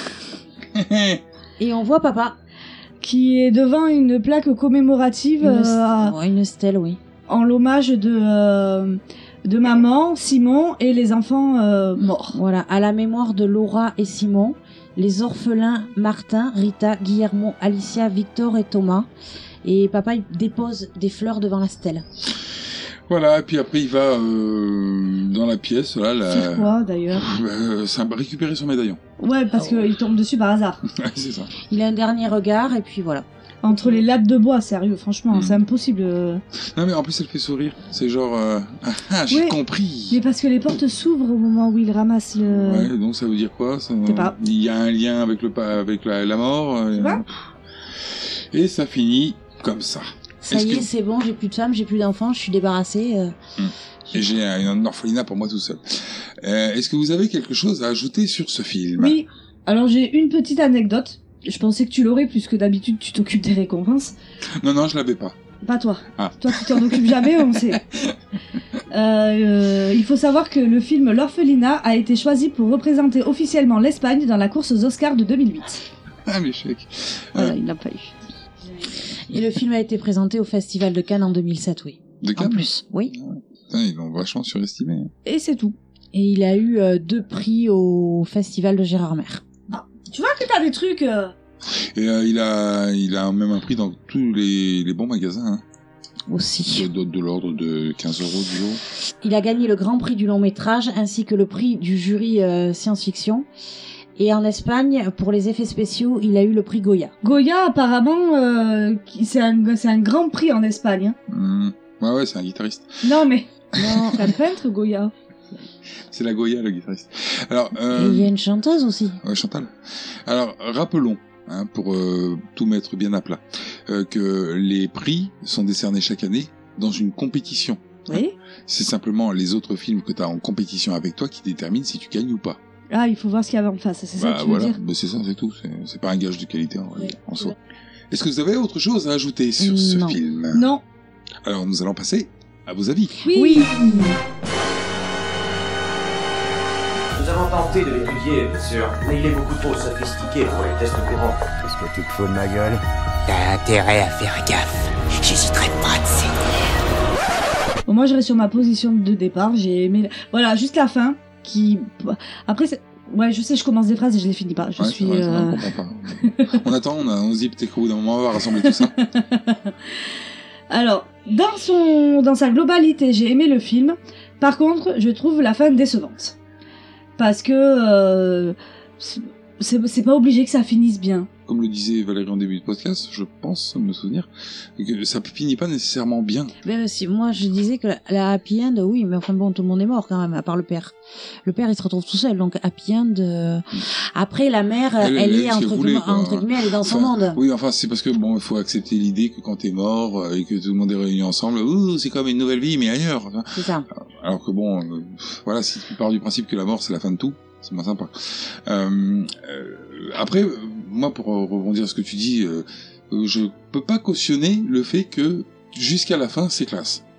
Et on voit papa. Qui est devant une plaque commémorative Une, euh, à- ouais, une stèle, oui. en l'hommage de, euh, de maman, Simon et les enfants euh, morts. Voilà, à la mémoire de Laura et Simon, les orphelins Martin, Rita, Guillermo, Alicia, Victor et Thomas. Et papa, il dépose des fleurs devant la stèle. Voilà, et puis après, il va euh, dans la pièce, là, la... Faire quoi d'ailleurs Euh, ça va récupérer son médaillon. Ouais, parce Ah ouais. qu'il tombe dessus par hasard. Ouais, c'est ça. Il a un dernier regard et puis voilà. Entre les lattes de bois, sérieux, franchement, Mm. c'est impossible. euh. Non, mais en plus, elle fait sourire. C'est genre, euh, ah, ah, j'ai Ouais. compris. Mais parce que les portes s'ouvrent au moment où il ramasse le... Ouais, donc ça veut dire quoi ça... Je sais pas. Il y a un lien avec le pa- avec la, la mort. euh, sais pas. pff. Et ça finit comme ça. Ça Est-ce y est, que- c'est bon, j'ai plus de femme, j'ai plus d'enfants, je suis débarrassée. euh. Et j'ai un- une orphelinat pour moi tout seul. Euh, Est-ce que vous avez quelque chose à ajouter sur ce film? Oui, alors j'ai une petite anecdote. Je pensais que tu l'aurais, puisque d'habitude tu t'occupes des récompenses. Non, non, je l'avais pas. Pas toi. Ah. Toi, tu t'en occupes jamais, on sait. Euh, euh, il faut savoir que le film L'Orphelinat a été choisi pour représenter officiellement l'Espagne dans la course aux Oscars de deux mille huit. Ah, l'échec. Voilà, Euh, il l'a pas eu. Et le film a été présenté au Festival de Cannes en deux mille sept, oui. De En Cannes plus, oui. Putain, ils l'ont vachement surestimé. Et c'est tout. Et il a eu euh, deux prix au Festival de Gérardmer. Tu vois que t'as des trucs... euh, Et euh, il a il a même un prix dans tous les, les bons magasins. Hein. Aussi. De, de, de l'ordre de quinze euros, disons. Il a gagné le grand prix du long métrage ainsi que le prix du jury euh, science-fiction. Et en Espagne, pour les effets spéciaux, il a eu le prix Goya. Goya, apparemment, euh, qui- c'est un, c'est un grand prix en Espagne. hein. Mmh. Ouais, ouais, c'est un guitariste. Non, mais... Non. C'est un peintre, Goya. C'est la Goya, le guitariste. Alors, Et euh... il y a une chanteuse aussi. ouais, Chantal. Alors, rappelons, hein, pour euh, tout mettre bien à plat, euh, que les prix sont décernés chaque année dans une compétition. Oui. C'est simplement les autres films que tu as en compétition avec toi qui déterminent si tu gagnes ou pas. Ah, il faut voir ce qu'il y avait en face, c'est ça Bah que tu voilà, veux dire bah, c'est ça, c'est tout. C'est, c'est pas un gage de qualité en, Oui. en soi. Est-ce que vous avez autre chose à ajouter sur ce Non. film? Non. Alors nous allons passer à vos avis. Oui. Nous avons tenté de l'étudier, bien sûr, mais il est beaucoup trop sophistiqué pour les tests courants. Qu'est-ce que tu te fous de ma gueule? T'as intérêt à faire gaffe. J'hésiterai pas de saigner. Bon, moi, je reste sur ma position de départ. J'ai aimé... Voilà, juste la fin, qui... Après, c'est... Ouais, je sais, je commence des phrases et je les finis pas. Je Ouais, suis... c'est vrai, c'est vrai, euh, on comprend pas. On attend, on, a, on se dit peut-être qu'au bout d'un moment on va rassembler tout ça. Alors, dans, son... dans sa globalité, j'ai aimé le film. Par contre, je trouve la fin décevante. Parce que... Euh... C'est... c'est pas obligé que ça finisse bien. Comme le disait Valérie en début de podcast, je pense me souvenir que ça finit pas nécessairement bien. Ben, si, moi, je disais que la, la happy end, oui, mais enfin bon, tout le monde est mort quand même, à part le père. Le père, il se retrouve tout seul, donc happy end. Euh... Après, la mère, elle, elle est, entre, voulait, guillemets, entre guillemets, elle est dans enfin, son monde. Oui, enfin, c'est parce que bon, il faut accepter l'idée que quand t'es mort euh, et que tout le monde est réuni ensemble, ouh, c'est comme une nouvelle vie, mais ailleurs. C'est ça. Alors que bon, euh, voilà, si tu pars du principe que la mort, c'est la fin de tout, c'est moins sympa. Euh, euh, après, moi, pour rebondir à ce que tu dis, euh, je peux pas cautionner le fait que jusqu'à la fin, c'est classe.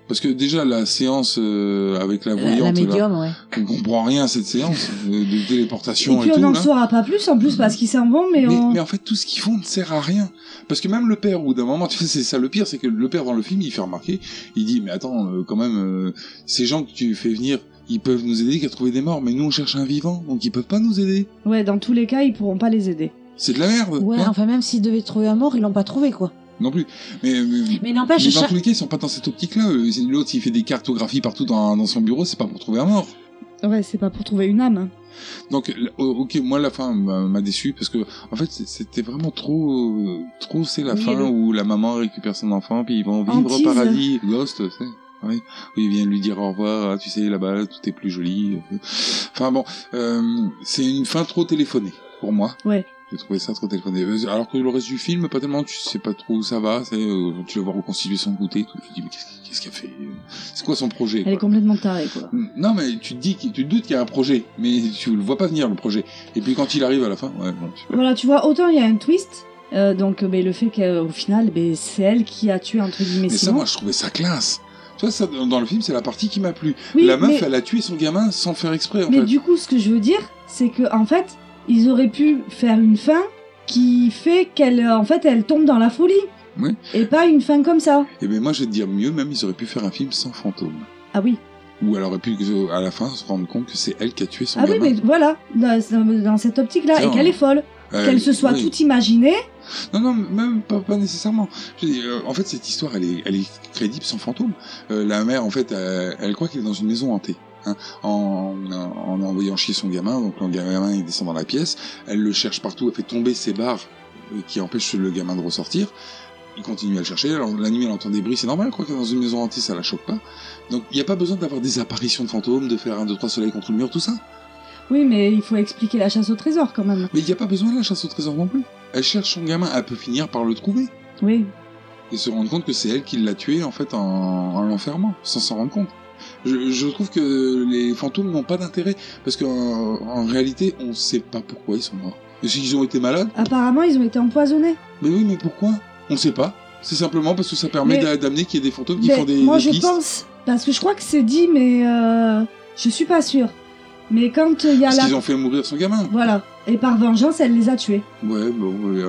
Parce que déjà la séance euh, avec la voyante, la, la médium, là, ouais. on comprend rien à cette séance de, de téléportation et et, puis tout. on n'en là. saura pas plus en plus parce qu'ils s'en vont, mais, Mais, on... mais en fait tout ce qu'ils font ne sert à rien. Parce que même le père, au bout d'un moment, tu sais, c'est ça le pire, c'est que le père dans le film, il fait remarquer, il dit mais attends, euh, quand même, euh, ces gens que tu fais venir, ils peuvent nous aider qu'à trouver des morts, mais nous on cherche un vivant, donc ils peuvent pas nous aider. Ouais, dans tous les cas, ils pourront pas les aider. C'est de la merde. Ouais, hein. enfin même s'ils devaient trouver un mort, ils l'ont pas trouvé quoi. Non plus. Mais, mais, mais n'empêche, mais dans chaque... tous les cas, ils sont pas dans cette optique-là. L'autre, il fait des cartographies partout dans, dans son bureau, c'est pas pour trouver un mort. Ouais, c'est pas pour trouver une âme. Donc, ok, moi, la fin m'a déçu parce que, en fait, c'était vraiment trop, trop, c'est la oui, fin le... où la maman récupère son enfant, puis ils vont vivre Antise. Au paradis. Ghost, tu sais. Oui, où il vient lui dire au revoir, tu sais, là-bas, tout est plus joli. Enfin bon, euh, c'est une fin trop téléphonée, pour moi. Ouais. J'ai trouvé ça trop téléphoné. Alors que le reste du film, pas tellement, tu sais pas trop où ça va, c'est, euh, tu vas voir reconstituer son goûter, tout, tu te dis, mais qu'est-ce, qu'est-ce qu'elle fait? C'est quoi son projet? Elle quoi. est complètement tarée, quoi. Non, mais tu te dis, tu te doutes qu'il y a un projet, mais tu le vois pas venir, le projet. Et puis quand il arrive à la fin, ouais, bon, super. Voilà, tu vois, autant il y a un twist, euh, donc, mais le fait qu'au final, ben, c'est elle qui a tué, entre guillemets, mais Simon. ça, moi, je trouvais ça classe. Tu vois, ça, dans le film, c'est la partie qui m'a plu. Oui, la meuf, mais... elle a tué son gamin sans faire exprès, en mais fait. Mais du coup, ce que je veux dire, c'est que, en fait, ils auraient pu faire une fin qui fait qu'elle, en fait, elle tombe dans la folie. Oui. Et pas une fin comme ça. Et ben moi, je vais te dire mieux, même, ils auraient pu faire un film sans fantôme. Ah oui. Ou elle aurait pu, à la fin, se rendre compte que c'est elle qui a tué son ah gamin. Ah oui, mais voilà, dans, dans cette optique-là, et qu'elle est folle. Euh, qu'elle se soit oui. tout imaginée. Non, non, même pas, pas nécessairement. Je dis, euh, en fait, cette histoire, elle est, elle est crédible sans fantôme. Euh, la mère, en fait, elle, elle croit qu'elle est dans une maison hantée. Hein, en, en, en envoyant chier son gamin, donc le gamin il descend dans la pièce, elle le cherche partout, elle fait tomber ses barres euh, qui empêchent le gamin de ressortir. Il continue à le chercher. Alors, la nuit, elle entend des bruits, c'est normal, quoi, que dans une maison hantée, ça la choque pas. Donc, il n'y a pas besoin d'avoir des apparitions de fantômes, de faire un, deux, trois soleils contre le mur, tout ça. Oui, mais il faut expliquer la chasse au trésor, quand même. Mais il n'y a pas besoin de la chasse au trésor non plus. Elle cherche son gamin, elle peut finir par le trouver. Oui. Et se rendre compte que c'est elle qui l'a tué, en fait, en, en l'enfermant, sans s'en rendre compte. Je, je trouve que les fantômes n'ont pas d'intérêt, parce qu'en en réalité, on ne sait pas pourquoi ils sont morts. Est-ce qu'ils ont été malades? Apparemment, ils ont été empoisonnés. Mais oui, mais pourquoi? On ne sait pas. C'est simplement parce que ça permet mais... d'amener qu'il y ait des fantômes qui mais font des Moi, des je pistes. pense, parce que je crois que c'est dit, mais euh, je suis pas sûre. Mais quand il y a parce la... qu'ils ont fait mourir son gamin. Voilà. Et par vengeance, elle les a tués. Ouais, bon... Ouais,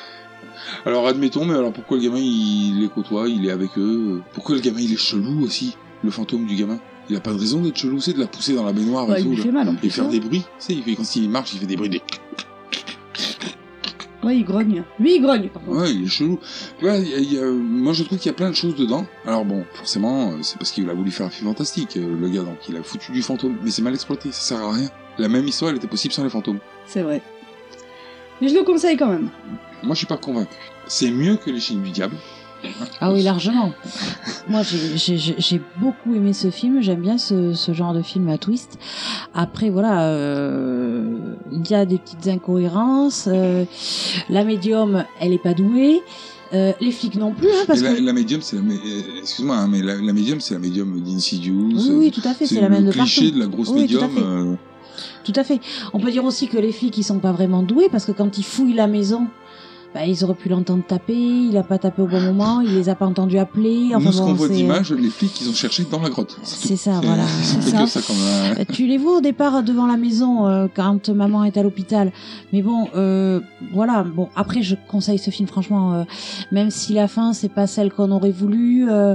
alors, admettons, mais alors pourquoi le gamin, il les côtoie, il est avec eux? Pourquoi le gamin, il est chelou aussi? Le fantôme du gamin, il a pas de raison d'être chelou, c'est de la pousser dans la baignoire ouais, et il tout. Lui fait mal en plus, et faire hein. des bruits, tu sais, il fait, quand il marche, il fait des bruits des... Ouais, il grogne. Lui, il grogne, par contre. Ouais, il est chelou. Ouais, y a, y a, moi, je trouve qu'il y a plein de choses dedans. Alors bon, forcément, c'est parce qu'il a voulu faire un film fantastique, le gars, donc il a foutu du fantôme. Mais c'est mal exploité, ça sert à rien. La même histoire, elle était possible sans les fantômes. C'est vrai. Mais je le conseille quand même. Moi, je suis pas convaincu. C'est mieux que Les Chines du Diable. Ah oui, largement. Moi, j'ai, j'ai, j'ai beaucoup aimé ce film. J'aime bien ce, ce genre de film à twist. Après, voilà, euh, il y a des petites incohérences. Euh, la médium, elle est pas douée. Euh, les flics non plus, hein, parce la, que... la médium, c'est la, euh, excuse-moi, hein, mais la, la médium, c'est la médium d'Insidious. Oui, oui, tout à fait, c'est, c'est la même de partout. C'est le cliché de la grosse oui, médium. Tout à, euh... tout à fait. On peut dire aussi que les flics, ils sont pas vraiment doués, parce que quand ils fouillent la maison, bah, ils auraient pu l'entendre taper, il a pas tapé au bon moment, il les a pas entendus appeler. Enfin, Nous, ce bon, qu'on voit c'est... d'image, les flics, ils ont cherché dans la grotte. C'est, c'est ça, voilà. C'est ça. ça comme un... Tu les vois au départ devant la maison euh, quand maman est à l'hôpital. Mais bon, euh, voilà. Bon, après, je conseille ce film, franchement, euh, même si la fin c'est pas celle qu'on aurait voulu, euh,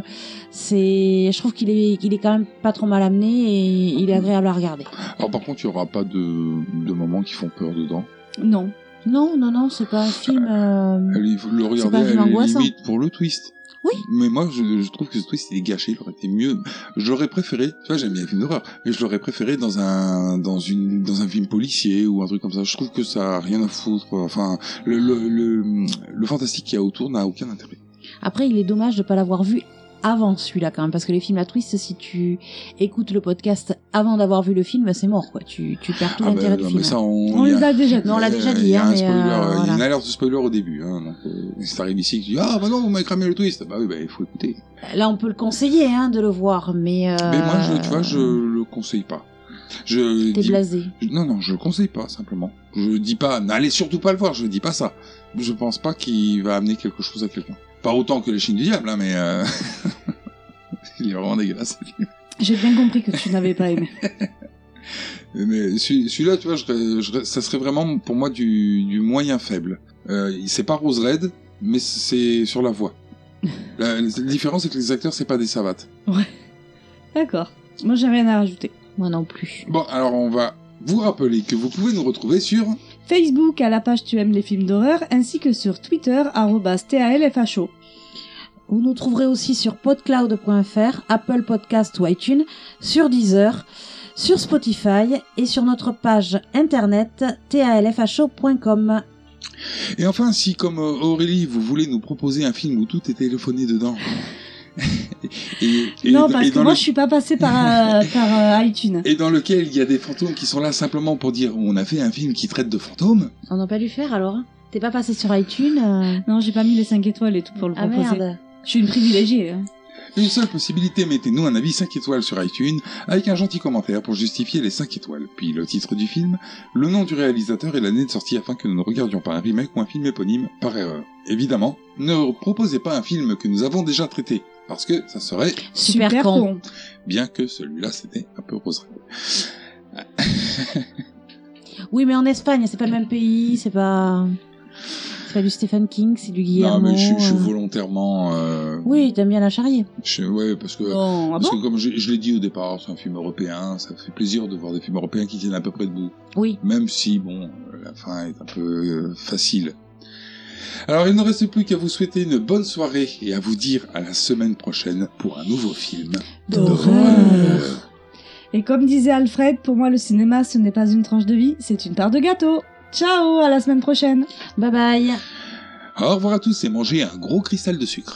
c'est, je trouve qu'il est, il est quand même pas trop mal amené et il est agréable à regarder. Alors par contre, il y aura pas de, de moments qui font peur dedans. Non. Non, non, non, c'est pas un film. Euh... Il faut le regarder à la limite pour le twist. Oui. Mais moi, je, je trouve que ce twist il est gâché. Il aurait été mieux. J'aurais préféré. Tu vois, j'aime bien les films d'horreur, mais je l'aurais préféré dans un dans une dans un film policier ou un truc comme ça. Je trouve que ça a rien à foutre. Enfin, le le le, le fantastique qu'il y a autour n'a aucun intérêt. Après, il est dommage de pas l'avoir vu avant celui-là quand même, parce que les films à twist, si tu écoutes le podcast avant d'avoir vu le film, c'est mort, quoi. Tu, tu perds tout ah l'intérêt bah, du non, film. Mais ça, on, on les a déjà dit. Non, on l'a déjà dit. Il y a hein, un mais spoiler, euh, il y a voilà. une alerte de spoiler au début. Hein, donc, euh, c'est arrivé ici que tu dis ah bah non, vous m'avez cramé le twist. Bah oui, bah il faut écouter. Là, on peut le conseiller, hein, de le voir, mais. Euh... Mais moi, je, tu vois, je le conseille pas. Je T'es dis... blasé. Non, non, je le conseille pas, simplement. Je dis pas, n'allez surtout pas le voir, je dis pas ça. Je pense pas qu'il va amener quelque chose à quelqu'un. Pas autant que Les Chines du Diable, hein, mais... Euh... Il est vraiment dégueulasse. J'ai bien compris que tu n'avais pas aimé. Mais celui- celui-là, tu vois, je, je, ça serait vraiment pour moi du, du moyen faible. Euh, c'est pas Rose Red, mais c'est sur la voix. La, la différence, c'est que les acteurs, c'est pas des savates. Ouais. D'accord. Moi, j'ai rien à rajouter. Moi non plus. Bon, alors on va vous rappeler que vous pouvez nous retrouver sur... Facebook à la page Tu aimes les films d'horreur, ainsi que sur Twitter, arobase T A L F H O. Vous nous trouverez aussi sur podcloud point f r, Apple Podcast ou iTunes, sur Deezer, sur Spotify et sur notre page internet t a l f h o point com. Et enfin, si comme euh, Aurélie, vous voulez nous proposer un film où tout est téléphoné dedans... et, et, non, et parce que dans moi, le... je suis pas passée par, euh, par euh, iTunes. Et dans lequel il y a des fantômes qui sont là simplement pour dire on a fait un film qui traite de fantômes. On n'a pas dû faire alors. T'es pas passé sur iTunes euh... Non, j'ai pas mis les cinq étoiles et tout pour le Ah proposer. merde. Je suis une privilégiée. Hein. Une seule possibilité, mettez-nous un avis cinq étoiles sur iTunes avec un gentil commentaire pour justifier les cinq étoiles. Puis le titre du film, le nom du réalisateur et l'année de sortie afin que nous ne regardions pas un remake ou un film éponyme par erreur. Évidemment, ne proposez pas un film que nous avons déjà traité, parce que ça serait Super, Super con. con. bien que celui-là c'était un peu rose. Oui, mais en Espagne, c'est pas le même pays, c'est pas... C'est pas du Stephen King, c'est du Guillermo. Non mais je, je suis euh. volontairement... Euh... Oui, t'aimes bien la charrier. Je, ouais, parce que, Oh, ah parce bon que comme je, je l'ai dit au départ, c'est un film européen, ça fait plaisir de voir des films européens qui tiennent à peu près debout. Oui. Même si, bon, la fin est un peu euh, facile. Alors, il ne reste plus qu'à vous souhaiter une bonne soirée et à vous dire à la semaine prochaine pour un nouveau film D'horreur. Et comme disait Alfred, pour moi, le cinéma, ce n'est pas une tranche de vie, c'est une part de gâteau. Ciao, à la semaine prochaine. Bye bye. Au revoir à tous et mangez un gros cristal de sucre.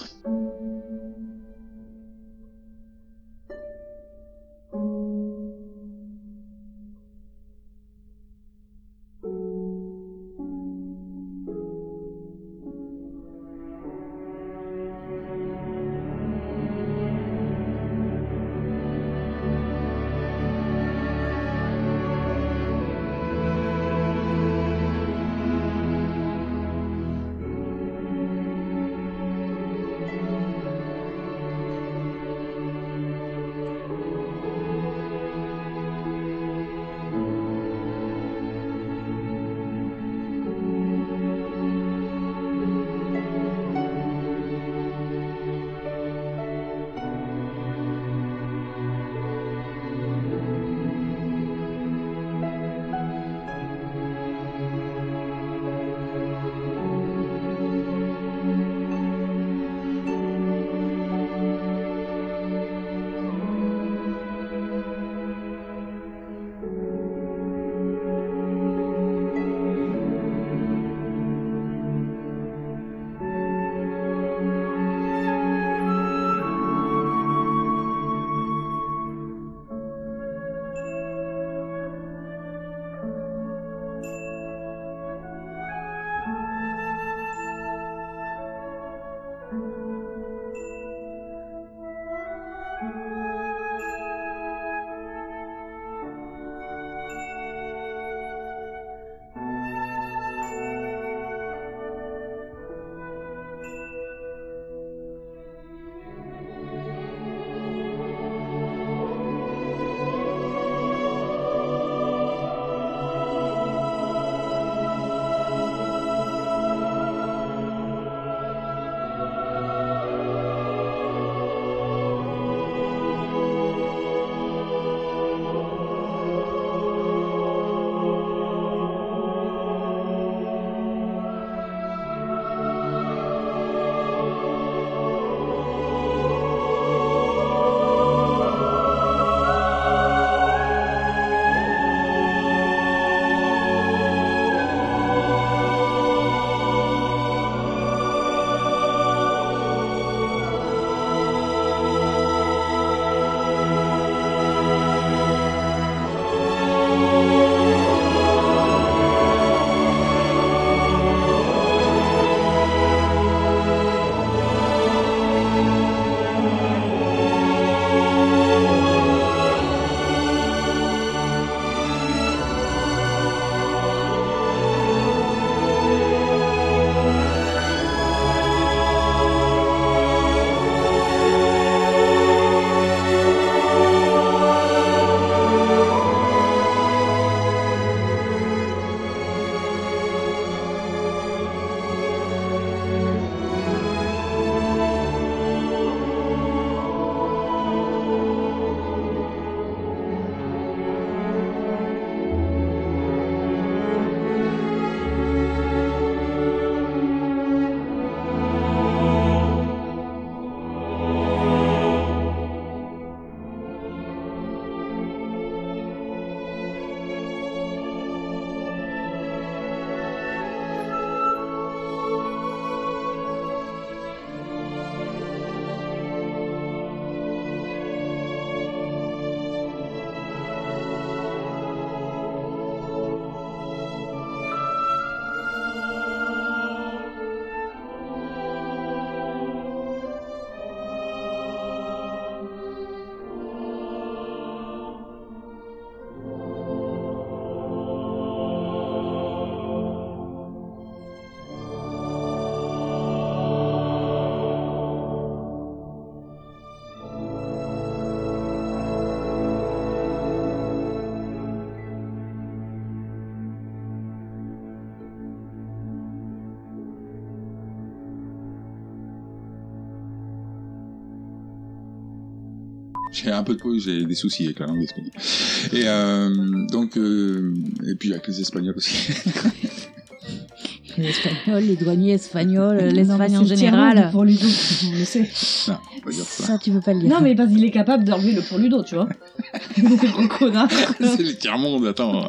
J'ai un peu de peau, j'ai des soucis avec la langue espagnole. Et euh, donc, euh, et puis avec les Espagnols aussi. Les Espagnols, les douaniers espagnols, l'Espagne Non, en c'est le général. tiers-monde pour Ludo, on le sait. Non, on va dire ça. Ça, tu peux pas le dire. Non, mais parce qu'il est capable d'enlever le pour Ludo, tu vois. Le gros connard. C'est les tiers-mondes, attends.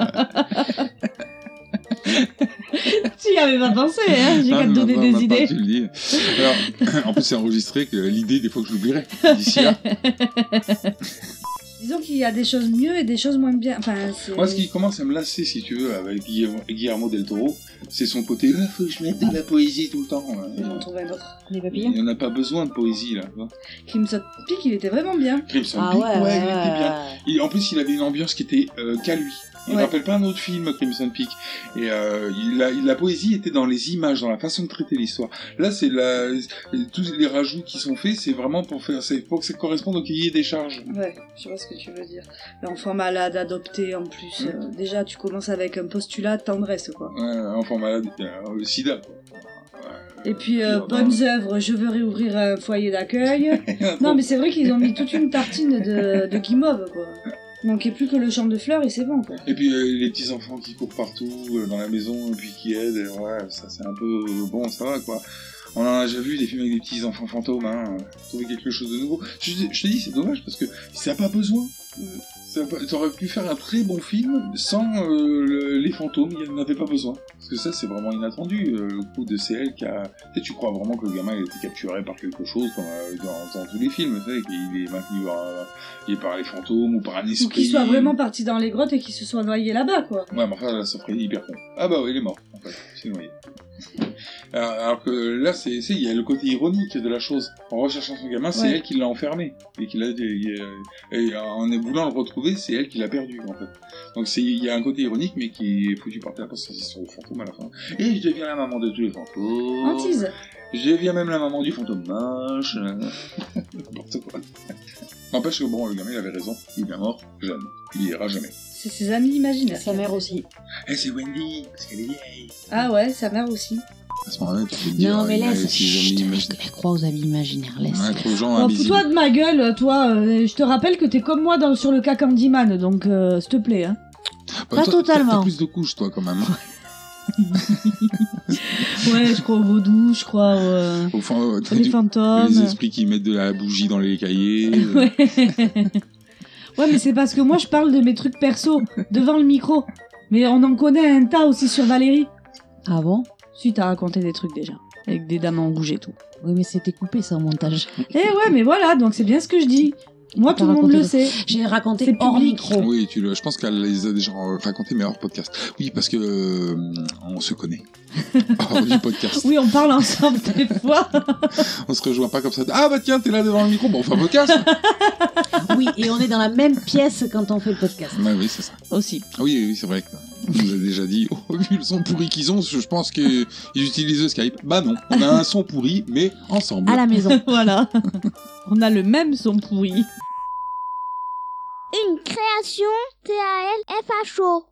Tu y avais pas pensé, hein. J'ai Ah, qu'à te mais donner ma- des ma part, idées. tu le dis. Alors, en plus, c'est enregistré que l'idée, des fois que je l'oublierai. D'ici là. Disons qu'il y a des choses mieux et des choses moins bien. Enfin, c'est... Moi, ce qui commence à me lasser, si tu veux, avec Guillermo, Guillermo del Toro, c'est son côté « Ah, faut que je mette de la poésie tout le temps. » Ils vont trouver un autre. Les Il papillons. n'y en a pas besoin de poésie, là. Tu vois. Crimson Peak, il était vraiment bien. Crimson Ah Peak, ouais, ouais, ouais, il était ouais. bien. Et en plus, il avait une ambiance qui était euh, qu'à lui. Il ne Ouais. rappelle pas un autre film, Crimson Peak. Et euh, il a, la poésie était dans les images, dans la façon de traiter l'histoire. Là, c'est la, tous les rajouts qui sont faits, c'est vraiment pour faire, c'est pour que ça corresponde au cahier des charges. Ouais, je vois ce que tu veux dire. L'enfant malade adopté en plus. Mm. Euh, déjà, tu commences avec un postulat de tendresse, quoi. Ouais, enfant malade, euh, le sida. Quoi. Et puis, euh, Pire, bonnes non. œuvres, je veux réouvrir un foyer d'accueil. Non, mais c'est vrai qu'ils ont mis toute une tartine de, de guimauve, quoi. Il manquait plus que le champ de fleurs et c'est bon, quoi. Et puis euh, les petits enfants qui courent partout euh, dans la maison et puis qui aident, et ouais, ça c'est un peu euh, bon, ça va quoi. On en a déjà vu des films avec des petits enfants fantômes, hein, trouver quelque chose de nouveau. Je, je te dis, c'est dommage parce que ça n'a pas besoin. Ça a pas- T'aurais pu faire un très bon film sans euh, le- les fantômes, il n'y en avait pas besoin. Parce que ça, c'est vraiment inattendu. euh, le coup de c'est elle qui a. Tu sais, tu crois vraiment que le gamin il a été capturé par quelque chose comme, euh, dans, dans tous les films, tu sais, qu'il est maintenu par, euh, il est par les fantômes ou par un esprit. Ou qu'il soit vraiment parti dans les grottes et qu'il se soit noyé là-bas, quoi. Ouais, mais enfin, là, ça ferait hyper con. Ah bah ouais, il est mort, en fait. C'est noyé. Alors, alors que là, c'est, c'est, il y a le côté ironique de la chose. En recherchant son gamin, c'est Ouais. elle qui l'a enfermé. Et qui l'a, et, et en voulant le retrouver, c'est elle qui l'a perdu, en fait. Donc c'est, il y a un côté ironique, mais qui est foutu par terre parce que c'est sur le fantôme à la fin. Et je deviens la maman de tous les fantômes. Hantise. Je deviens même la maman du fantôme moche. N'importe quoi. N'empêche que bon, le gamin, il avait raison. Il est mort jeune. Il ira jamais. C'est ses amis imaginaires. Sa mère aussi. Eh, c'est Wendy, parce qu'elle est vieille. Ah ouais, sa mère aussi. À ce moment-là, tu peux te dire, Non, mais il a laisse. ses amis Chut, imaginaires. elle croit aux amis imaginaires, laisse. Ouais, trop de gens Bon, invisibles. fous-toi de ma gueule, toi. euh, je te rappelle que t'es comme moi dans, sur le cas Candyman, donc euh, s'il te plaît, hein. Bah, Pas toi, totalement. T'as, t'as plus de couches, toi, quand même. Ouais, je crois au vaudou, je crois au, euh, Au fond, euh, t'as les du- fantômes. Les esprits qui mettent de la bougie dans les cahiers. euh. Ouais. Ouais, mais c'est parce que moi je parle de mes trucs perso devant le micro. Mais on en connaît un tas aussi sur Valérie. Ah bon? Si, t'as raconté des trucs déjà. Avec des dames en rouge et tout. Oui, mais c'était coupé ça au montage. Eh ouais, mais voilà, donc c'est bien ce que je dis. Moi, T'as tout le monde raconté le ça. sait. J'ai raconté C'est hors public. micro. Oui, tu le, je pense qu'elle les a déjà racontés, mais hors podcast. Oui, parce que euh, on se connaît. Hors du podcast. Oui, on parle ensemble des fois. On se rejoint pas comme ça. Ah bah tiens, t'es là devant le micro, bon, on fait un podcast. Oui, et on est dans la même pièce quand on fait le podcast. Ouais, oui, c'est ça. Aussi. Ah oui, oui, c'est vrai. On nous a déjà dit, oh, vu le son pourri qu'ils ont, je pense qu'ils utilisent le Skype. Bah non, on a un son pourri, mais ensemble. À la maison. Voilà. On a le même son pourri. Une création T A L F H O.